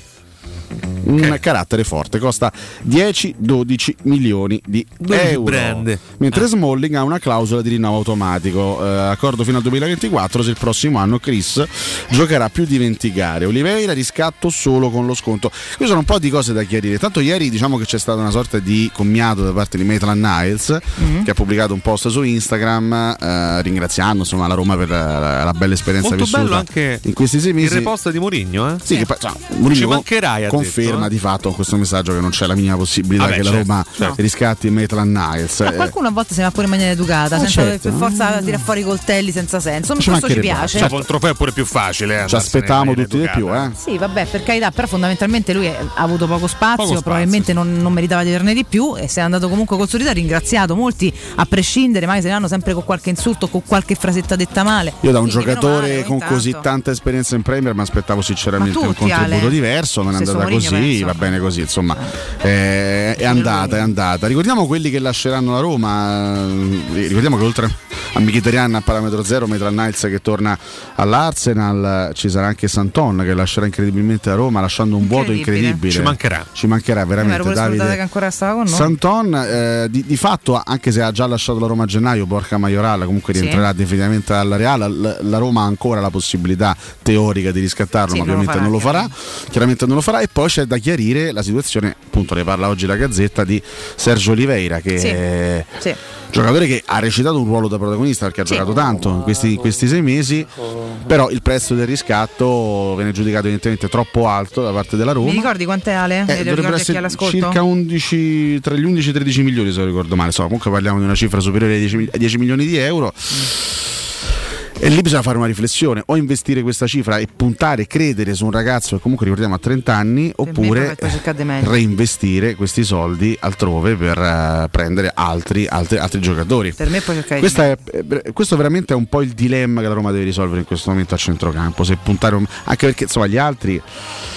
Un carattere forte, costa 10-12 milioni di euro. Mentre Smalling ha una clausola di rinnovo automatico, accordo fino al 2024. Se il prossimo anno Chris giocherà più di 20 gare. Oliveira riscatto solo con lo sconto. Qui sono un po' di cose da chiarire. Tanto ieri diciamo che c'è stata una sorta di commiato da parte di Maitland Niles, che ha pubblicato un post su Instagram ringraziando insomma la Roma per la bella esperienza molto vissuta bello anche in questi 6 mesi. Il repost di Mourinho, Sì, che Mourinho ci mancherai, conferma di fatto con questo messaggio che non c'è la minima possibilità che la Roma riscatti Maitland Niles. Ma qualcuno a volte si va pure in maniera educata, senza per forza tirare fuori i coltelli senza senso. Questo ci piace. Dopo il trofeo è pure più facile. Ci aspettavamo tutti di più, Sì, vabbè, per carità, però fondamentalmente lui ha avuto poco spazio. Probabilmente non meritava di averne di più e se è andato comunque col sorriso, ha ringraziato molti, a prescindere, magari se ne hanno sempre con qualche insulto, con qualche frasetta detta male. Io da un giocatore con così tanta esperienza in Premier mi aspettavo sinceramente un contributo diverso, non è andata così, va bene così, insomma è andata. Ricordiamo quelli che lasceranno la Roma, ricordiamo che oltre a Mkhitaryan a parametro zero, Maitland Niles che torna all'Arsenal, ci sarà anche Santon che lascerà incredibilmente la Roma, lasciando un vuoto incredibile. Ci mancherà veramente Davide che ancora stava con noi. Santon di fatto, anche se ha già lasciato la Roma a gennaio, Borja Majoral comunque rientrerà definitivamente alla Real. La Roma ha ancora la possibilità teorica di riscattarlo, ma ovviamente non lo farà, chiaramente non lo farà. E poi c'è da chiarire la situazione, appunto ne parla oggi la Gazzetta, di Sergio Oliveira, che è giocatore che ha recitato un ruolo da protagonista perché ha giocato tanto in questi 6 mesi, però il prezzo del riscatto viene giudicato evidentemente troppo alto da parte della Roma. Mi ricordi quant'è, Ale? Dovrebbe essere circa 11, tra gli 11 e i 13 milioni se non ricordo male. Comunque parliamo di una cifra superiore ai 10 milioni di euro. E lì bisogna fare una riflessione: o investire questa cifra e puntare, credere su un ragazzo che comunque ricordiamo ha 30 ananni, oppure reinvestire questi soldi altrove per prendere altri giocatori. Per me poi questo veramente è un po' il dilemma che la Roma deve risolvere in questo momento a centrocampo, se puntare anche perché insomma gli altri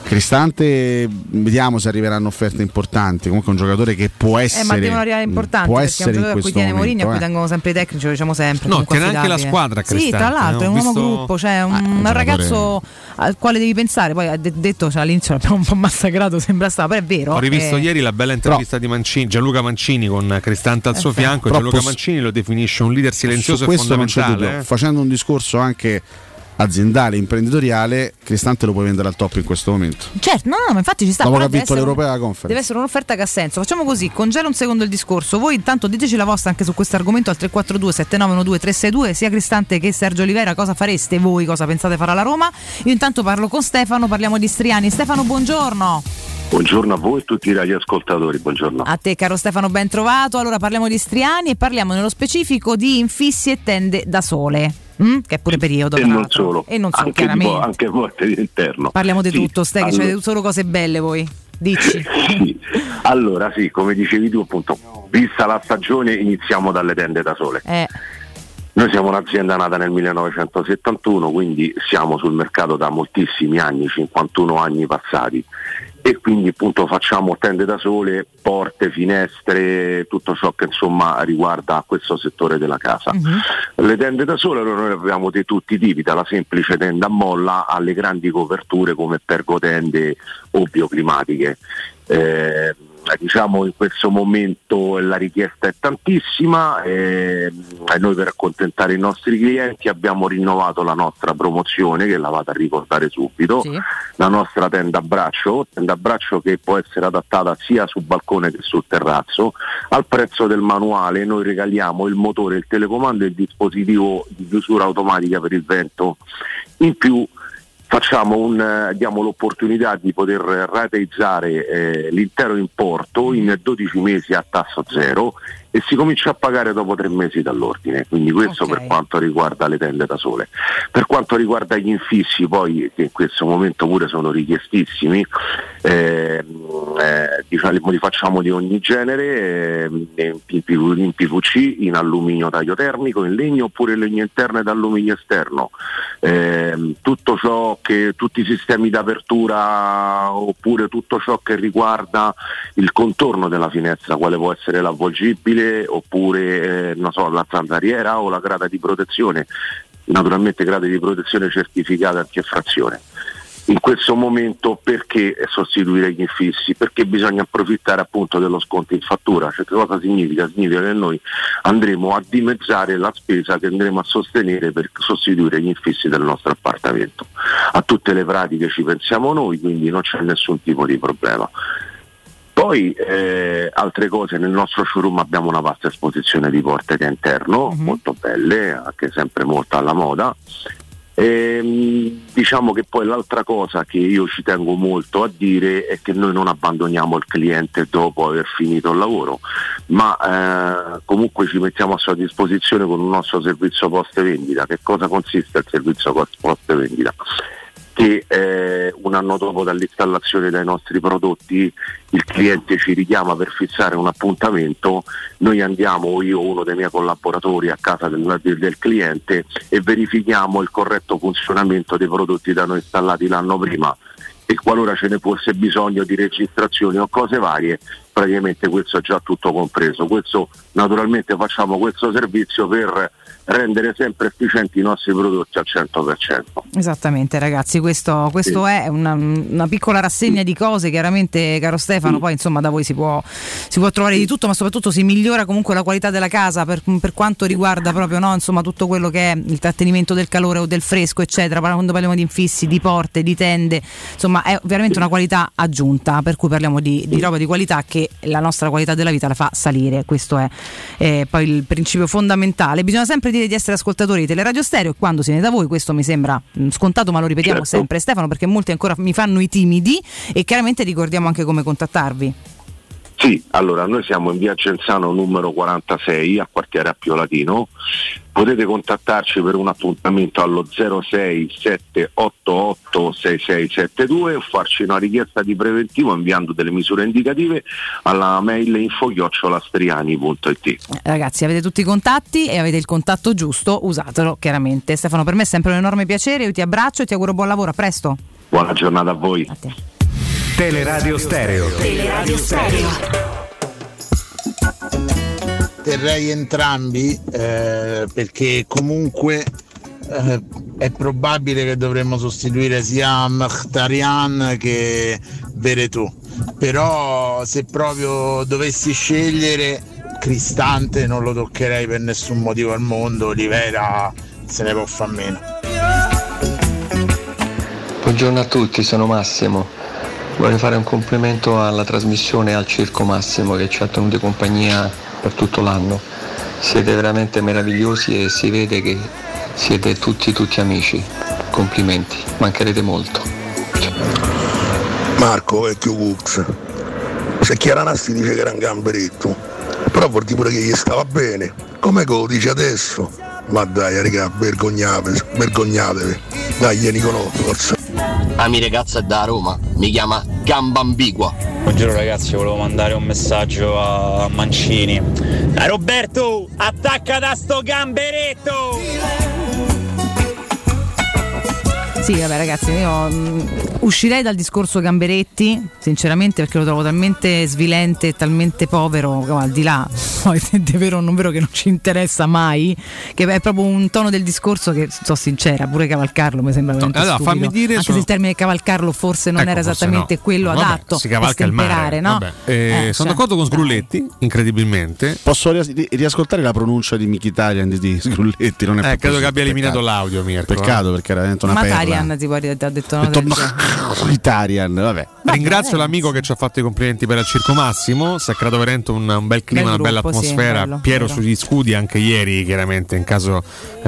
Cristante, vediamo se arriveranno offerte importanti. Comunque è un giocatore che può essere, ma devono arrivare importanti, può perché è un essere giocatore a cui tiene Mourinho, a cui tengono sempre i tecnici, lo diciamo sempre. No, tiene anche la squadra Cristante. Sì, tra l'altro è un uomo gruppo, cioè un ragazzo al quale devi pensare. Poi ha detto, cioè, all'inizio l'abbiamo un po' massacrato, sembra stare, però è vero. Ho rivisto ieri la bella intervista di Mancini, Gianluca Mancini con Cristante al suo fianco, e Gianluca Mancini lo definisce un leader silenzioso e fondamentale. Facendo un discorso anche aziendale, imprenditoriale, Cristante lo puoi vendere al top in questo momento. Certo, no, ma infatti ci sta. Dopo che ha vinto l'Europea la Conference. Deve essere un'offerta che ha senso. Facciamo così, congela un secondo il discorso. Voi intanto diteci la vostra anche su questo argomento al 342 7912 362, sia Cristante che Sergio Olivera. Cosa fareste voi? Cosa pensate farà la Roma? Io intanto parlo con Stefano, parliamo di Striani. Stefano, buongiorno. Buongiorno a voi e tutti i radioascoltatori, buongiorno. A te caro Stefano, ben trovato. Allora parliamo di Striani e parliamo nello specifico di infissi e tende da sole. Che è pure periodo. E non solo, anche chiaramente. Anche morte di interno. Parliamo di tutto, Ste, che c'avete solo cose belle voi. Dici. Sì. Allora sì, come dicevi tu appunto, vista la stagione iniziamo dalle tende da sole. Noi siamo un'azienda nata nel 1971, quindi siamo sul mercato da moltissimi anni, 51 anni passati, e quindi appunto facciamo tende da sole, porte, finestre, tutto ciò che insomma riguarda questo settore della casa. Le tende da sole, allora noi abbiamo di tutti i tipi, dalla semplice tenda a molla alle grandi coperture come pergotende o bioclimatiche. Diciamo in questo momento la richiesta è tantissima e noi per accontentare i nostri clienti abbiamo rinnovato la nostra promozione, che la vado a ricordare subito, la nostra tenda a braccio che può essere adattata sia sul balcone che sul terrazzo. Al prezzo del manuale noi regaliamo il motore, il telecomando e il dispositivo di chiusura automatica per il vento. In più diamo l'opportunità di poter rateizzare l'intero importo in 12 mesi a tasso zero e si comincia a pagare dopo 3 mesi dall'ordine, quindi questo per quanto riguarda le tende da sole. Per quanto riguarda gli infissi poi, che in questo momento pure sono richiestissimi, li facciamo di ogni genere, in PVC, in alluminio taglio termico, in legno oppure in legno interno ed alluminio esterno, tutti i sistemi d'apertura oppure tutto ciò che riguarda il contorno della finestra, quale può essere l'avvolgibile oppure la zanzariera o la grata di protezione, naturalmente grade di protezione certificate antifrazione. In questo momento perché sostituire gli infissi? Perché bisogna approfittare appunto dello sconto in fattura. Cioè, che cosa significa? Significa che noi andremo a dimezzare la spesa che andremo a sostenere per sostituire gli infissi del nostro appartamento. A tutte le pratiche ci pensiamo noi, quindi non c'è nessun tipo di problema. Poi altre cose, nel nostro showroom abbiamo una vasta esposizione di porte da interno, molto belle, anche sempre molto alla moda. Diciamo che poi l'altra cosa che io ci tengo molto a dire è che noi non abbandoniamo il cliente dopo aver finito il lavoro, ma comunque ci mettiamo a sua disposizione con un nostro servizio post vendita. Che cosa consiste il servizio post vendita? Che un anno dopo dall'installazione dei nostri prodotti il cliente ci richiama per fissare un appuntamento, noi andiamo, io o uno dei miei collaboratori, a casa del cliente e verifichiamo il corretto funzionamento dei prodotti da noi installati l'anno prima, e qualora ce ne fosse bisogno di registrazioni o cose varie, praticamente questo è già tutto compreso. Questo naturalmente facciamo questo servizio per rendere sempre efficienti i nostri prodotti al 100%. Esattamente ragazzi, questo è una piccola rassegna di cose, chiaramente caro Stefano, poi insomma da voi si può trovare di tutto, ma soprattutto si migliora comunque la qualità della casa per quanto riguarda proprio insomma tutto quello che è il trattenimento del calore o del fresco eccetera. Quando parliamo di infissi, di porte, di tende, insomma è veramente una qualità aggiunta, per cui parliamo di roba di qualità che la nostra qualità della vita la fa salire. Questo è poi il principio fondamentale. Bisogna sempre dire di essere ascoltatori di Teleradio Stereo, e quando si viene da voi questo mi sembra scontato, ma lo ripetiamo sempre Stefano, perché molti ancora mi fanno i timidi, e chiaramente ricordiamo anche come contattarvi. Sì, allora noi siamo in via Cenzano numero 46 a quartiere Appio Latino. Potete contattarci per un appuntamento allo 06 788 6672 o farci una richiesta di preventivo inviando delle misure indicative alla mail info@striani.it. Ragazzi, avete tutti i contatti e avete il contatto giusto, usatelo chiaramente. Stefano, per me è sempre un enorme piacere, io ti abbraccio e ti auguro buon lavoro, a presto. Buona giornata a voi. A te. Teleradio Stereo. Teleradio Stereo. Terrei entrambi perché comunque è probabile che dovremmo sostituire sia Mkhitaryan che Veretout, però se proprio dovessi scegliere Cristante non lo toccherei per nessun motivo al mondo, Olivera se ne può far meno. Buongiorno a tutti, sono Massimo. Vorrei fare un complimento alla trasmissione e al Circo Massimo che ci ha tenuto compagnia per tutto l'anno. Siete veramente meravigliosi e si vede che siete tutti amici. Complimenti, mancherete molto. Marco, vecchio Cux. Se Chiaranasti dice che era un gamberetto, però vuol dire pure che gli stava bene. Com'è che lo dice adesso? Ma dai, raga, vergognatevi. Dai, glieli conosco, forza. Mi ragazza è da Roma, mi chiama Gamba Ambigua. Buongiorno ragazzi, volevo mandare un messaggio a Mancini. Roberto, attacca da sto gamberetto! Sì, vabbè ragazzi, io uscirei dal discorso Gamberetti, sinceramente, perché lo trovo talmente svilente e talmente povero, al di là, poi è vero o non vero che non ci interessa mai, che è proprio un tono del discorso che, sono sincera, pure cavalcarlo mi sembra veramente stupido. Fammi dire, anche se il termine cavalcarlo forse non era esattamente quello adatto. Si cavalca il mare, no? Sono d'accordo con Sgrulletti, incredibilmente. Posso riascoltare la pronuncia di Mkhitaryan di Sgrulletti? Non è credo che abbia eliminato l'audio, Mirko. Peccato, perché era veramente una perla. Tipo, ha detto no, Italian, vabbè. Ringrazio l'amico che ci ha fatto i complimenti per il Circo Massimo. Si è creato veramente un bel clima, una bella atmosfera. Sì, Piero sugli scudi anche ieri, chiaramente, in caso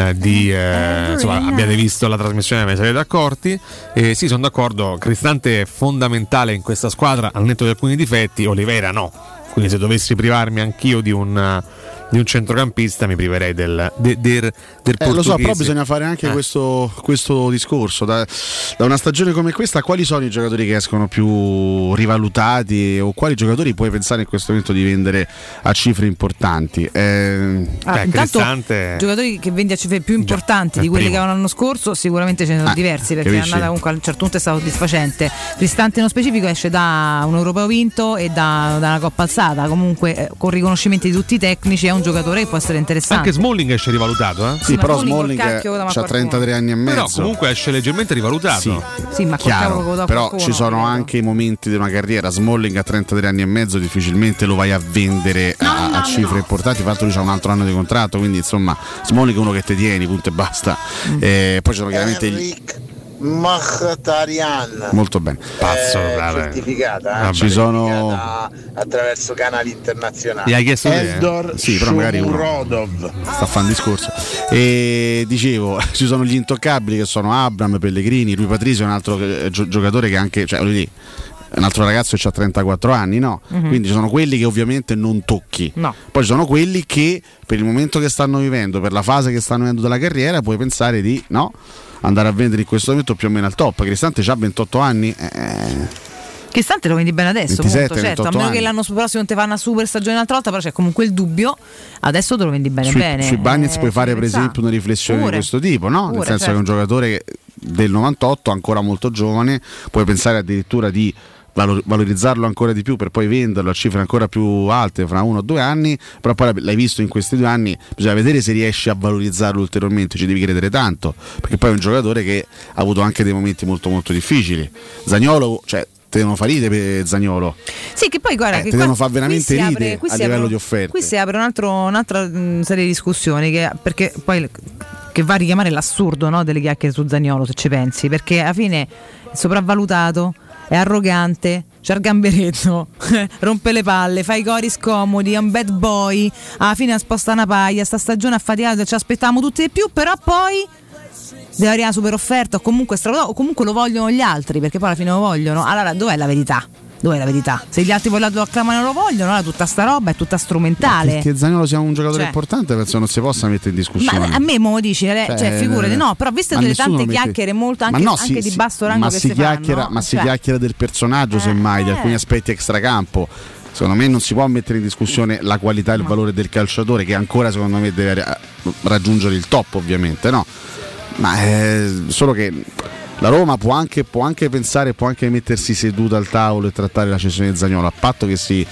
abbiate visto la trasmissione, ve ne sarete accorti. Sì, sono d'accordo. Cristante è fondamentale in questa squadra, al netto di alcuni difetti. Olivera no. Quindi se dovessi privarmi anch'io di un centrocampista mi priverei del portoghese. Lo so, però bisogna fare anche questo discorso. Da una stagione come questa, quali sono i giocatori che escono più rivalutati o quali giocatori puoi pensare in questo momento di vendere a cifre importanti? Intanto Cristante... giocatori che vendi a cifre più importanti di quelli che avevano l'anno scorso sicuramente ce ne sono diversi, perché è andata comunque a un certo punto è stato soddisfacente. Cristante nello specifico esce da un europeo vinto e da una coppa alzata, comunque con riconoscimenti di tutti i tecnici, è un giocatore che può essere interessante. Anche Smalling esce rivalutato, Sì, però Smalling ha 33 anni e mezzo. Però comunque esce leggermente rivalutato. Sì, ma chiaro, però ci sono anche i momenti di una carriera. Smalling a 33 anni e mezzo difficilmente lo vai a vendere a cifre importanti. Tra l'altro lui c'ha un altro anno di contratto, quindi insomma Smalling è uno che te tieni, punto e basta. Poi ci sono chiaramente Mkhitaryan, molto bene, pazzo, certificata, ci sono attraverso canali internazionali. Gli hai chiesto Eldor però magari Shomurodov sta a fare un discorso. E dicevo, ci sono gli intoccabili che sono Abram, Pellegrini, Rui Patricio è un altro giocatore che anche, cioè lì un altro ragazzo che ha 34 anni, no? Quindi ci sono quelli che ovviamente non tocchi. No. Poi ci sono quelli che per il momento che stanno vivendo, per la fase che stanno vivendo della carriera, puoi pensare di andare a vendere in questo momento più o meno al top. Cristante ha 28 anni. Cristante lo vendi bene adesso, 27, molto, certo, a meno che l'anno prossimo te fa una super stagione un'altra volta, però c'è comunque il dubbio, adesso te lo vendi bene. Sui Bagnets puoi fare per esempio una riflessione di questo tipo, no? Nel senso che è un giocatore del 98, ancora molto giovane, puoi pensare addirittura di valorizzarlo ancora di più per poi venderlo a cifre ancora più alte fra 1 o 2 anni, però poi l'hai visto in questi 2 anni, bisogna vedere se riesci a valorizzarlo ulteriormente, ci devi credere tanto, perché poi è un giocatore che ha avuto anche dei momenti molto molto difficili. Zaniolo, cioè te devono far ride per Zaniolo. Sì, che poi guarda che te devono far veramente ride a livello di offerte. Qui si apre un'altra serie di discussioni perché poi che va a richiamare l'assurdo, no, delle chiacchiere su Zaniolo, se ci pensi, perché alla fine è sopravvalutato, è arrogante, c'ha il gamberetto, rompe le palle, fa i cori scomodi, è un bad boy, alla fine sposta una paglia, sta stagione affaticato, ci aspettavamo tutti di più, però poi deve arrivare una super offerta o comunque o comunque lo vogliono gli altri, perché poi alla fine lo vogliono. Allora dov'è la verità? Dov'è la verità? Se gli altri poi lo acclamano e lo vogliono, allora tutta sta roba è tutta strumentale. Che Zaniolo sia un giocatore importante penso non si possa mettere in discussione. Ma a me mo dici, cioè figurati, no, però viste delle tante chiacchiere molto anche, anche di basso rango che si fanno, ma si chiacchiera del personaggio semmai, di alcuni aspetti extracampo. Secondo me non si può mettere in discussione la qualità e il valore del calciatore, che ancora secondo me deve raggiungere il top, ovviamente, no? Ma è solo che la Roma può anche pensare, può anche mettersi seduta al tavolo e trattare la cessione di Zaniolo, a patto che si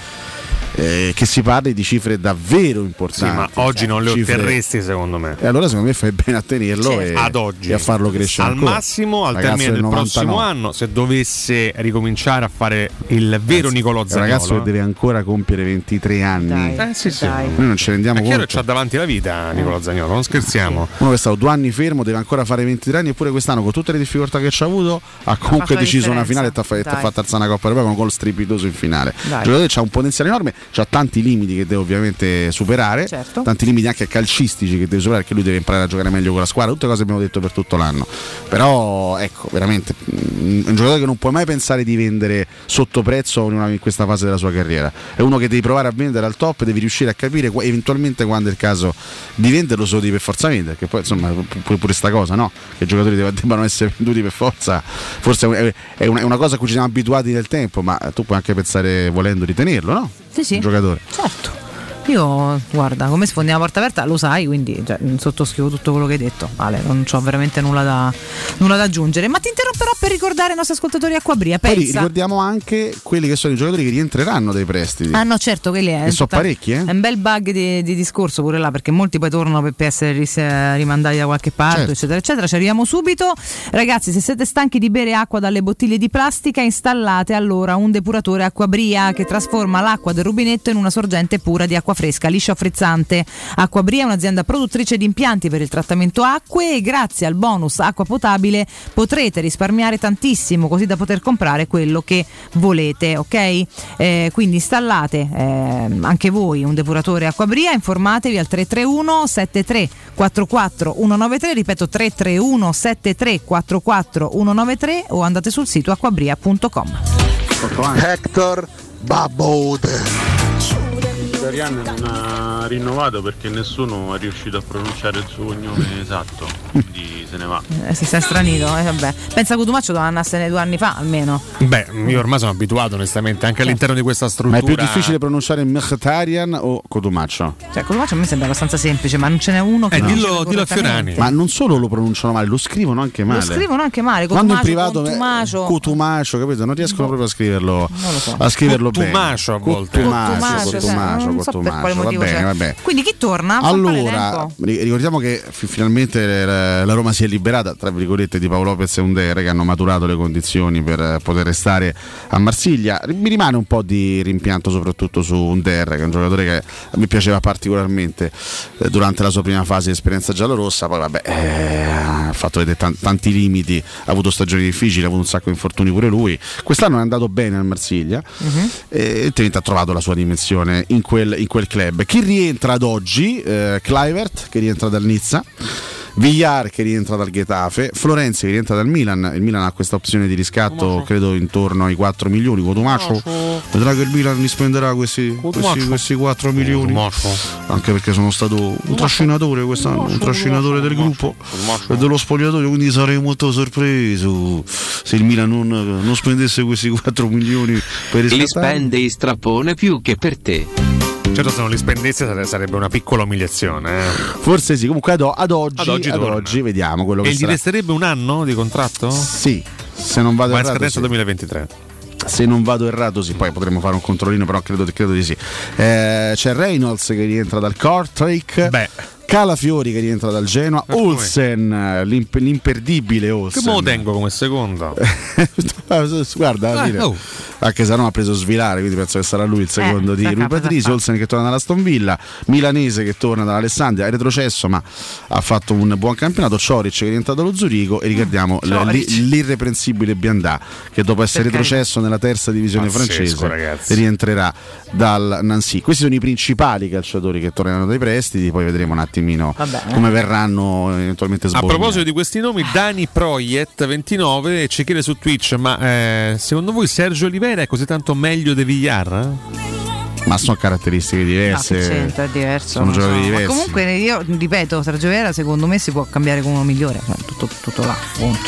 parli di cifre davvero importanti. Sì, ma oggi non le otterresti, secondo me. E allora secondo me fai bene a tenerlo ad oggi e a farlo crescere al ancora. Massimo al termine del prossimo anno, se dovesse ricominciare a fare il vero Nicolò Zaniolo. Un ragazzo che deve ancora compiere 23 anni. Sì. Noi non ci rendiamo conto. Chiaro, c'ha davanti la vita Nicolò Zaniolo, non scherziamo. Uno che è stato 2 anni fermo deve ancora fare 23 anni, eppure quest'anno con tutte le difficoltà che ci ha avuto ha comunque deciso una finale e ti ha fatto alzare una Coppa Europea con un gol strepitoso in finale. Giocatore c'ha un potenziale enorme, c'ha tanti limiti che deve ovviamente superare, tanti limiti anche calcistici che deve superare, che lui deve imparare a giocare meglio con la squadra, tutte cose che abbiamo detto per tutto l'anno. Però ecco, veramente un giocatore che non puoi mai pensare di vendere sotto prezzo in questa fase della sua carriera, è uno che devi provare a vendere al top, devi riuscire a capire eventualmente quando è il caso di venderlo, se lo devi per forza vendere, che poi insomma pure sta cosa, no? Che i giocatori debbano essere venduti per forza, forse è una cosa a cui ci siamo abituati nel tempo, ma tu puoi anche pensare volendo di tenerlo, no? Sì. Un giocatore. Certo. Io, guarda, come sfondi la porta aperta lo sai, quindi sottoscrivo tutto quello che hai detto. Vale, non c'ho veramente nulla da aggiungere. Ma ti interromperò per ricordare ai nostri ascoltatori Acquabria. Poi ricordiamo anche quelli che sono i giocatori che rientreranno dai prestiti. Ah no, certo, quelli è. E sono parecchi, È un bel bug di discorso pure là, perché molti poi tornano per essere rimandati da qualche parte, eccetera, eccetera. Ci arriviamo subito. Ragazzi, se siete stanchi di bere acqua dalle bottiglie di plastica, installate allora un depuratore Acquabria che trasforma l'acqua del rubinetto in una sorgente pura di acqua fresca, liscia, frizzante. Acquabria è un'azienda produttrice di impianti per il trattamento acque e grazie al bonus acqua potabile potrete risparmiare tantissimo, così da poter comprare quello che volete, ok? Quindi installate anche voi un depuratore Acquabria, informatevi al 331 73 44 193, ripeto 331 73 44 193 o andate sul sito acquabria.com. Hector Babode. Tarian non ha rinnovato perché nessuno è riuscito a pronunciare il suo cognome esatto, quindi se ne va. Si sta stranito, vabbè. Pensa Cotumaccio doveva andarsene 2 anni fa almeno. Beh, io ormai sono abituato onestamente anche all'interno di questa struttura. Ma è più difficile pronunciare Mkhitaryan o Cotumaccio? Cioè Cotumaccio a me sembra abbastanza semplice, ma non ce n'è uno che dillo a Fiorani. Ma non solo lo pronunciano male, lo scrivono anche male. Quando in privato Cotumaccio, capito? Non riescono proprio a scriverlo. Non lo so. A scriverlo bene. Cotumaccio a volte. Cotumaccio. Non so per quale motivo. Va bene. Quindi chi torna? Allora, ricordiamo che finalmente la Roma si è liberata, tra virgolette, di Paolo Lopez e Under, che hanno maturato le condizioni per poter restare a Marsiglia. Mi rimane un po' di rimpianto soprattutto su Under, che è un giocatore che a me piaceva particolarmente durante la sua prima fase di esperienza giallorossa. Poi ha fatto vedere tanti limiti, ha avuto stagioni difficili, ha avuto un sacco di infortuni pure lui. Quest'anno è andato bene al Marsiglia e ha trovato la sua dimensione in quel club. Chi rientra ad oggi? Kluivert, che rientra dal Nizza, Villar che rientra dal Getafe, Florenzi che rientra dal Milan. Il Milan ha questa opzione di riscatto credo intorno ai 4 milioni. Cotumaccio vedrà che il Milan li spenderà questi 4 milioni, anche perché sono stato un trascinatore quest'anno, un trascinatore del gruppo e dello spogliatoio, quindi sarei molto sorpreso se il Milan non spendesse questi 4 milioni per riscattare. Li spende il strappone più che per te. Certo, se non li spendesse sarebbe una piccola umiliazione. Forse sì, comunque ad oggi vediamo quello che sarà. E gli resterebbe un anno di contratto? Sì, se non vado errato. Ma scadenza 2023. Se non vado errato sì, poi potremmo fare un controllino, però credo di sì. C'è Reynolds che rientra dal Kortrijk. Calafiori che rientra dal Genoa, Olsen, l'imperdibile Olsen. Che me lo tengo come seconda? Guarda, anche se non ha preso Svilare, quindi penso che sarà lui il secondo di Rui Patricio. Olsen che torna dall'Aston Villa, Milanese che torna dall'Alessandria, è retrocesso ma ha fatto un buon campionato. Cioric che è rientrato dallo Zurigo e ricordiamo l'irreprensibile Biandà che dopo essere retrocesso nella terza divisione francese rientrerà dal Nancy. Questi sono i principali calciatori che torneranno dai prestiti, poi vedremo un attimino come verranno eventualmente sbolliti. A proposito di questi nomi, Dani Proiet 29 ci chiede su Twitch: ma secondo voi Sergio Oliveira è così tanto meglio di Villar? Ma sono caratteristiche diverse. È diverso. Sono giocatori diversi. Ma comunque io ripeto, Sergio Oliveira secondo me si può cambiare con uno migliore, tutto là, punto.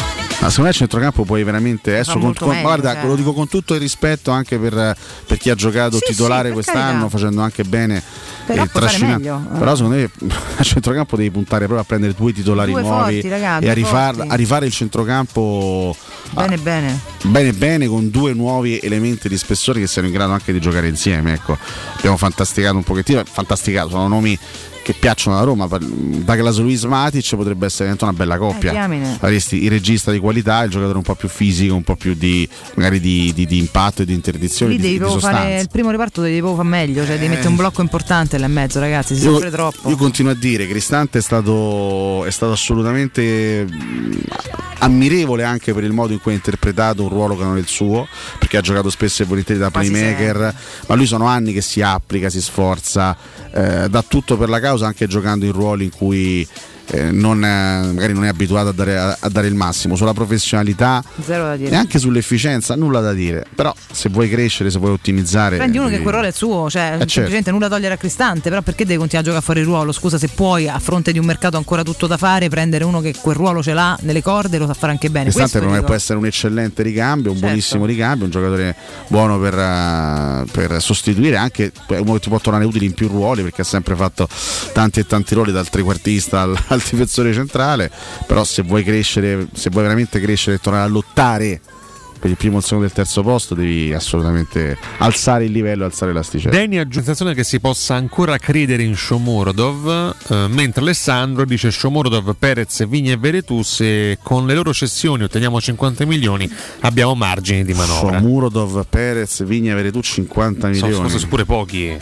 secondo me il centrocampo puoi veramente guarda, cioè. lo dico con tutto il rispetto anche per chi ha giocato titolare quest'anno, facendo anche bene, però però secondo me al centrocampo devi puntare proprio a prendere due titolari nuovi forti, ragazzi, e a rifare il centrocampo bene con due nuovi elementi di spessore che siano in grado anche di giocare insieme. Ecco, abbiamo fantasticato un pochettino, sono nomi che piacciono alla Roma. Douglas Luiz Matic potrebbe essere una bella coppia, avresti il regista di qualità, il giocatore un po' più fisico, un po' più di magari di impatto e di interdizione. Lì devi proprio fare il primo reparto, devi proprio fare meglio, cioè devi mettere un blocco importante là in mezzo, ragazzi, si soffre troppo. Io continuo a dire Cristante è stato assolutamente ammirevole anche per il modo in cui ha interpretato un ruolo che non è il suo, perché ha giocato spesso e volentieri da playmaker, ma lui sono anni che si applica, si sforza, dà tutto per la causa, anche giocando in ruoli in cui magari non è abituato a dare il massimo. Sulla professionalità zero da dire, e anche sull'efficienza nulla da dire, però se vuoi crescere, se vuoi ottimizzare, prendi uno che quel ruolo è suo, cioè semplicemente nulla togliere a Cristante, però perché devi continuare a giocare a fare il ruolo? Scusa, se puoi, a fronte di un mercato ancora tutto da fare, prendere uno che quel ruolo ce l'ha nelle corde e lo sa fare anche bene. Cristante non può essere un eccellente ricambio, un buonissimo ricambio, un giocatore buono per sostituire, anche uno che ti può tornare utile in più ruoli, perché ha sempre fatto tanti e tanti ruoli, dal trequartista al difensore centrale. Però se vuoi crescere, se vuoi veramente crescere e tornare a lottare per il primo, il secondo e il terzo posto, devi assolutamente alzare il livello, alzare l'asticella. Dani ha la sensazione che si possa ancora credere in Shomurodov, mentre Alessandro dice Shomurodov, Perez, Vigna e Veretù, se con le loro cessioni otteniamo 50 milioni abbiamo margini di manovra. Shomurodov, Perez, Vigna e Veretù 50 milioni. Forse pure pochi.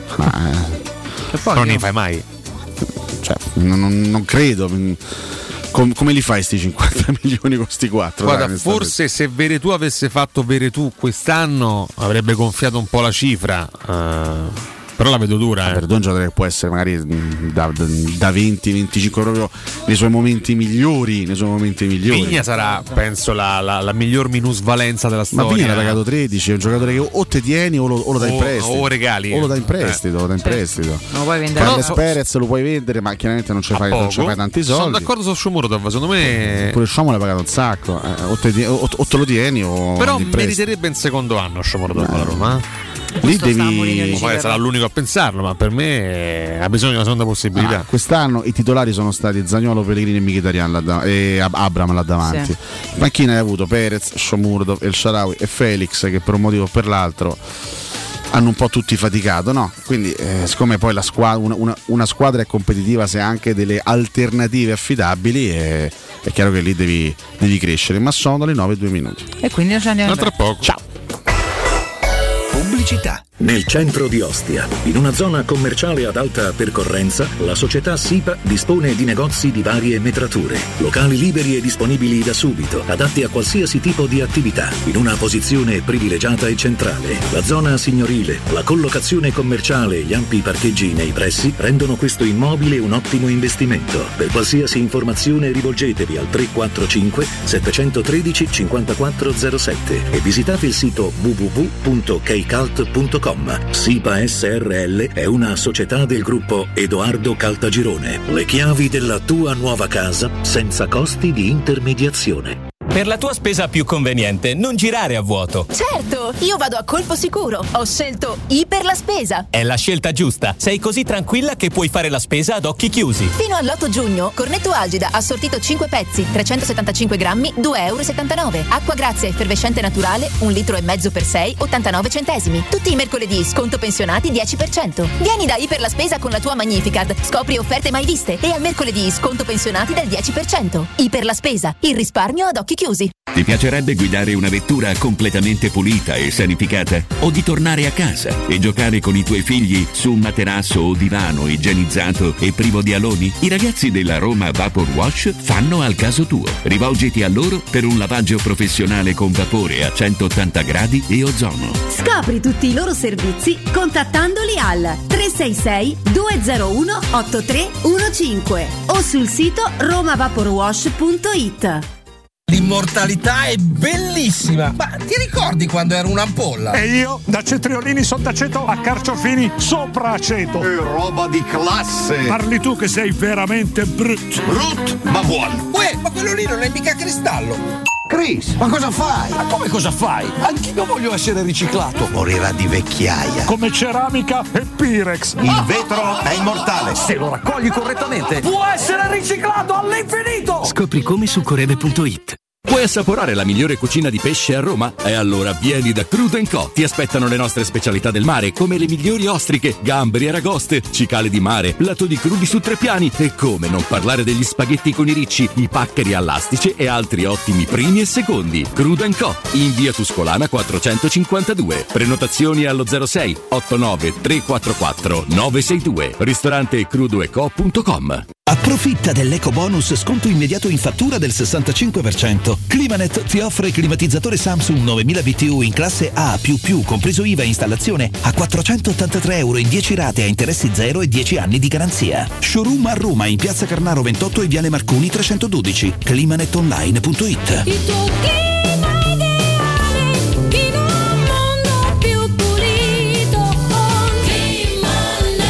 Ma non ne fai mai. Cioè, non credo. Come li fai sti 50 milioni con sti 4? Guarda, forse se Veretù avesse fatto Veretù quest'anno avrebbe gonfiato un po' la cifra, però la vedo dura. Verdun è un giocatore che può essere magari da 20-25 proprio nei suoi momenti migliori. Vigna sarà, penso, la miglior minusvalenza della storia. Ma Vigna l'ha pagato 13, è un giocatore che o te tieni o lo dai in prestito. O regali. O lo dai in prestito, Non lo puoi vendere. Carles Perez lo puoi vendere, ma chiaramente non ci fai tanti soldi. Sono d'accordo su Shomurodov, secondo me. Pure Shomurodov l'ha pagato un sacco. O te lo tieni o. Però meriterebbe in secondo anno Shomurodov alla Roma. Lì devi. Sarà l'unico a pensarlo, ma per me ha bisogno di una seconda possibilità. Quest'anno i titolari sono stati Zaniolo, Pellegrini e Mkhitaryan e Abraham là davanti. Macchina hai avuto Perez, Shomurodov, El Shaarawy e Felix, che per un motivo o per l'altro hanno un po' tutti faticato, no? Quindi siccome poi una squadra è competitiva se ha anche delle alternative affidabili, è chiaro che lì devi crescere. Ma sono le 9:02. E quindi ci andiamo tra poco. Ciao. Pubblicità. Nel centro di Ostia, in una zona commerciale ad alta percorrenza, la società SIPA dispone di negozi di varie metrature, locali liberi e disponibili da subito, adatti a qualsiasi tipo di attività, in una posizione privilegiata e centrale. La zona signorile, la collocazione commerciale e gli ampi parcheggi nei pressi rendono questo immobile un ottimo investimento. Per qualsiasi informazione rivolgetevi al 345 713 5407 e visitate il sito www.kcalt.com. SIPA SRL è una società del gruppo Edoardo Caltagirone. Le chiavi della tua nuova casa senza costi di intermediazione. Per la tua spesa più conveniente, non girare a vuoto. Certo, io vado a colpo sicuro. Ho scelto Iper la Spesa. È la scelta giusta. Sei così tranquilla che puoi fare la spesa ad occhi chiusi. Fino all'8 giugno, cornetto Algida assortito 5 pezzi, 375 grammi, €2,79. Acqua Grazia effervescente naturale, 1,5 litri per 6, 89 centesimi. Tutti i mercoledì, sconto pensionati 10%. Vieni da Iper la Spesa con la tua Magnificat. Scopri offerte mai viste. E al mercoledì, sconto pensionati del 10%. Iper la Spesa, il risparmio ad occhi chiusi. Ti piacerebbe guidare una vettura completamente pulita e sanificata? O di tornare a casa e giocare con i tuoi figli su un materasso o divano igienizzato e privo di aloni? I ragazzi della Roma Vapor Wash fanno al caso tuo. Rivolgiti a loro per un lavaggio professionale con vapore a 180 gradi e ozono. Scopri tutti i loro servizi contattandoli al 366 201 8315 o sul sito romavaporwash.it. L'immortalità è bellissima, ma ti ricordi quando ero un'ampolla? E io da Cetriolini sott'aceto a Carciofini sopra aceto. Roba di classe. Parli tu che sei veramente brut. Brut, ma buono. Uè, ma quello lì non è mica cristallo. Chris, ma cosa fai? Ma come cosa fai? Anch'io voglio essere riciclato. Morirà di vecchiaia. Come ceramica e Pirex. Il vetro è immortale. Se lo raccogli correttamente, può essere riciclato all'infinito. Scopri come su corebe.it. Vuoi assaporare la migliore cucina di pesce a Roma? E allora vieni da Crudo & Co. Ti aspettano le nostre specialità del mare, come le migliori ostriche, gamberi, aragoste, cicale di mare, platoni crudi su 3 piani e come non parlare degli spaghetti con i ricci, i paccheri all'astice e altri ottimi primi e secondi. Crudo & Co. in via Tuscolana 452. Prenotazioni allo 06 89 344 962. Ristorante crudoeco.com. Approfitta dell'eco bonus sconto immediato in fattura del 65%. Climanet ti offre climatizzatore Samsung 9000 BTU in classe A++, compreso IVA e installazione, a €483 in 10 rate a interessi zero e 10 anni di garanzia. Showroom a Roma in Piazza Carnaro 28 e Viale Marconi 312. climanetonline.it. Il tuo clima ideale in un mondo più pulito con Climanet.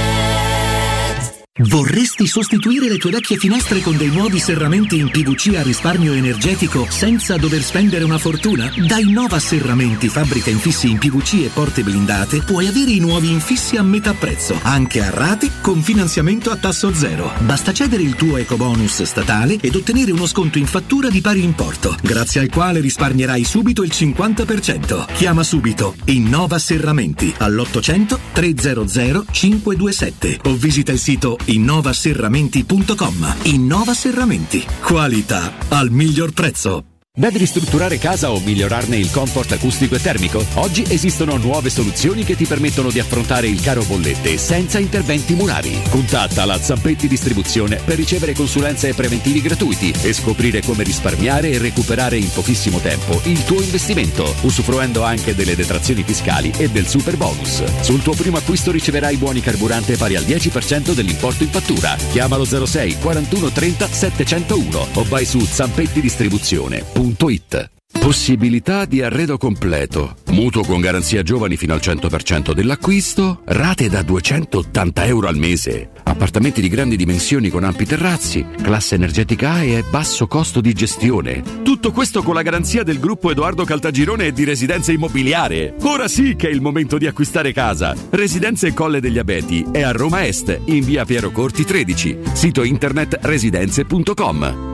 Vorresti sostituire le tue vecchie finestre con dei nuovi serramenti in PVC a risparmio energetico senza dover spendere una fortuna? Da Innova Serramenti, fabbrica infissi in PVC e porte blindate, puoi avere i nuovi infissi a metà prezzo, anche a rate con finanziamento a tasso zero. Basta cedere il tuo ecobonus statale ed ottenere uno sconto in fattura di pari importo, grazie al quale risparmierai subito il 50%. Chiama subito Innova Serramenti all'800 300 527 o visita il sito innovaserramenti.com. Innova Serramenti. Qualità al miglior prezzo. Devi ristrutturare casa o migliorarne il comfort acustico e termico? Oggi esistono nuove soluzioni che ti permettono di affrontare il caro bollette senza interventi murari. Contatta la Zampetti Distribuzione per ricevere consulenze e preventivi gratuiti e scoprire come risparmiare e recuperare in pochissimo tempo il tuo investimento, usufruendo anche delle detrazioni fiscali e del super bonus. Sul tuo primo acquisto riceverai buoni carburante pari al 10% dell'importo in fattura. Chiamalo 06 41 30 701 o vai su zampettidistribuzione.it. Possibilità di arredo completo, mutuo con garanzia giovani fino al 100% dell'acquisto, rate da €280 al mese, appartamenti di grandi dimensioni con ampi terrazzi, classe energetica A e basso costo di gestione. Tutto questo con la garanzia del gruppo Edoardo Caltagirone e di Residenze Immobiliare. Ora sì che è il momento di acquistare casa. Residenze Colle degli Abeti è a Roma Est, in via Piero Corti 13, sito internet residenze.com.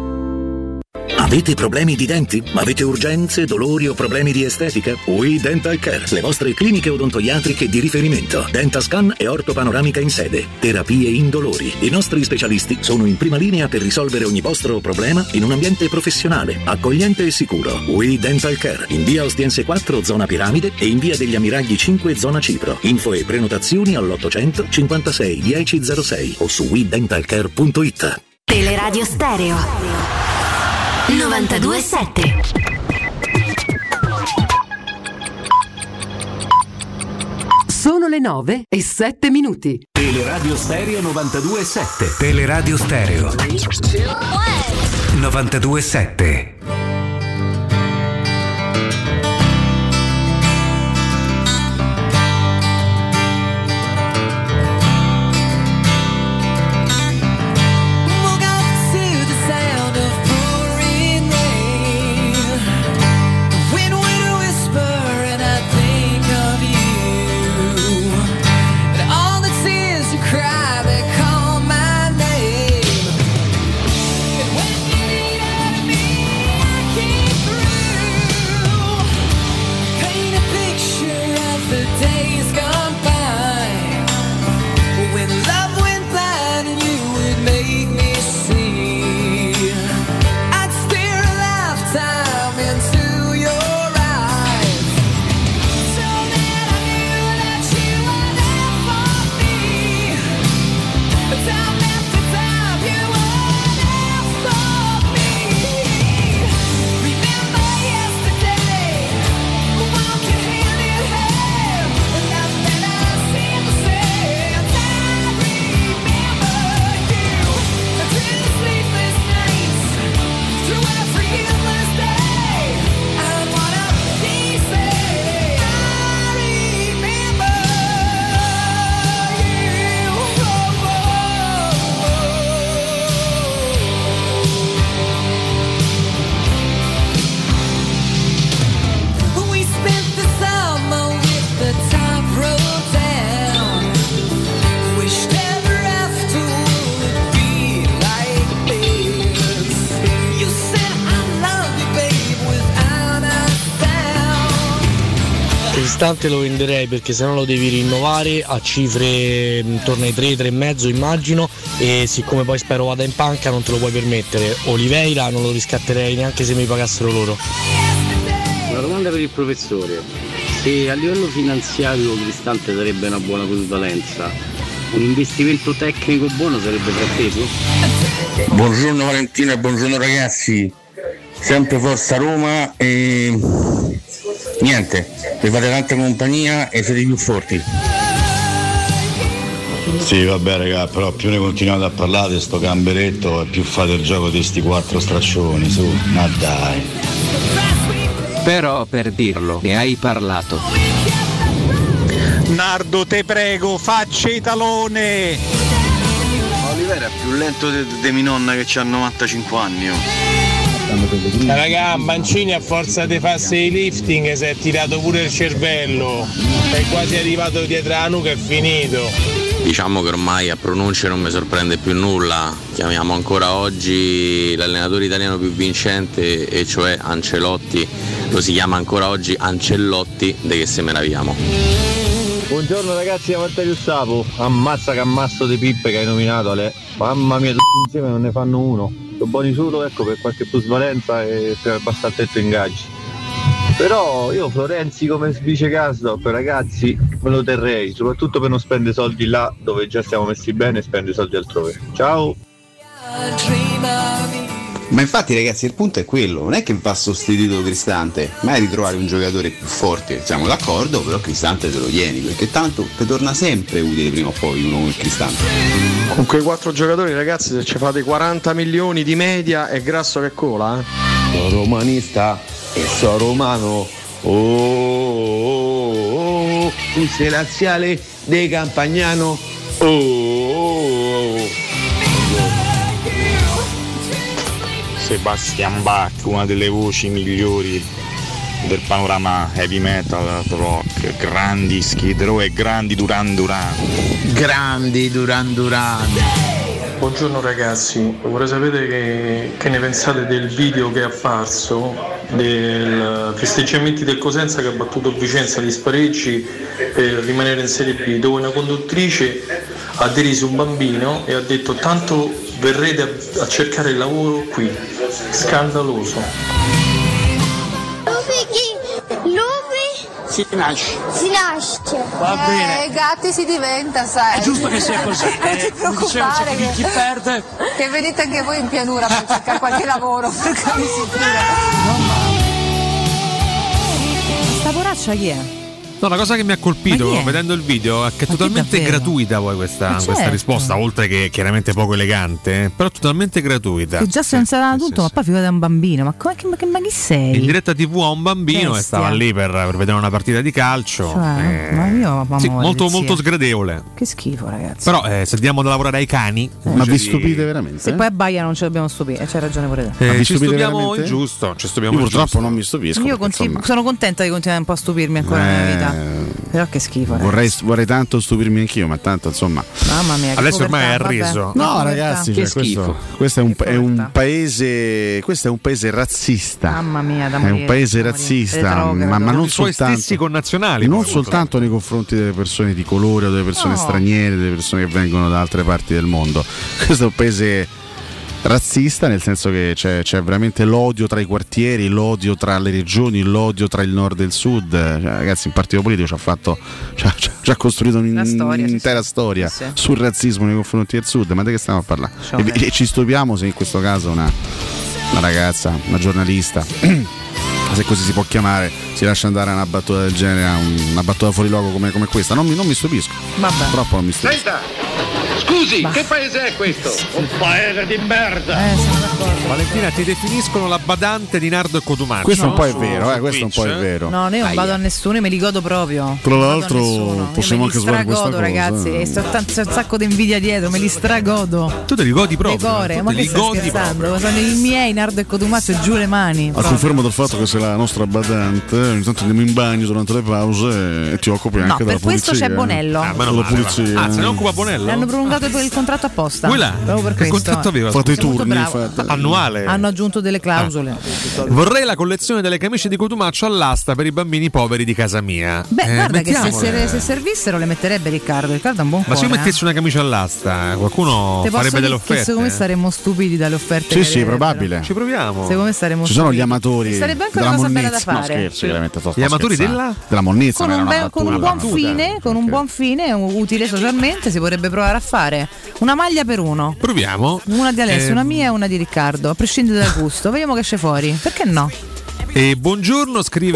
Avete problemi di denti? Avete urgenze, dolori o problemi di estetica? We Dental Care, le vostre cliniche odontoiatriche di riferimento. Dentascan e ortopanoramica in sede. Terapie indolori. I nostri specialisti sono in prima linea per risolvere ogni vostro problema in un ambiente professionale, accogliente e sicuro. We Dental Care, in via Ostiense 4, zona Piramide e in via degli Ammiragli 5, zona Cipro. Info e prenotazioni all'800 56 1006 o su wedentalcare.it. Teleradio Stereo 92.7. Sono le 9:07. Teleradio Stereo 92.7. Teleradio Stereo 92.7. Cry, they call my name. And when you need out of me Cristante lo venderei perché se no lo devi rinnovare a cifre intorno ai 3,5 immagino, e siccome poi spero vada in panca non te lo puoi permettere. Oliveira non lo riscatterei neanche se mi pagassero loro. Una domanda per il professore: se a livello finanziario Cristante sarebbe una buona plusvalenza, un investimento tecnico buono sarebbe frateso? Buongiorno Valentina e buongiorno ragazzi, sempre Forza Roma e niente, vi fate tanta compagnia e siete più forti. Sì, vabbè raga, però più ne continuate a parlare di sto gamberetto e più fate il gioco di sti 4 straccioni, su, ma dai. Però per dirlo, ne hai parlato. Nardo, te prego, faccia i talone! Olivera è più lento di mia nonna che ha 95 anni. Raga, Mancini a forza di farsi i lifting si è tirato pure il cervello, è quasi arrivato dietro la nuca e finito. Diciamo che ormai a pronunce non mi sorprende più nulla, chiamiamo ancora oggi l'allenatore italiano più vincente, e cioè Ancelotti, lo si chiama ancora oggi Ancellotti, di che se meravigliamo. Buongiorno ragazzi da Martello Sapo, ammazza che ammasso di pippe che hai nominato Ale, mamma mia tutti insieme non ne fanno uno, sono buoni solo ecco per qualche plusvalenza e per basta il tetto ingaggi. Però io Florenzi come vice Gasdorp ragazzi me lo terrei, soprattutto per non spendere soldi là dove già siamo messi bene e spendere soldi altrove. Ciao! Ma infatti ragazzi il punto è quello, non è che va sostituito Cristante, ma è di trovare un giocatore più forte, siamo d'accordo, però Cristante te lo tieni, perché tanto ti torna sempre utile prima o poi uno come Cristante. Con quei 4 giocatori ragazzi se ci fate 40 milioni di media è grasso che cola, eh? Sono romanista e sono romano, tu sei laziale de Campagnano, Sebastian Bach, una delle voci migliori del panorama heavy metal, rock, grandi Skid Row e grandi Duran Duran. Grandi Duran Duran. Buongiorno ragazzi, vorrei sapere che ne pensate del video che è apparso del festeggiamenti del Cosenza che ha battuto Vicenza di spareggi per rimanere in Serie B, dove una conduttrice ha deriso un bambino e ha detto tanto verrete a cercare lavoro qui. Scandaloso. Si nasce. Va bene. Gatti si diventa, sai. È giusto che sia così. Non ti preoccupare chi perde. Che venite anche voi in pianura per cercare qualche lavoro, perché mi Sta poraccia chi è? No, la cosa che mi ha colpito vedendo il video è che è totalmente gratuita poi questa risposta, oltre che chiaramente poco elegante, però totalmente gratuita. Che già se non sarà adulto, ma poi figurati un bambino, ma chi sei? In diretta TV a un bambino Bestia. e stava lì per vedere una partita di calcio. Ma io sì, molto sgradevole. Che schifo, ragazzi. Però se diamo da lavorare ai cani, ma vi stupite veramente? Se poi abbaia non ce dobbiamo stupire, c'hai ragione pure te. Ci stupiamo il giusto. Io purtroppo non mi stupisco. Io sono contenta di continuare un po' a stupirmi ancora nella mia vita. Però che schifo. Vorrei tanto stupirmi anch'io, ma tanto insomma. Mamma mia. Adesso ormai è arreso. No, ragazzi, che schifo. Questo è un paese razzista. Mamma mia, da è un paese razzista, ma non soltanto stessi connazionali. Non soltanto nei confronti delle persone di colore o delle persone straniere, delle persone che vengono da altre parti del mondo. Questo è un paese razzista, nel senso che c'è veramente l'odio tra i quartieri, l'odio tra le regioni, l'odio tra il nord e il sud. Ragazzi, il partito politico ci ha costruito un'intera storia sul razzismo nei confronti del sud. Ma di che stiamo a parlare? E ci stupiamo se in questo caso una ragazza, una giornalista, se così si può chiamare, si lascia andare a una battuta del genere, a una battuta fuori luogo come questa. Non mi stupisco. Vabbè. Troppo non mi stupisco. Senta! Scusi, che paese è questo? Un paese di merda! Valentina, ti definiscono la badante di Nardo e Cotumaccio. Questo un po' è vero, questo un po' è vero. No, io non vado a nessuno e me li godo proprio. Tra l'altro possiamo anche svolgere questa cosa, ragazzi, e c'è un sacco di invidia dietro, me li stragodo. Tu te li godi proprio? Ma che stai scherzando? Sono i miei Nardo e Cotumaccio, giù le mani. A conferma del fatto che sei la nostra badante, ogni tanto andiamo in bagno durante le pause e ti occupi No, anche per della pulizia. questo c'è Bonello. Della pulizia. Ah, se ne occupa Bonello? Le hanno prolungato il contratto apposta. Vuoi là? Proprio per Che questo. contratto aveva? Fate i È molto turni. bravo. Annuale. Hanno aggiunto delle clausole. Vorrei la collezione delle camicie di Cotumaccio all'asta per i bambini poveri di casa mia. Beh, guarda che mettiamole. se servissero le metterebbe Riccardo. Riccardo è un buon Ma se io cuore, mettessi una camicia all'asta, qualcuno Te posso farebbe delle dire che offerte? secondo me saremmo stupidi dalle offerte. Sì, che sì, arriverebbero. probabile. Ci proviamo. Secondo me saremmo Ci sono stupidi. gli amatori Sarebbe anche della una cosa bella da monnezza. No, fare. scherzo, chiaramente sto Gli amatori scherzando. Della monnezza, Con ma era un, una con un battuta. buon fine, con un buon fine, utile socialmente, si potrebbe provare a fare una maglia per uno. Proviamo. Una di Alessio, una mia e una di Riccardo, a prescindere dal gusto. Vediamo che esce fuori. Perché no? E buongiorno scrive.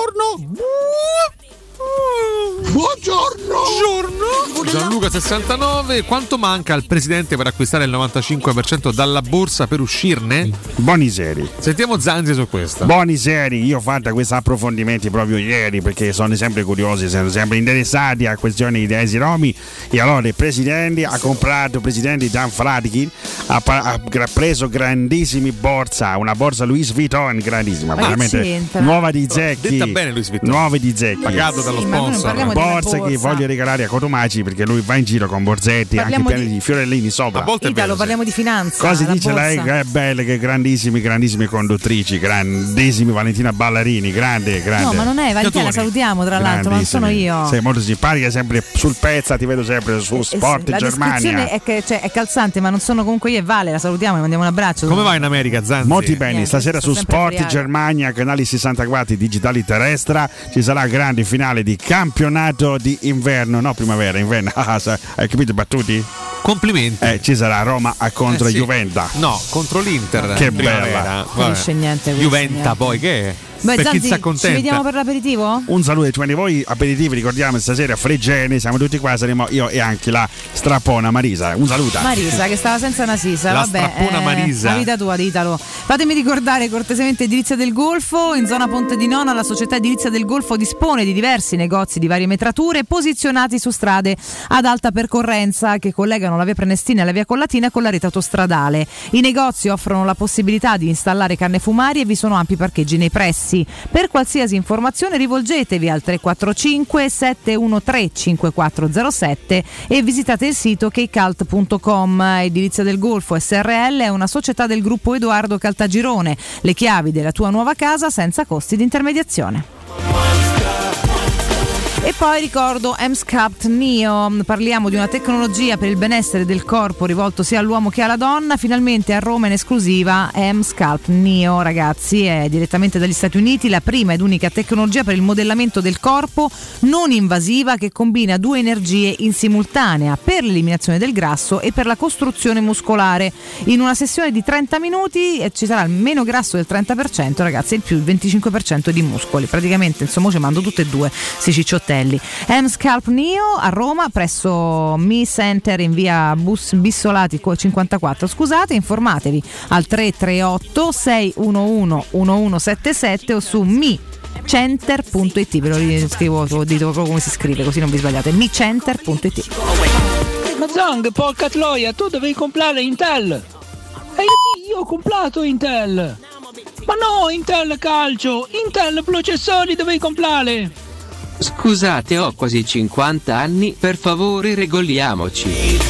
Buongiorno Gianluca 69. Quanto manca al presidente per acquistare il 95% dalla borsa per uscirne? Buoni seri. Sentiamo Zanzi su questo. Buoni seri, io ho fatto questi approfondimenti proprio ieri perché sono sempre curiosi, sono sempre interessati a questioni di Esi Romi. E allora il presidente ha comprato, il presidente Gian Fradkin ha preso grandissimi borsa, una borsa Louis Vuitton grandissima, Ma che veramente c'entra? nuova di Zecchi. Detta bene Louis Vuitton. Nuove di Zecchi. Pagato dallo Sì, ma noi non sponsor. parliamo di una Borse che borsa. voglio regalare a Cotomaggi perché lui va in giro con borsetti Parliamo anche pieni di fiorellini sopra. A volte è Italo, vero, parliamo di finanza. Cosa la dice borsa. lei? Che belle, che grandissime conduttrici, grandissimi Valentina Ballarini, grande. No, ma non è Valentina, la salutiamo tra l'altro, non sono io. Sei molto simpatica, sempre sul pezzo, ti vedo sempre su Sport La Germania. descrizione è che è calzante, ma non sono comunque io e Vale, la salutiamo e mandiamo un abbraccio. Come va in America, Zanzi? Molti bene, Niente, stasera sto su sempre Sport ubriaca. Germania, canali 64 digitali terrestra, ci sarà grande finale di campionato di inverno, no primavera, inverno, hai capito i battuti? Complimenti. Ci sarà Roma contro sì. Juventus. No, contro l'Inter. Che primavera. bella. Vabbè. Capisce niente questo, Juventa niente. poi che è? Beh, per chi Zanzi, sta ci contenta. vediamo per l'aperitivo? Un saluto a tutti voi aperitivi, ricordiamo stasera a Fregene, siamo tutti qua, saremo io e anche la strappona Marisa. Un saluto. Marisa che stava senza una sisa, La vabbè, strappona Marisa. la vita tua di Italo. Fatemi ricordare cortesemente Edilizia del Golfo, in zona Ponte di Nona la società Edilizia del Golfo dispone di diversi negozi di varie metrature posizionati su strade ad alta percorrenza che collegano la via Prenestina e la via Collatina con la rete autostradale. I negozi offrono la possibilità di installare canne fumarie e vi sono ampi parcheggi nei pressi. Per qualsiasi informazione rivolgetevi al 345 713 5407 e visitate il sito kcalt.com. Edilizia del Golfo SRL è una società del gruppo Edoardo Caltagirone. Le chiavi della tua nuova casa senza costi di intermediazione. E poi ricordo Emscapt Neo, parliamo di una tecnologia per il benessere del corpo rivolto sia all'uomo che alla donna, finalmente a Roma in esclusiva Emscapt Neo, ragazzi, è direttamente dagli Stati Uniti la prima ed unica tecnologia per il modellamento del corpo non invasiva che combina due energie in simultanea per l'eliminazione del grasso e per la costruzione muscolare. In una sessione di 30 minuti ci sarà il meno grasso del 30%, ragazzi, e il più il 25% di muscoli, praticamente insomma ci mando tutte e due sti cicciottelli. Emscalp Neo a Roma presso Mi Center in via Bissolati 54, scusate, informatevi al 338 611 1177 o su micenter.it, ve lo scrivo, dite proprio come si scrive così non vi sbagliate, micenter.it. Ma Zang, porca troia, tu dovevi comprare Intel. Sì, io ho comprato Intel. Ma no, Intel calcio, Intel processori dovevi comprare. Scusate, ho quasi 50 anni, per favore regoliamoci.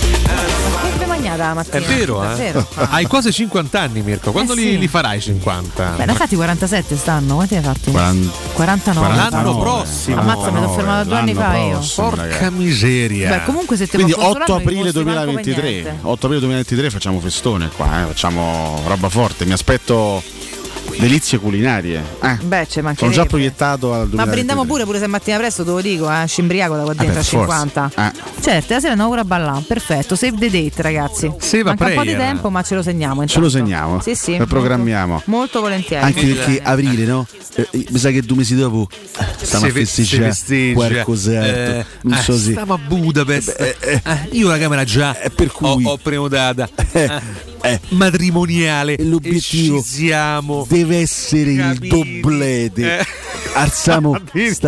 Che magnata la mattina. È vero, Hai quasi 50 anni, Mirko. Quando sì. li farai 50? Beh, ne hai fatti 47 stanno, quanti hai fatti? 49. L'anno prossimo. Ammazza, mi sono fermato 2 anni fa io. Porca miseria. Beh, comunque se te Quindi lo 8 aprile 2023. 8 aprile 2023 facciamo festone qua, facciamo roba forte. Mi aspetto delizie culinarie. Beh, ci mancherebbe. Sono già proiettato al 2023. Ma prendiamo pure se mattina presto, te lo dico, scimbriaco da qua dentro a 50. Certo, la sera andiamo pure a ballare. Perfetto, save the date, ragazzi. Manca un po' di tempo, ma ce lo segniamo. Intanto. Ce lo segniamo. Sì. Lo programmiamo. Molto volentieri. Anche perché aprile, no? Mi sa che 2 mesi dopo stiamo a festeggiare qualcos'altro. Non so se stiamo a Budapest. Io la camera già per cui ho prenotata. Matrimoniale. L'obiettivo deve essere il doblete. Alziamo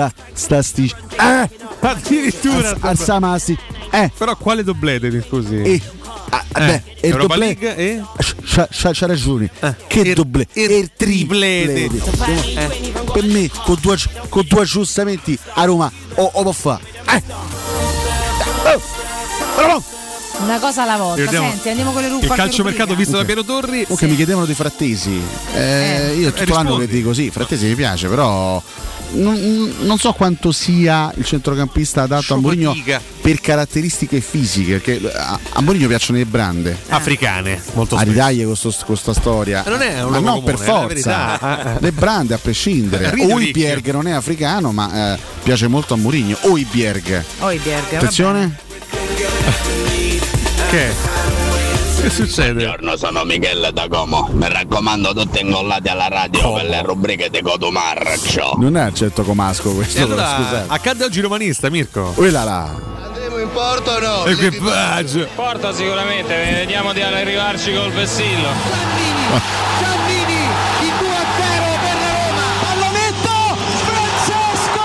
addirittura alziamo però quale doblete, scusi? il Europa doblete League c'ha ragione. Che doblete? Il triplete. per me con due aggiustamenti a Roma o può fare. Una cosa alla volta. Vediamo. Senti, andiamo con le Il calciomercato visto da Piero Torri. Comunque mi chiedevano di Frattesi. Io tutto l'anno che dico sì, Frattesi mi piace, però non so quanto sia il centrocampista adatto a Mourinho per caratteristiche fisiche, perché a Mourinho piacciono le brande africane, molto a spesso. ridaglie con questa storia. Non è un ma luogo non per comune, è la forza. verità. Le brande a prescindere. O i Bjerg non è africano, ma piace molto a Mourinho. O i Bjerg. Attenzione. Che succede? Buongiorno, sono Michele da Como. Mi raccomando, tutti incollati alla radio per le rubriche di Codomarcio. Non è accetto comasco questo, E allora, scusate. accade oggi romanista, Mirko? Là. Andremo in porto o no? Equipaggio. Porta sicuramente, vediamo di arrivarci col vessillo. Giannini, il 2-0 per la Roma. Pallonetto, Francesco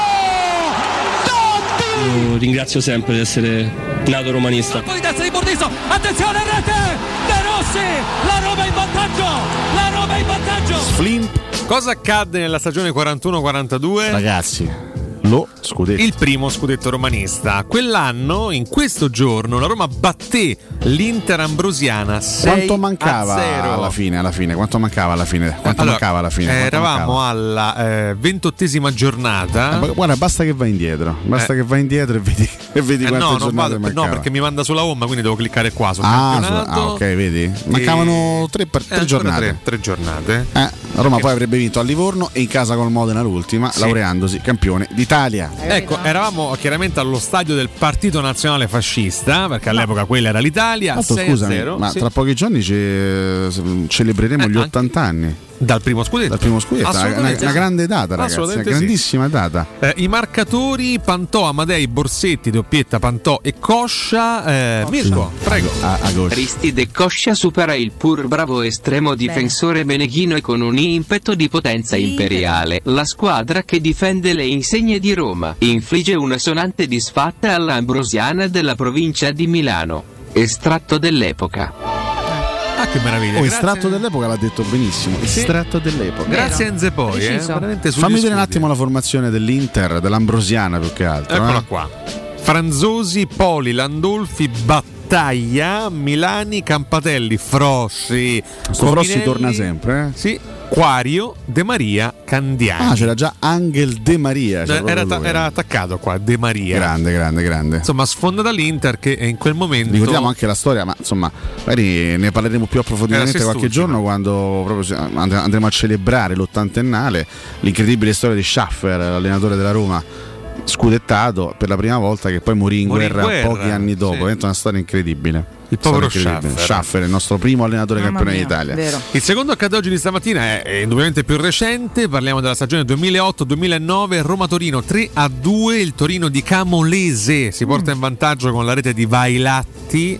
Totti. Ringrazio sempre di essere nato romanista. Poi destra di Bordiso, attenzione rete, De Rossi, la Roma in vantaggio, la Roma in vantaggio. Cosa accadde nella stagione 41-42? Ragazzi, lo scudetto. Il primo scudetto romanista. Quell'anno, in questo giorno, la Roma batté l'Inter Ambrosiana 6-0. Quanto mancava alla fine? Quanto mancava alla fine? Eravamo alla 28esima giornata. Guarda, basta che vai indietro. E vedi quante giornate mancava. No, perché mi manda sulla home, quindi devo cliccare qua sul campionato. Ok, vedi? Mancavano tre giornate. Tre giornate. La Roma poi avrebbe vinto a Livorno e in casa col Modena l'ultima, laureandosi campione d'Italia. Ecco, eravamo chiaramente allo stadio del Partito Nazionale Fascista, perché all'epoca quella era l'Italia. Scusami, ma tra pochi giorni celebreremo gli 80 anni. Dal primo scudetto. Una grande data, ragazzi, una grandissima data. I marcatori: Pantò, Amadei, Borsetti, doppietta Pantò e Coscia. Mirko, prego. Aristide Coscia supera il pur bravo estremo difensore meneghino e con un impeto di potenza imperiale. La squadra che difende le insegne di Roma infligge una sonante disfatta alla Ambrosiana della provincia di Milano. Estratto dell'epoca. Ah, che meraviglia! Estratto dell'epoca l'ha detto benissimo. Estratto dell'epoca. Grazie Enze poi. Veramente fammi vedere un attimo la formazione dell'Inter, dell'Ambrosiana più che altro. Eccola qua. Franzosi, Poli, Landolfi, Battaglia, Milani, Campatelli, Frossi. Frossi torna sempre, Sì. Quario, De Maria, Candiani. C'era già Angel De Maria. Era attaccato qua, De Maria. Grande. Insomma, sfondata l'Inter che in quel momento. Ricordiamo anche la storia, ma insomma, magari ne parleremo più approfonditamente qualche giorno quando proprio andremo a celebrare l'80ennale, l'incredibile storia di Schaffer, l'allenatore della Roma, scudettato per la prima volta, che poi morì in guerra pochi anni dopo. È una storia incredibile. Il povero Schaffer, il nostro primo allenatore campione d'Italia. Il secondo accade oggi di stamattina è indubbiamente più recente. Parliamo della stagione 2008-2009. Roma-Torino 3-2. Il Torino di Camolese si porta in vantaggio con la rete di Vailatti.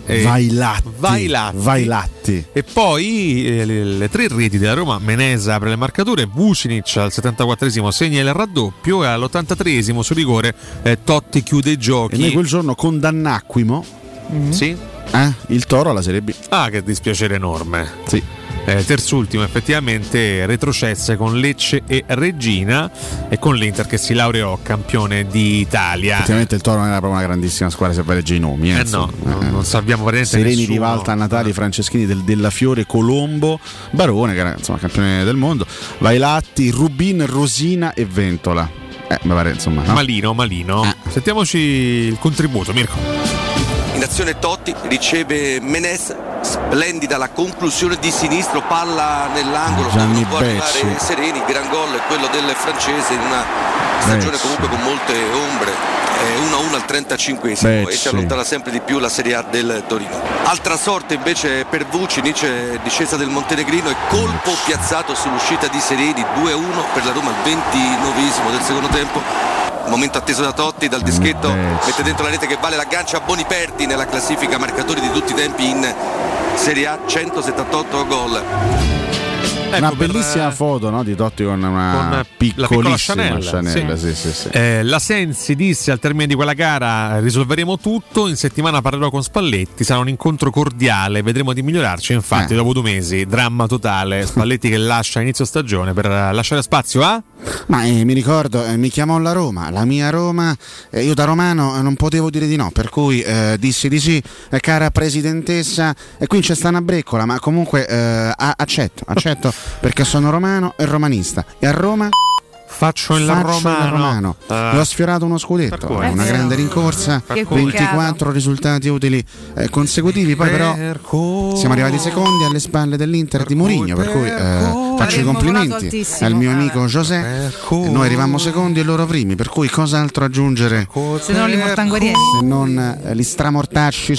Vailatti. E poi le tre reti della Roma. Menesa apre le marcature, Vucinic al 74esimo segna il raddoppio e all'83esimo su rigore Totti chiude i giochi. E noi quel giorno condannacquimo. Sì. Il Toro alla Serie B. Che dispiacere enorme. Sì. Terzultimo effettivamente retrocesse con Lecce e Reggina e con l'Inter che si laureò campione d'Italia. Effettivamente il Toro non era proprio una grandissima squadra se vai a leggere i nomi. Non salviamo praticamente Sereni, nessuno. Rivalta, Natali, Franceschini, Della Fiore, Colombo, Barone che era insomma campione del mondo, Vailatti, Rubin, Rosina e Ventola. Mi pare insomma, no? Malino. Sentiamoci il contributo, Mirko. In azione Totti riceve Menes, splendida la conclusione di sinistro, palla nell'angolo, Gianni può arrivare Sereni, gran gol quello del francese in una stagione comunque con molte ombre. 1-1 al 35esimo e si allontana sempre di più la Serie A del Torino. Altra sorte invece per Vucinic, discesa del Montenegrino e colpo piazzato sull'uscita di Sereni, 2-1 per la Roma al 29esimo del secondo tempo. Momento atteso da Totti, dal dischetto mette dentro la rete che vale l'aggancio a Boniperti nella classifica marcatori di tutti i tempi in Serie A, 178 gol. Una bellissima foto, no, di Totti con una piccolissima Chanel. Sì. La Sensi disse al termine di quella gara: risolveremo tutto, in settimana parlerò con Spalletti, sarà un incontro cordiale, vedremo di migliorarci. Infatti dopo 2 mesi dramma totale, Spalletti che lascia inizio stagione per lasciare spazio a Ma mi ricordo, mi chiamò la Roma, la mia Roma, io da romano non potevo dire di no, per cui dissi di sì, cara presidentessa, e qui c'è sta una breccola, ma comunque accetto, perché sono romano e romanista, e a Roma faccio il romano. Ho sfiorato uno scudetto, una grande rincorsa, 24 risultati utili consecutivi, poi però siamo arrivati secondi alle spalle dell'Inter di Mourinho, per cui faccio i complimenti al mio amico José. Noi arrivammo secondi e loro primi, per cui cosa altro aggiungere se non li mortanguerieri, se non gli stramortacci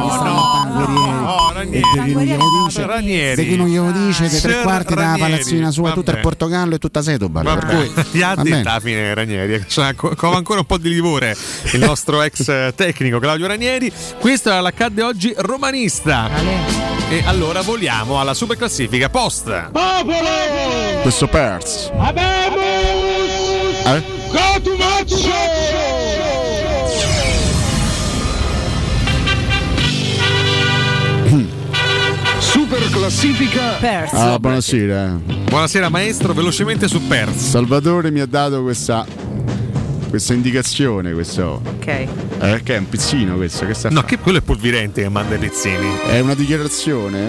e di chi non glielo dice dei tre quarti dalla palazzina sua, tutto il Portogallo e tutta Setúbal, per cui ti ha detto alla fine Ranieri, cova ancora un po' di livore il nostro ex tecnico Claudio Ranieri. Questo era l'accadde oggi romanista. E allora voliamo alla super classifica post. Questo Perz. Super classifica Perz. Buonasera. Buonasera maestro, velocemente su Perz. Salvatore mi ha dato questa indicazione, questo. Ok. Che è un pizzino questo? Che sta no, che quello è Pulvirente che manda i pizzini. È una dichiarazione.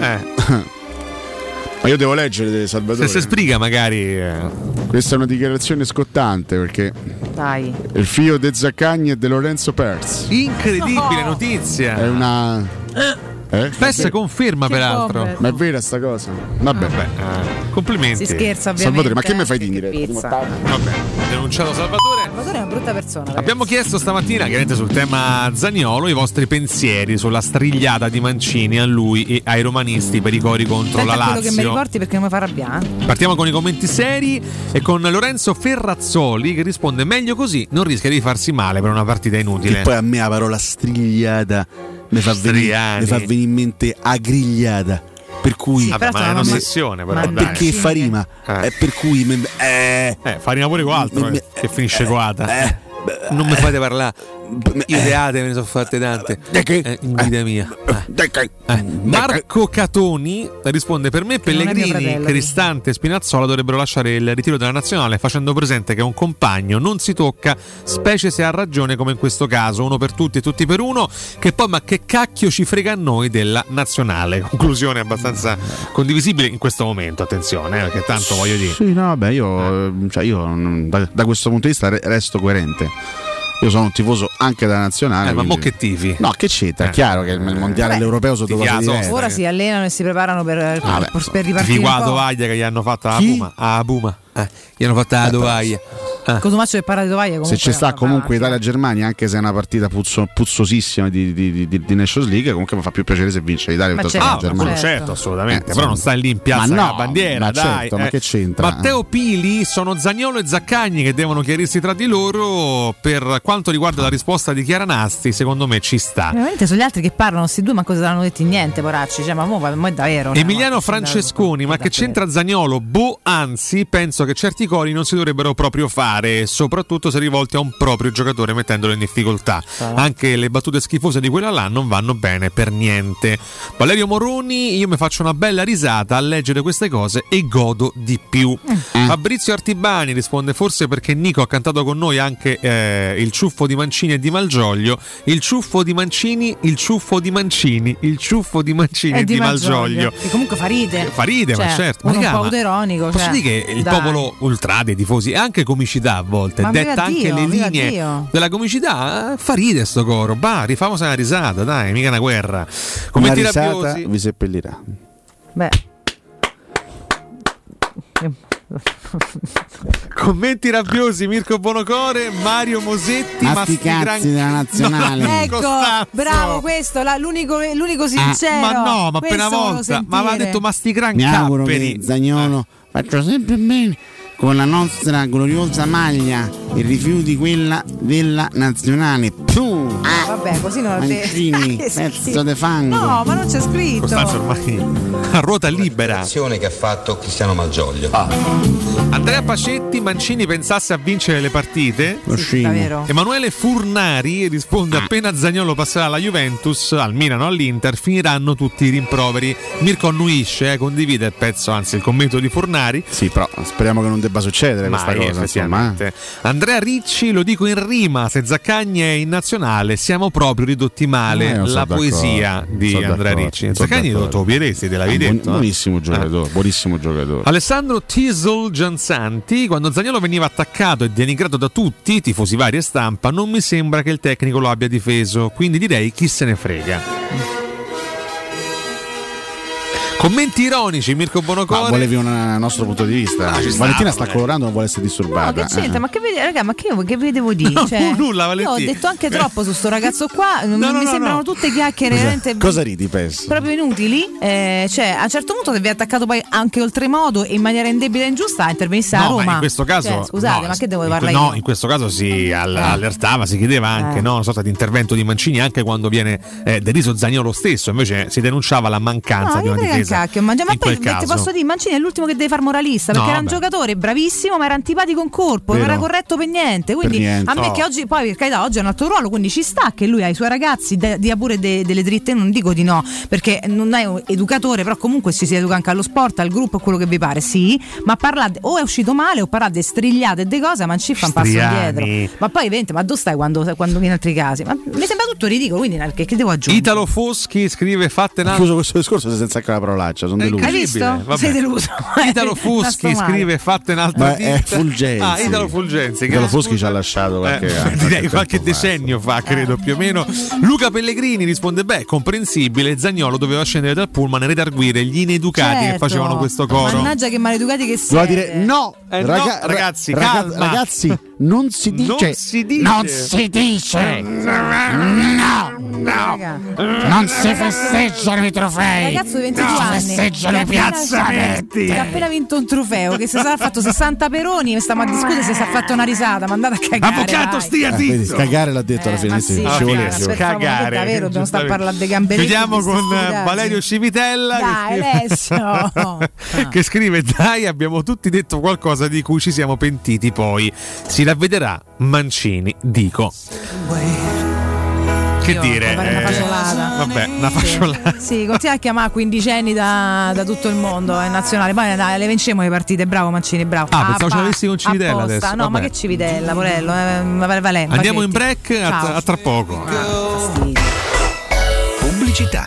Ma io devo leggere, Salvatore. Se si sbriga magari. Questa è una dichiarazione scottante, perché dai. Il figlio de Zaccagni e de Lorenzo Perz. Incredibile notizia. È una Spessa conferma peraltro. Ma è vera sta cosa? Vabbè. Complimenti. Si scherza ovviamente. Salvatore, ma che mi fai di dire? Vabbè, denunciato Salvatore. Salvatore è una brutta persona, ragazzi. Abbiamo chiesto stamattina, chiaramente sul tema Zaniolo, i vostri pensieri sulla strigliata di Mancini a lui e ai romanisti per i cori contro la Lazio. Quello che mi riporti perché non mi fa arrabbiare. Partiamo con i commenti seri e con Lorenzo Ferrazzoli che risponde: meglio così, non rischia di farsi male per una partita inutile. E poi a me la parola strigliata mi fa venire in mente agrigliata. Per cui ma è un'ossessione, però perché fa rima, per cui fa rima pure con altro che finisce coata. Non mi fate parlare, ideate me ne sono fatte tante in vita mia. Marco Catoni risponde: per me Pellegrini, Cristante e Spinazzola dovrebbero lasciare il ritiro della nazionale, facendo presente che un compagno non si tocca, specie se ha ragione come in questo caso, uno per tutti e tutti per uno, che poi ma che cacchio ci frega a noi della nazionale. Conclusione abbastanza condivisibile in questo momento, attenzione, perché tanto voglio dire. Sì, no, vabbè, io da questo punto di vista resto coerente. Io sono un tifoso anche da nazionale. Ma mo che tifi? No, che c'entra? È chiaro che nel mondiale l'europeo sono due cose diverse. Ora si allenano e si preparano per ripartire. Tifi qua a Dovaglia che gli hanno fatto a Puma. Gli hanno fatto la Dovaglia. Cosumaccio che parla di Dovaglia comunque. Se ci sta comunque Italia-Germania, anche se è una partita puzzosissima di Nations League, comunque mi fa più piacere se vince l'Italia piuttosto che la Germania. Certo, assolutamente. Però non stai lì in piazza la bandiera, ma dai. Certo, ma che c'entra? Matteo Pili, sono Zaniolo e Zaccagni che devono chiarirsi tra di loro. Per quanto riguarda la risposta di Chiara Nasti, secondo me ci sta. Veramente sono gli altri che parlano, sti due, ma cosa l'hanno detto niente, poracci. Cioè, ma mo è davvero. Emiliano Francesconi, ma che c'entra Zaniolo? Anzi, penso che certi cori non si dovrebbero proprio fare, soprattutto se rivolti a un proprio giocatore mettendolo in difficoltà. Anche le battute schifose di quella là non vanno bene per niente. Valerio Moroni, io mi faccio una bella risata a leggere queste cose e godo di più. Fabrizio Artibani risponde: forse perché Nico ha cantato con noi anche il ciuffo di Mancini e di Malgioglio. Il ciuffo di Mancini, il ciuffo di Mancini, il ciuffo di Mancini e di Malgioglio. E comunque fa ride, ma certo. Uno un po' autoronico. Posso dire che il popolo ultra dei tifosi è anche comicità a volte, detta anche le linee della comicità, fa ride sto coro. Rifamose una risata, dai, mica una guerra. Commenti rabbiosi vi seppellirà. Commenti rabbiosi: Mirko Bonocore, Mario Mosetti, Masticazzi della nazionale. Ecco, bravo, questo l'unico sincero. Ma appena volta, ma aveva detto Masticran. Mi auguro che Zaniolo faccia sempre bene con la nostra gloriosa maglia e rifiuti quella della nazionale. Vabbè, così non Mancini, pezzo de fango. No, ma non c'è scritto. Costanzo ormai a ruota libera. L'azione che ha fatto Cristiano Malgioglio. Andrea Pacetti, Mancini pensasse a vincere le partite. Davvero. Emanuele Furnari risponde: appena Zaniolo passerà alla Juventus, al Milano, all'Inter, finiranno tutti i rimproveri. Mirko annuisce, condivide il pezzo, anzi il commento di Furnari. Sì, però speriamo che non debba succedere questa cosa, insomma. Andrea Ricci, lo dico in rima, se Zaccagni è in nazionale siamo proprio ridotti male. La poesia di Andrea Ricci. Zaccagni lo topieresti, te l'avevi detto? Buonissimo giocatore, buonissimo giocatore. Alessandro Tisol Gianzanti: quando Zaniolo veniva attaccato e denigrato da tutti, tifosi vari e stampa, non mi sembra che il tecnico lo abbia difeso, quindi direi chi se ne frega. Commenti ironici, Mirko Bonocore. Volevi un nostro punto di vista. Valentina sta colorando, non vuole essere disturbata. No, che c'entra? Ma che raga, ma che vedevo dire? No, nulla, Valentina. Io ho detto anche troppo su sto ragazzo qua. Mi sembrano tutte chiacchiere veramente. Cosa ridi, Pes? Proprio inutili. Cioè, a un certo punto, se vi è attaccato poi anche oltremodo e in maniera indebita e ingiusta, intervenisse a Roma. Ma in questo caso, scusate, ma che devo parlare io? No, in questo caso si allertava, si chiedeva anche una sorta di intervento di Mancini anche quando viene deriso Zaniolo stesso. Invece si denunciava la mancanza di una difesa. Ma poi ti posso dire, Mancini è l'ultimo che deve far moralista, perché era un giocatore bravissimo, ma era antipatico in corpo, non era corretto per niente. Quindi a me che oggi, poi per carità, oggi è un altro ruolo, quindi ci sta che lui ai suoi ragazzi dia pure delle dritte, non dico di no, perché non è un educatore, però comunque si educa anche allo sport, al gruppo, quello che vi pare, sì, ma parlare o è uscito male o parlare di strigliate e di cose, Mancini fa un passo indietro. Ma poi ma dove stai quando viene altri casi? Ma mi sembra tutto ridicolo, quindi che devo aggiungere? Italo Foschi scrive: fatte una. Scusa, questo discorso senza anche la parolaccia, sono deluso. Hai visto? Sei deluso. Italo Fuschi scrive: fatte un'altra è Fulgenzi. Italo Fulgenzi. Italo Fuschi ci ha lasciato qualche decennio fa, credo, più o meno. Luca Pellegrini risponde: comprensibile, Zaniolo doveva scendere dal pullman e redarguire gli ineducati che facevano questo coro. Mannaggia che maleducati che siete. Doveva dire no, ragazzi, calma. Ragazzi, non si dice. Non si dice. No. Non si festeggiano i trofei. Ragazzo di 22 anni. Festeggiano i piazzamenti. Ha appena vinto un trofeo che si sarà fatto 60 peroni e stiamo a discutere se si è fatto una risata. Ma andate a cagare. Avvocato, stia zitto. Cagare l'ha detto alla fine. Sì, cagare. Davvero, dobbiamo stare a parlare dei gamberetti. Chiudiamo con Valerio Civitella. Dai, Alessio. Che scrive: dai, abbiamo tutti detto qualcosa di cui ci siamo pentiti, poi si ravvederà Mancini, dico. Che dire? Una fasciolata. Vabbè, una fasciolata. Sì, continua a chiamare quindicenni da tutto il mondo, è nazionale. Poi le vinciamo le partite, bravo Mancini, bravo. Pensavo ce l'avessi con Civitella adesso. No, ma che Civitella, Porello, andiamo in break, a tra poco. Pubblicità.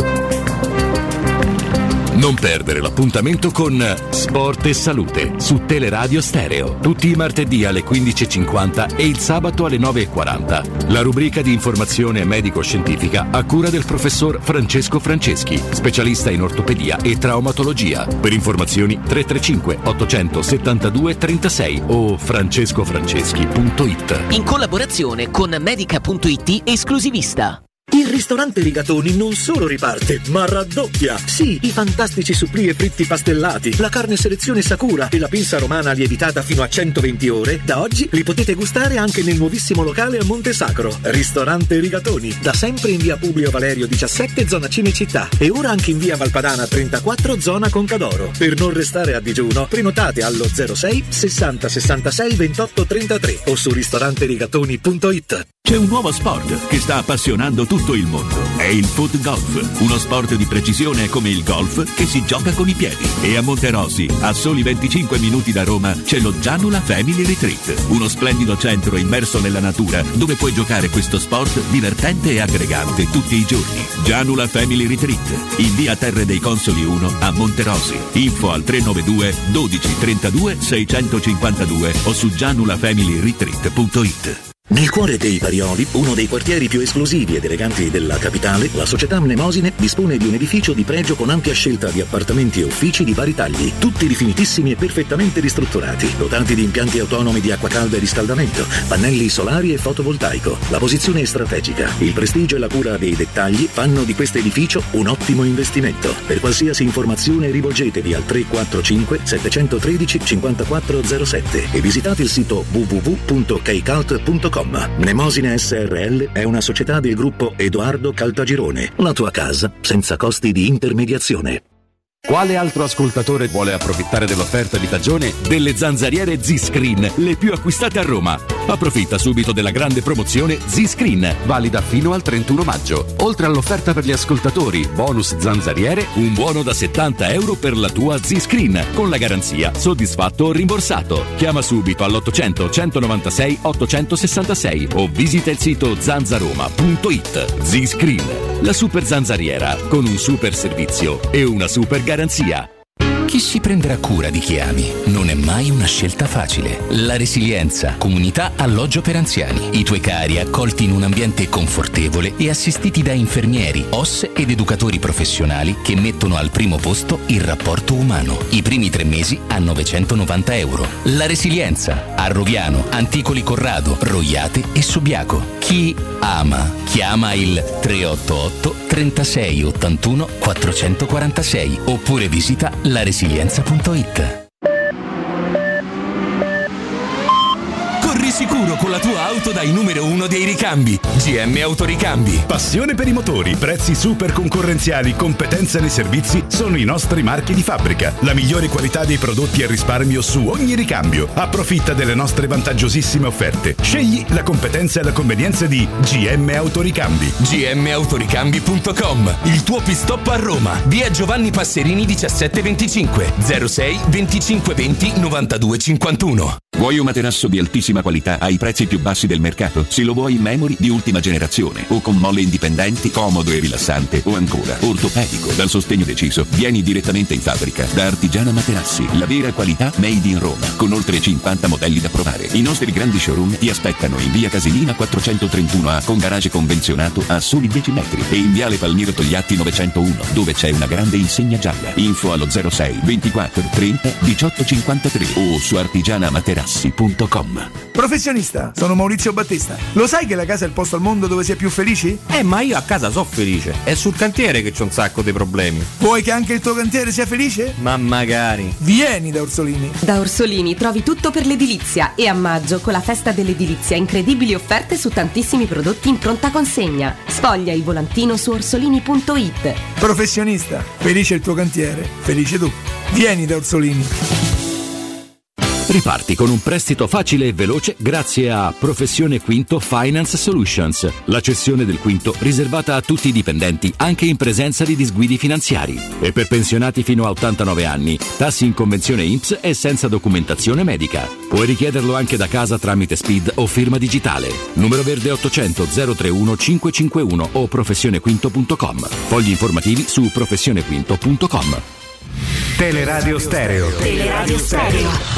Non perdere l'appuntamento con Sport e Salute su Teleradio Stereo, tutti i martedì alle 15.50 e il sabato alle 9.40. La rubrica di informazione medico-scientifica a cura del professor Francesco Franceschi, specialista in ortopedia e traumatologia. Per informazioni 335 872 36 o francescofranceschi.it. In collaborazione con Medica.it esclusivista. Il ristorante Rigatoni non solo riparte, ma raddoppia. Sì, i fantastici supplì e fritti pastellati, la carne selezione Sakura e la pinza romana lievitata fino a 120 ore, da oggi li potete gustare anche nel nuovissimo locale a Monte Sacro. Ristorante Rigatoni, da sempre in via Publio Valerio 17, zona Cinecittà, e ora anche in via Valpadana 34, zona Concadoro. Per non restare a digiuno, prenotate allo 06 60 66 28 33 o su ristoranterigatoni.it. C'è un nuovo sport che sta appassionando tutto il mondo. È il foot golf, uno sport di precisione come il golf che si gioca con i piedi. E a Monterosi, a soli 25 minuti da Roma, c'è lo Gianula Family Retreat, uno splendido centro immerso nella natura dove puoi giocare questo sport divertente e aggregante tutti i giorni. Gianula Family Retreat, in via Terre dei Consoli 1 a Monterosi. Info al 392 12 32 652 o su gianulafamilyretreat.it. Nel cuore dei Parioli, uno dei quartieri più esclusivi ed eleganti della capitale, la società Mnemosine dispone di un edificio di pregio con ampia scelta di appartamenti e uffici di vari tagli, tutti rifinitissimi e perfettamente ristrutturati, dotati di impianti autonomi di acqua calda e riscaldamento, pannelli solari e fotovoltaico. La posizione è strategica, il prestigio e la cura dei dettagli fanno di questo edificio un ottimo investimento. Per qualsiasi informazione rivolgetevi al 345 713 5407 e visitate il sito www.keicalt.com. Mnemosina.com. Mnemosina SRL è una società del gruppo Edoardo Caltagirone. La tua casa senza costi di intermediazione. Quale altro ascoltatore vuole approfittare dell'offerta di stagione delle zanzariere Z-Screen, le più acquistate a Roma? Approfitta subito della grande promozione Z-Screen, valida fino al 31 maggio. Oltre all'offerta per gli ascoltatori, bonus zanzariere, un buono da €70 per la tua Z-Screen, con la garanzia soddisfatto o rimborsato. Chiama subito all'800 196 866 o visita il sito zanzaroma.it. Z-Screen, la super zanzariera, con un super servizio e una super garanzia. Chi si prenderà cura di chi ami? Non è mai una scelta facile. La Resilienza, comunità alloggio per anziani. I tuoi cari accolti in un ambiente confortevole e assistiti da infermieri, OSS ed educatori professionali che mettono al primo posto il rapporto umano. I primi 3 mesi a €990. La Resilienza, a Roviano, Anticoli Corrado, Roiate e Subiaco. Chi ama, chiama il 388 36 81 446 oppure visita laresilienza.it. Corri sicuro con la tua auto dai numero 1 dei ricambi. GM Autoricambi. Passione per i motori, prezzi super concorrenziali, competenza nei servizi sono i nostri marchi di fabbrica. La migliore qualità dei prodotti e risparmio su ogni ricambio. Approfitta delle nostre vantaggiosissime offerte. Scegli la competenza e la convenienza di GM Autoricambi. gmautoricambi.com. Il tuo pit-stop a Roma. Via Giovanni Passerini 1725 06 25 20 92 51. Vuoi un materasso di altissima qualità ai prezzi più bassi del mercato? Se lo vuoi in memory di ultima generazione o con molle indipendenti, comodo e rilassante o ancora ortopedico dal sostegno deciso, vieni direttamente in fabbrica da Artigiana Materassi, la vera qualità made in Roma, con oltre 50 modelli da provare. I nostri grandi showroom ti aspettano in via Casilina 431A con garage convenzionato a soli 10 metri e in viale Palmiro Togliatti 901 dove c'è una grande insegna gialla. Info allo 06 24 30 18 53 o su artigianamaterassi.com. Professionista, sono Maurizio Battista. Lo sai che la casa è il posto al mondo dove si è più felici? Ma io a casa so felice. È sul cantiere che c'ho un sacco di problemi. Vuoi che anche il tuo cantiere sia felice? Ma magari. Vieni da Orsolini. Da Orsolini trovi tutto per l'edilizia e a maggio con la festa dell'edilizia incredibili offerte su tantissimi prodotti in pronta consegna. Sfoglia il volantino su orsolini.it. Professionista, felice il tuo cantiere, felice tu. Vieni da Orsolini. Riparti con un prestito facile e veloce grazie a Professione Quinto Finance Solutions, la cessione del quinto riservata a tutti i dipendenti anche in presenza di disguidi finanziari. E per pensionati fino a 89 anni, tassi in convenzione INPS e senza documentazione medica. Puoi richiederlo anche da casa tramite SPID o firma digitale. Numero verde 800 031 551 o professionequinto.com. Fogli informativi su professionequinto.com. Teleradio Stereo. Teleradio Stereo.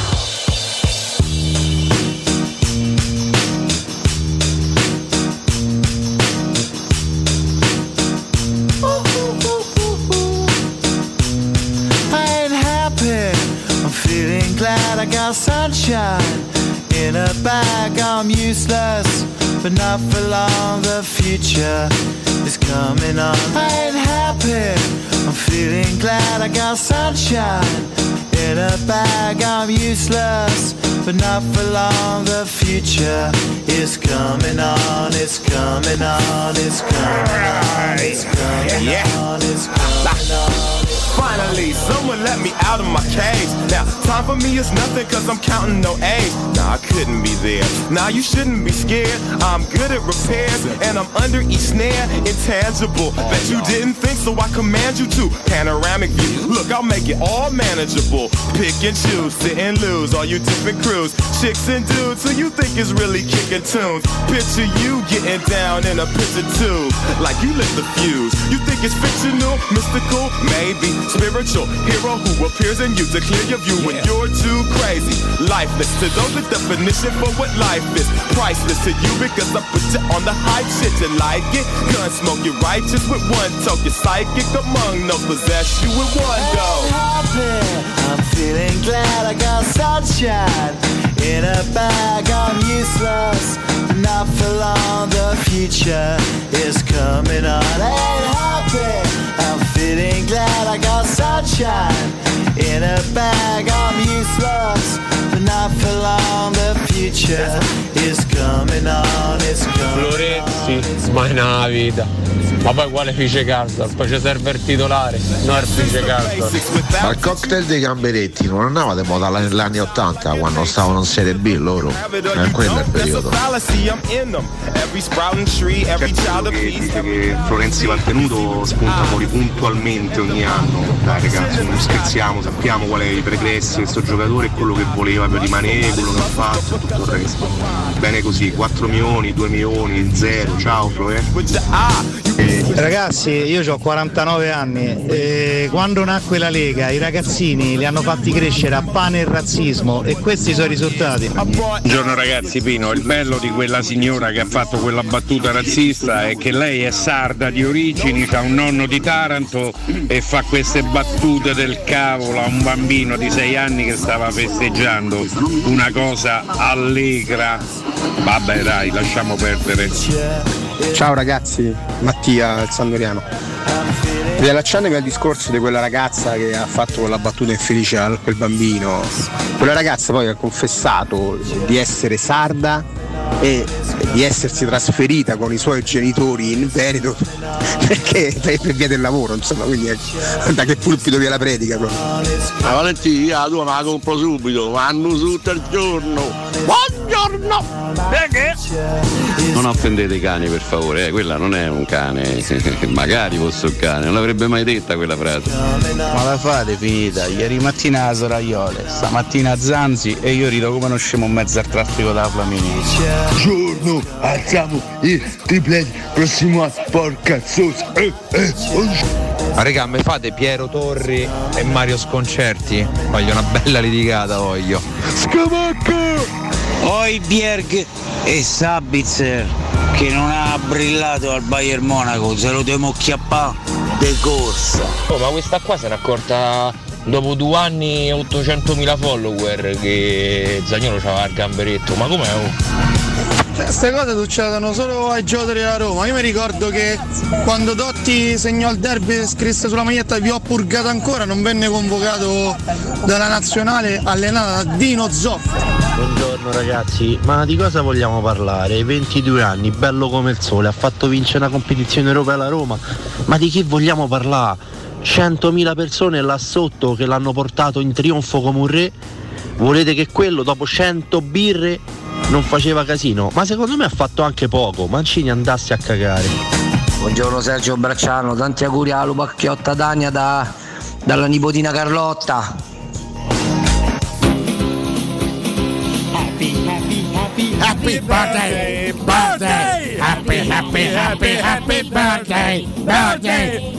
Glad I got sunshine in a bag. I'm useless, but not for long. The future is coming on. I ain't happy. I'm feeling glad I got sunshine in a bag. I'm useless, but not for long. The future is coming on. It's coming on. It's coming on. It's coming on. It's coming on. Finally, someone let me out of my cage. Now, time for me is nothing cause I'm counting no A's. Nah, I couldn't be there. Now you shouldn't be scared. I'm good at repairs and I'm under each snare. Intangible. Bet you didn't think so I command you to. Panoramic view. Look, I'll make it all manageable. Pick and choose, sit and lose. All you different crews. Chicks and dudes who you think is really kicking tunes. Picture you getting down in a picture tube. Like you lit the fuse. You think it's fictional, mystical, maybe. Spiritual hero who appears in you to clear your view when you're too crazy. Lifeless to those, the definition for what life is. Priceless to you because I put you on the hype shit. You like it? Gun smoke, you're righteous with one toke. You're psychic among no possess you with one go. I'm feeling glad I got sunshine in a bag. I'm useless, not for long. The future is coming on. I ain't happy. I'm feeling glad I got sunshine in a bag. I'm useless, but not for long. The future is coming on. nella vita. Ma poi quale Fice Castor? Poi ci serve il titolare, non il Fice Castor. Ma il cocktail dei Gamberetti non andava di moda negli anni 80 quando stavano in Serie B loro? Quello è il periodo. Certo, che dice che Florenzi Valtenuto spunta fuori puntualmente ogni anno. Dai ragazzi, non scherziamo, sappiamo qual è i pregressi di questo giocatore e quello che voleva per rimanere, quello che ha fatto e tutto il resto. Bene così, 4 milioni, 2 milioni, 0, ciao Flo. Ragazzi, io ho 49 anni e quando nacque la Lega i ragazzini li hanno fatti crescere a pane e razzismo e questi sono i risultati. Buongiorno ragazzi, Pino, il bello di quella signora che ha fatto quella battuta razzista è che lei è sarda di origini, ha un nonno di Taranto e fa queste battute del cavolo a un bambino di 6 anni che stava festeggiando una cosa allegra. Vabbè dai, lasciamo perdere. Ciao ragazzi, Mattia, il Sandoriano. Riallacciandomi al discorso di quella ragazza che ha fatto quella battuta infelice a quel bambino, quella ragazza poi ha confessato di essere sarda e di essersi trasferita con i suoi genitori in Veneto perché per via del lavoro, insomma, quindi da che pulpito via la predica proprio. Valentina, tu me la compro subito, vanno tutto il giorno. Buongiorno! Perché? Non offendete i cani per favore, quella non è un cane, magari fosse un cane, non l'avrebbe mai detta quella frase. Ma la fate finita? Ieri mattina a Soraiole, stamattina a Zanzi e io rido come non scemo in mezzo al traffico da Flaminese. Giorno, alziamo il triplete, prossimo anno, porca zozza. Ma raga, me fate Piero Torri e Mario Sconcerti? Voglio una bella litigata, voglio. Scamacca! Oi Bjerg e Sabitzer che non ha brillato al Bayern Monaco, se lo devo chiappare de corsa. Oh, ma questa qua se n'è accorta dopo 2 anni e 800.000 follower che Zaniolo c'aveva il gamberetto, ma com'è? Queste cose succedono solo ai giocatori della Roma. Io mi ricordo che quando Totti segnò il derby, scrisse sulla maglietta "vi ho purgato ancora", non venne convocato dalla nazionale allenata da Dino Zoff. Buongiorno ragazzi, ma di cosa vogliamo parlare? 22 anni, bello come il sole, ha fatto vincere una competizione europea alla Roma, ma di chi vogliamo parlare? 100.000 persone là sotto che l'hanno portato in trionfo come un re. Volete che quello dopo 100 birre non faceva casino? Ma secondo me ha fatto anche poco. Mancini andasse a cagare. Buongiorno Sergio Bracciano, tanti auguri alla Lupacchiotta Dania dalla nipotina Carlotta. Happy birthday, birthday, happy birthday, birthday,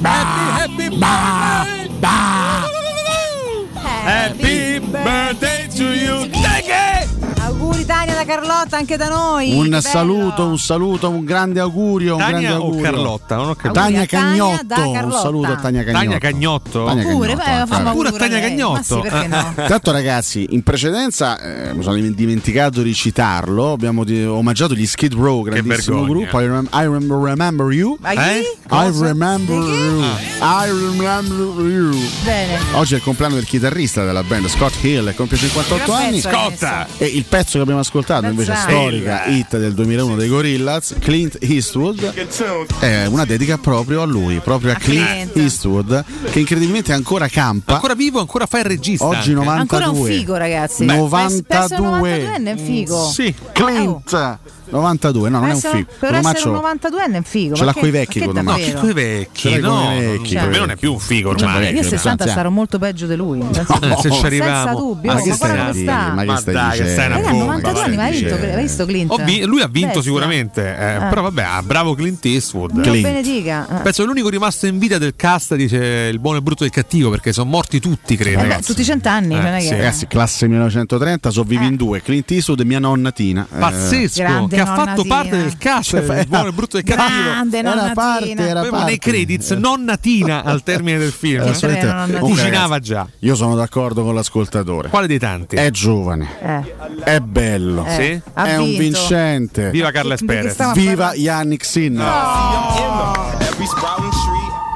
happy birthday to you. Auguri Tania da Carlotta anche da noi. Un saluto, un grande augurio. Tania un grande augurio. o Carlotta? Non ho capito. Tania Cagnotto. Tania Un saluto a Tania Cagnotto. Tania Cagnotto? Pure pure a Tania Cagnotto. Ma sì, perché no? Tanto ragazzi, in precedenza mi sono dimenticato di citarlo. Abbiamo omaggiato gli Skid Row, grandissimo gruppo. I remember you. I remember you. I remember you. Bene. Oggi è il compleanno del chitarrista della band, Scott Hill, compie 58 anni. Scotta! E il pezzo che abbiamo ascoltato invece è storica hit del 2001 dei Gorillaz, Clint Eastwood, è una dedica proprio a lui, proprio a Clint Eastwood, che incredibilmente ancora campa, ancora vivo, ancora fa il regista, oggi 92, ancora un figo ragazzi, 92 è un figo, sì, Clint 92, no, non è un figo. Per essere un 92enne è un figo. Ce l'ha coi vecchi, secondo me. No, che coi vecchi? No, per me non è più un figo ormai. Io a 60 sarò molto peggio di lui. Se ci arriviamo. Senza dubbio. Ma che stai dicendo? Ma che stai dicendo? 92 anni, ma hai visto Clint? Lui ha vinto sicuramente, però vabbè, bravo Clint Eastwood. Dio benedica. Penso che l'unico rimasto in vita del cast dice il buono, il brutto e il cattivo, perché sono morti tutti, credo. Tutti 100 anni. Ragazzi, classe 1930, so vivi in due, Clint Eastwood e mia nonna Tina. Pazzesco, che ha fatto parte del cast, il buono, il brutto e il cattivo. Era parte. Nei credits nonna Tina al termine del film. Cucinava già. Io sono d'accordo con l'ascoltatore. Quale dei tanti? È giovane, è bello, sì? È un vincente. Viva Carles Perez. Viva Yannick Sinner.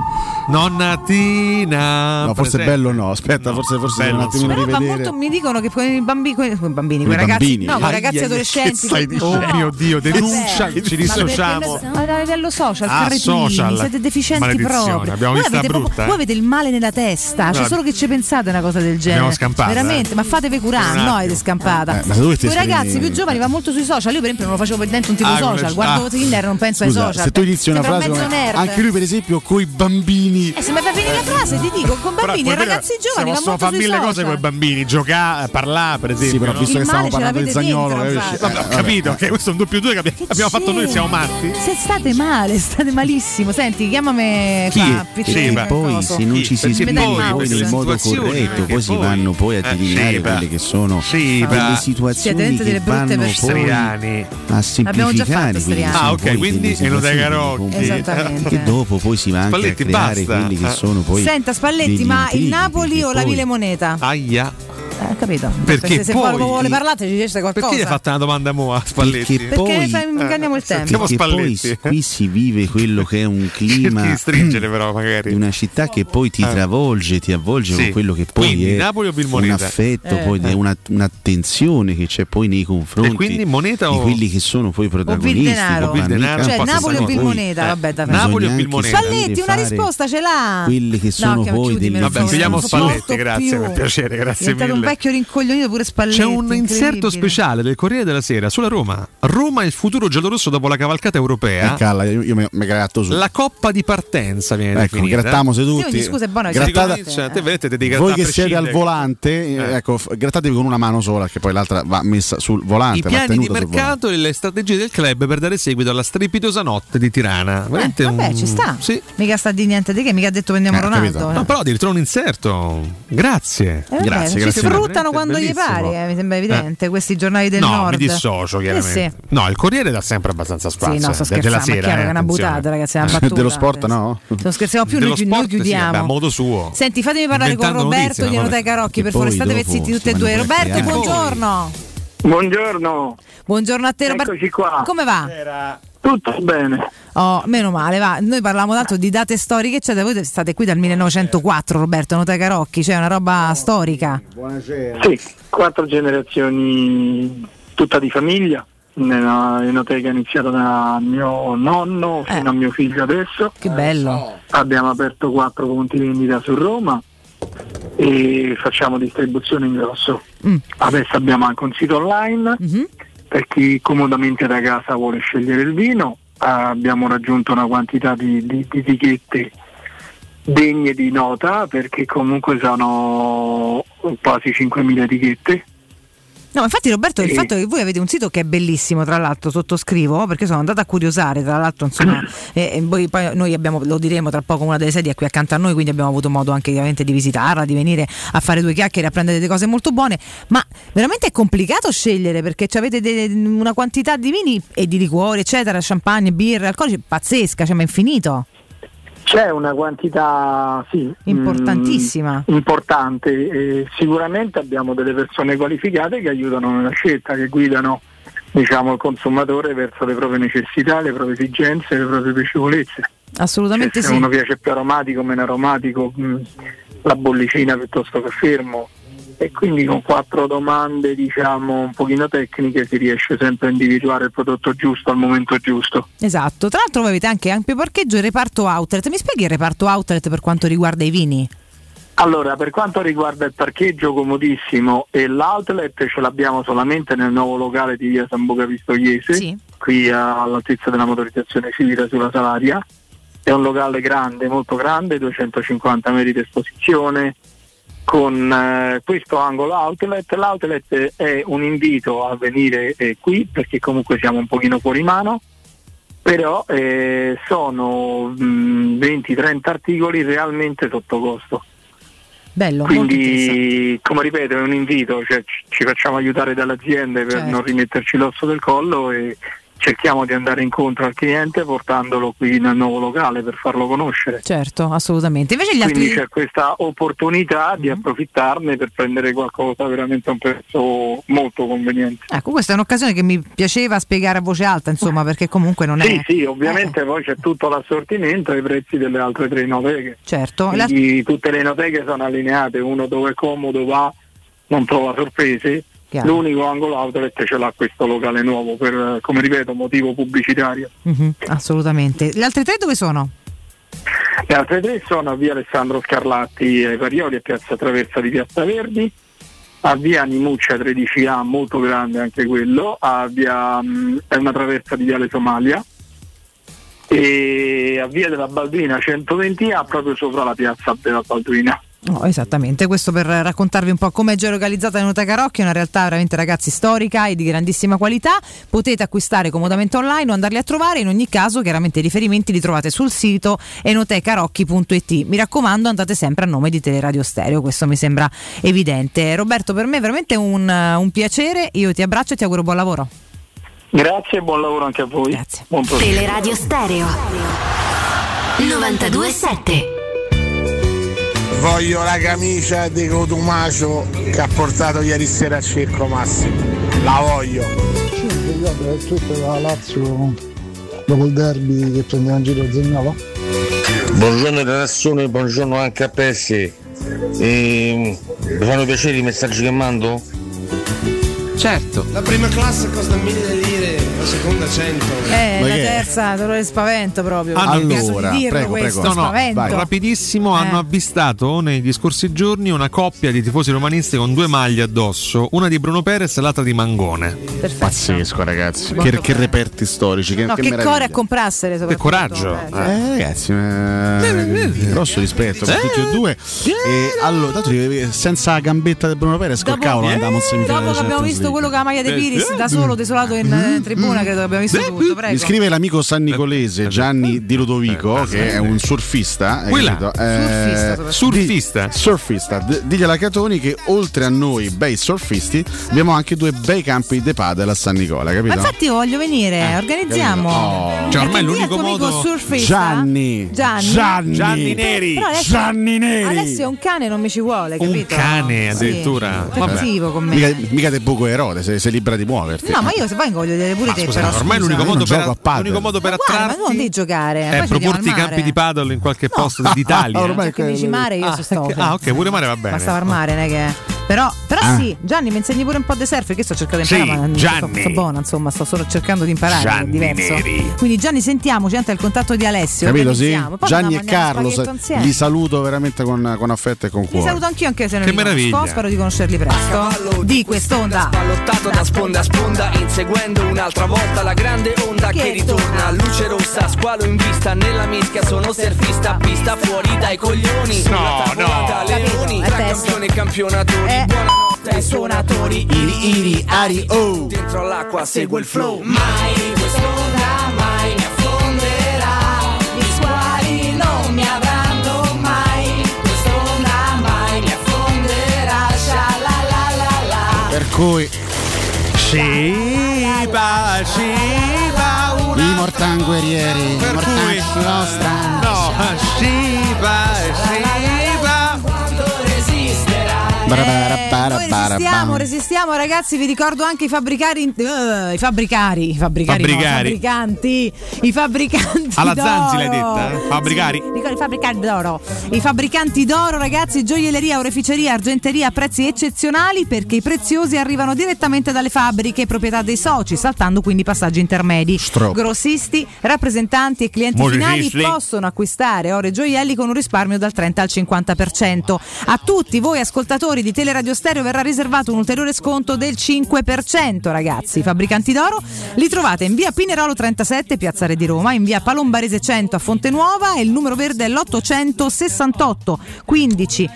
Nonna Tina. No, forse bello no, aspetta, forse devo un attimino però rivedere. molto, mi dicono che quei bambini, quei ragazzi, no, quei ragazzi adolescenti. Oh mio Dio, denuncia, ci dissociamo. Ma a livello social, carretini, social. siete deficienti Maledizione, proprio. abbiamo vista brutta. Voi avete il male nella testa, c'è solo che ci pensate una cosa del genere. Abbiamo scampato. Veramente, ma fatevi curare, no, avete scampata. Quei ragazzi più giovani va molto sui social. Io per esempio non lo facevo per dentro un tipo social, guardo Tinder, non penso ai social. Se tu inizi una frase anche lui per esempio coi bambini. Se mi fai finire la frase ti dico con bambini e ragazzi giovani va molto fare sui mille social. cose con i bambini, giocare, parlare per esempio. Sì, però visto che stiamo parlando di Zaniolo, ho capito che questo è un 2+2 che abbiamo fatto noi, siamo matti. Se state male, state malissimo. Senti, chiamami e poi se non ci si spiega poi nel modo corretto, poi si vanno poi a delineare quelle che sono delle situazioni che vanno poi a semplificare. Ok, quindi Enoteca Rocchi. Esattamente. E dopo poi si va anche a creare quelli che sono poi. Senta Spalletti, ma il Napoli o la Vile Moneta? Aia. Capito? Perché se poi vuole parlate ci dice qualcosa. Perché gli hai fatto una domanda a Spalletti? Perché inganniamo il tempo. Perché poi qui si vive quello che è un clima di stringere però magari di una città che poi ti travolge, ti avvolge con quello che poi quindi, è Napoli o un affetto, poi è un'attenzione che c'è poi nei confronti e quindi moneta di quelli che sono poi protagonisti. Cioè Napoli o Bilmoneta, vabbè davvero. Napoli o Bilmoneta. Spalletti, una risposta ce l'ha. Quelli che sono poi degli vabbè, chiudiamo Spalletti, grazie, per piacere, grazie mille. Un vecchio rincoglionito pure Spalletti. C'è un inserto speciale del Corriere della Sera sulla Roma. Roma il futuro giallorosso dopo la cavalcata europea. Calla, io mi gratto su. La coppa di partenza viene definita. Grattiamo seduti. Scusa, è buono. Voi che siete al volante, ecco, grattatevi con una mano sola, che poi l'altra va messa sul volante. I piani di mercato e le strategie del club per dare seguito alla strepitosa notte di Tirana. Vabbè, ci sta. Sì. Mica sta di niente di che, mica ha detto prendiamo Ronaldo. No, però addirittura un inserto. Grazie. Grazie. Ci sfruttano quando gli pare, mi sembra evidente. Questi giornali del Nord. No, mi dissocio chiaramente. Sì. No, il Corriere dà sempre abbastanza spazio. Sì, no, sto scherzando, della sera, ma chiaro che è una buttata, ragazzi, è una battuta. Dello sport no? Non scherziamo più, noi chiudiamo. A modo suo. Senti, fatemi parlare con Roberto di Enoteca Rocchi, per favore, state zitti tutti e due. Roberto, buongiorno. Buongiorno a te, Roberto. Eccoci qua. Come va? Tutto bene. Oh, meno male, va. Noi parliamo tanto di date storiche, eccetera. Voi state qui dal 1904, Roberto, Enoteca Rocchi, cioè una roba storica. Buonasera. Sì, 4 generazioni, tutta di famiglia. L'Enoteca è iniziata da mio nonno fino a mio figlio adesso. Che bello. Abbiamo aperto 4 punti vendita su Roma e facciamo distribuzione in grosso. Adesso abbiamo anche un sito online per chi comodamente da casa vuole scegliere il vino. Abbiamo raggiunto una quantità di etichette degne di nota, perché comunque sono quasi 5.000 etichette. No, infatti Roberto, il fatto che voi avete un sito che è bellissimo, tra l'altro sottoscrivo, perché sono andata a curiosare, tra l'altro insomma, e poi noi abbiamo, lo diremo tra poco, una delle sedi è qui accanto a noi, quindi abbiamo avuto modo anche ovviamente di visitarla, di venire a fare 2 chiacchiere, a prendere delle cose molto buone, ma veramente è complicato scegliere, perché avete una quantità di vini e di liquori, eccetera, champagne, birre, alcolici pazzesca, cioè ma infinito. C'è una quantità importantissima, importante, sicuramente abbiamo delle persone qualificate che aiutano nella scelta, che guidano il consumatore verso le proprie necessità, le proprie esigenze, le proprie piacevolezze. Assolutamente se uno piace più aromatico, meno aromatico, la bollicina piuttosto che fermo, e quindi con 4 domande un pochino tecniche si riesce sempre a individuare il prodotto giusto al momento giusto. Esatto, tra l'altro voi avete anche ampio parcheggio e reparto outlet. Mi spieghi il reparto outlet per quanto riguarda i vini? Allora, per quanto riguarda il parcheggio, comodissimo, e l'outlet ce l'abbiamo solamente nel nuovo locale di via San Boca Pistoiese, qui all'altezza della motorizzazione civile sulla Salaria. È un locale grande, molto grande, 250 metri di esposizione, con questo angolo outlet. L'outlet è un invito a venire qui, perché comunque siamo un pochino fuori mano, però sono 20-30 articoli realmente sotto costo. Bello, quindi come ripeto è un invito, cioè ci facciamo aiutare dalle aziende per non rimetterci l'osso del collo, e cerchiamo di andare incontro al cliente portandolo qui nel nuovo locale per farlo conoscere. Certo, assolutamente. Invece gli Quindi altri... c'è questa opportunità di approfittarne per prendere qualcosa veramente a un prezzo molto conveniente. Ecco, questa è un'occasione che mi piaceva spiegare a voce alta, insomma, perché comunque non è... Sì, ovviamente poi c'è tutto l'assortimento e i prezzi delle altre 3 enoteche. Certo. Quindi tutte le enoteche sono allineate, uno dove è comodo va, non trova sorprese. Chiaro. L'unico angolo outlet ce l'ha questo locale nuovo per, come ripeto, motivo pubblicitario. Assolutamente. Le altre 3 dove sono? Le altre 3 sono a via Alessandro Scarlatti ai Parioli, a piazza Traversa di Piazza Verdi, a via Nimuccia 13A, molto grande anche quello, è una traversa di viale Somalia, e a via della Balduina 120A, proprio sopra la piazza della Balduina. No, esattamente, questo per raccontarvi un po' come è geolocalizzata l'Enoteca Rocchi, è una realtà veramente, ragazzi, storica e di grandissima qualità. Potete acquistare comodamente online o andarli a trovare. In ogni caso, chiaramente i riferimenti li trovate sul sito enotecarocchi.it. Mi raccomando, andate sempre a nome di Teleradio Stereo, questo mi sembra evidente. Roberto, per me è veramente un piacere, io ti abbraccio e ti auguro buon lavoro. Grazie e buon lavoro anche a voi. Grazie. Buon proseguo. Teleradio Stereo 92.7. Voglio la camicia di Cotumacio che ha portato ieri sera a Circo Massimo. La voglio. Tutta la Lazio dopo il derby che prendeva in giro Zaniolo. Buongiorno redazione, buongiorno anche a Pessi. Vi fanno piacere i messaggi che mando? Certo. La prima classe costa 1.000 lire, la seconda 100. La terza, dolore e spavento proprio. Allora, prego. Rapidissimo, hanno avvistato negli scorsi giorni una coppia di tifosi romanisti con 2 maglie addosso, una di Bruno Perez e l'altra di Mangone. Perfetto. Pazzesco, ragazzi. Che reperti storici, che core a comprassere, che coraggio. Ragazzi, grosso rispetto per tutti e due. E allora, tanto senza la gambetta del Bruno Perez, col cavolo andavamo in semifinale. Dopo che abbiamo visto quello con la maglia di Piris da solo, desolato in tribuna, credo che abbiamo visto tutto. Prego. Mi scrive l'amico San Nicolese Gianni Di Ludovico, che è un surfista. Surfista. Digli alla Catoni che oltre a noi bei surfisti abbiamo anche 2 bei campi di padel a San Nicola, capito? Ma infatti io voglio venire, organizziamo. Cioè ormai l'unico modo. Gianni Neri. Alessio è un cane, non mi ci vuole, capito? Un cane addirittura. È cattivo con me. Mica te buco Erode, sei libera di muoverti. No, ma io se poi voglio vedere pure te. Scusa, però ormai l'unico modo per attrarti, ma tu non devi giocare. è proporti i campi di paddle in qualche posto d'Italia. Ormai che dici mare, io ci sto. Ok, pure mare va bene. Basta far mare, non è che. Però sì, Gianni, mi insegni pure un po' di surf, perché sto cercando di imparare, ma sto buona, insomma, sto solo cercando di imparare, Gianni, è diverso. Neri. Quindi Gianni, sentiamoci anche il contatto di Alessio. Capito, sì? Gianni e Carlo, li saluto veramente con affetto e con cuore. Li saluto anch'io, anche se non che li meraviglia. conosco, spero di conoscerli presto. Di quest'onda. Ballottato da sponda a sponda, inseguendo un'altra volta la grande onda che ritorna. Luce rossa, squalo in vista, nella mischia sono surfista, pista fuori dai coglioni. No, leoni, tra campioni e campionatori. Buonanotte ai suonatori, iri, ari, oh. Dentro all'acqua segue il flow. Mai quest'onda mai mi affonderà, gli squali non mi avranno mai. Quest'onda mai mi affonderà, sha-la-la-la-la. Per cui Shiba, i mortanguerieri, per cui Noi resistiamo, ragazzi. Vi ricordo anche i fabbricanti alla d'oro. Zanzi l'hai detta? I fabbricanti d'oro, ragazzi. Gioielleria, oreficeria, argenteria a prezzi eccezionali, perché i preziosi arrivano direttamente dalle fabbriche, proprietà dei soci, saltando quindi passaggi intermedi. Grossisti, rappresentanti e clienti finali possono acquistare oro e gioielli con un risparmio dal 30 al 50%. A tutti voi ascoltatori di Teleradio Stereo verrà riservato un ulteriore sconto del 5%, ragazzi. I fabbricanti d'oro li trovate in via Pinerolo 37, Piazza Re di Roma, in via Palombarese 100 a Fonte Nuova, e il numero verde è l'868 15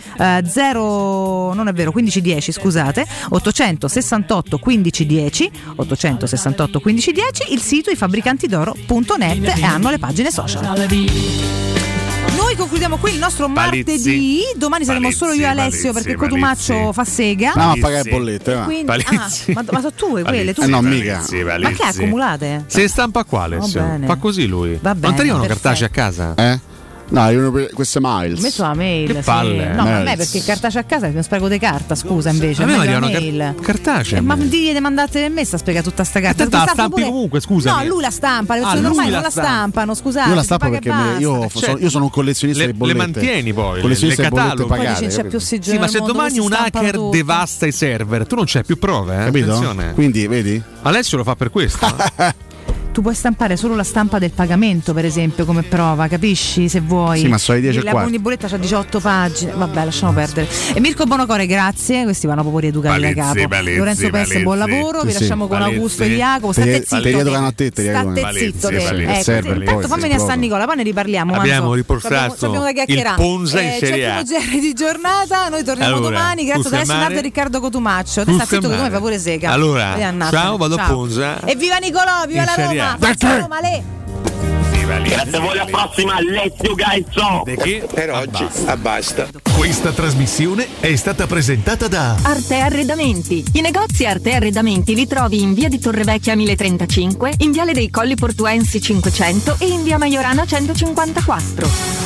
1510, scusate, 868 1510, 868 1510, il sito ifabbricantidoro.net, e hanno le pagine social. Noi Noi concludiamo qui il nostro martedì. Domani saremo solo io e Alessio perché Cotumaccio fa sega. No, a pagare bollette. Quindi, ma sono tue quelle? Tu no, mica. Ma che accumulate? Se stampa qua, Alessio. Fa così lui. Va bene, non ti arrivano cartacei a casa? No, io queste miles. Metto la mail. Che palle. Sì. No, ma a me perché cartacea a casa mi spreco di carta, scusa invece. A me arrivano mail. Cartacea. Ma di mandate a me sta spiegare tutta sta carta. La stampi pure... comunque, scusa. No, lui la stampa, le persone normali non la stampano, scusate. Io la stampo perché io sono un collezionista di bollette. Le mantieni poi, collezionista le cataloghi. Poi non c'è più sì, ma se domani un hacker devasta i server, tu non c'hai più prove, capito? Attenzione. Quindi, vedi? Alessio lo fa per questo. Tu puoi stampare solo la stampa del pagamento, per esempio, come prova, capisci? Se vuoi. Sì, ma so i 10 la bolletta c'ha 18 pagine. Vabbè, lasciamo perdere. E Mirko Bonocore, grazie. Questi vanno proprio rieducati da capo. Lorenzo Pesse, buon lavoro. Vi lasciamo con Augusto e Jacopo. State zitto. State zitto. Tanto fammi venire a San Nicola, poi ne riparliamo. Abbiamo riportato il Ponza in Serie A. GR di giornata. Noi torniamo domani. Grazie ad Alessio Nardo e Riccardo Cotumaccio. Adesso sta zitto che tu mi fai pure sega. Allora, ciao, vado a Ponza. E viva Nicolò, viva la Roma. Grazie a voi, alla prossima. Alessio Gaizzo. Per oggi basta. Questa trasmissione è stata presentata da Arte Arredamenti. I negozi Arte Arredamenti li trovi in via di Torrevecchia 1035, in viale dei Colli Portuensi 500 e in via Maiorana 154.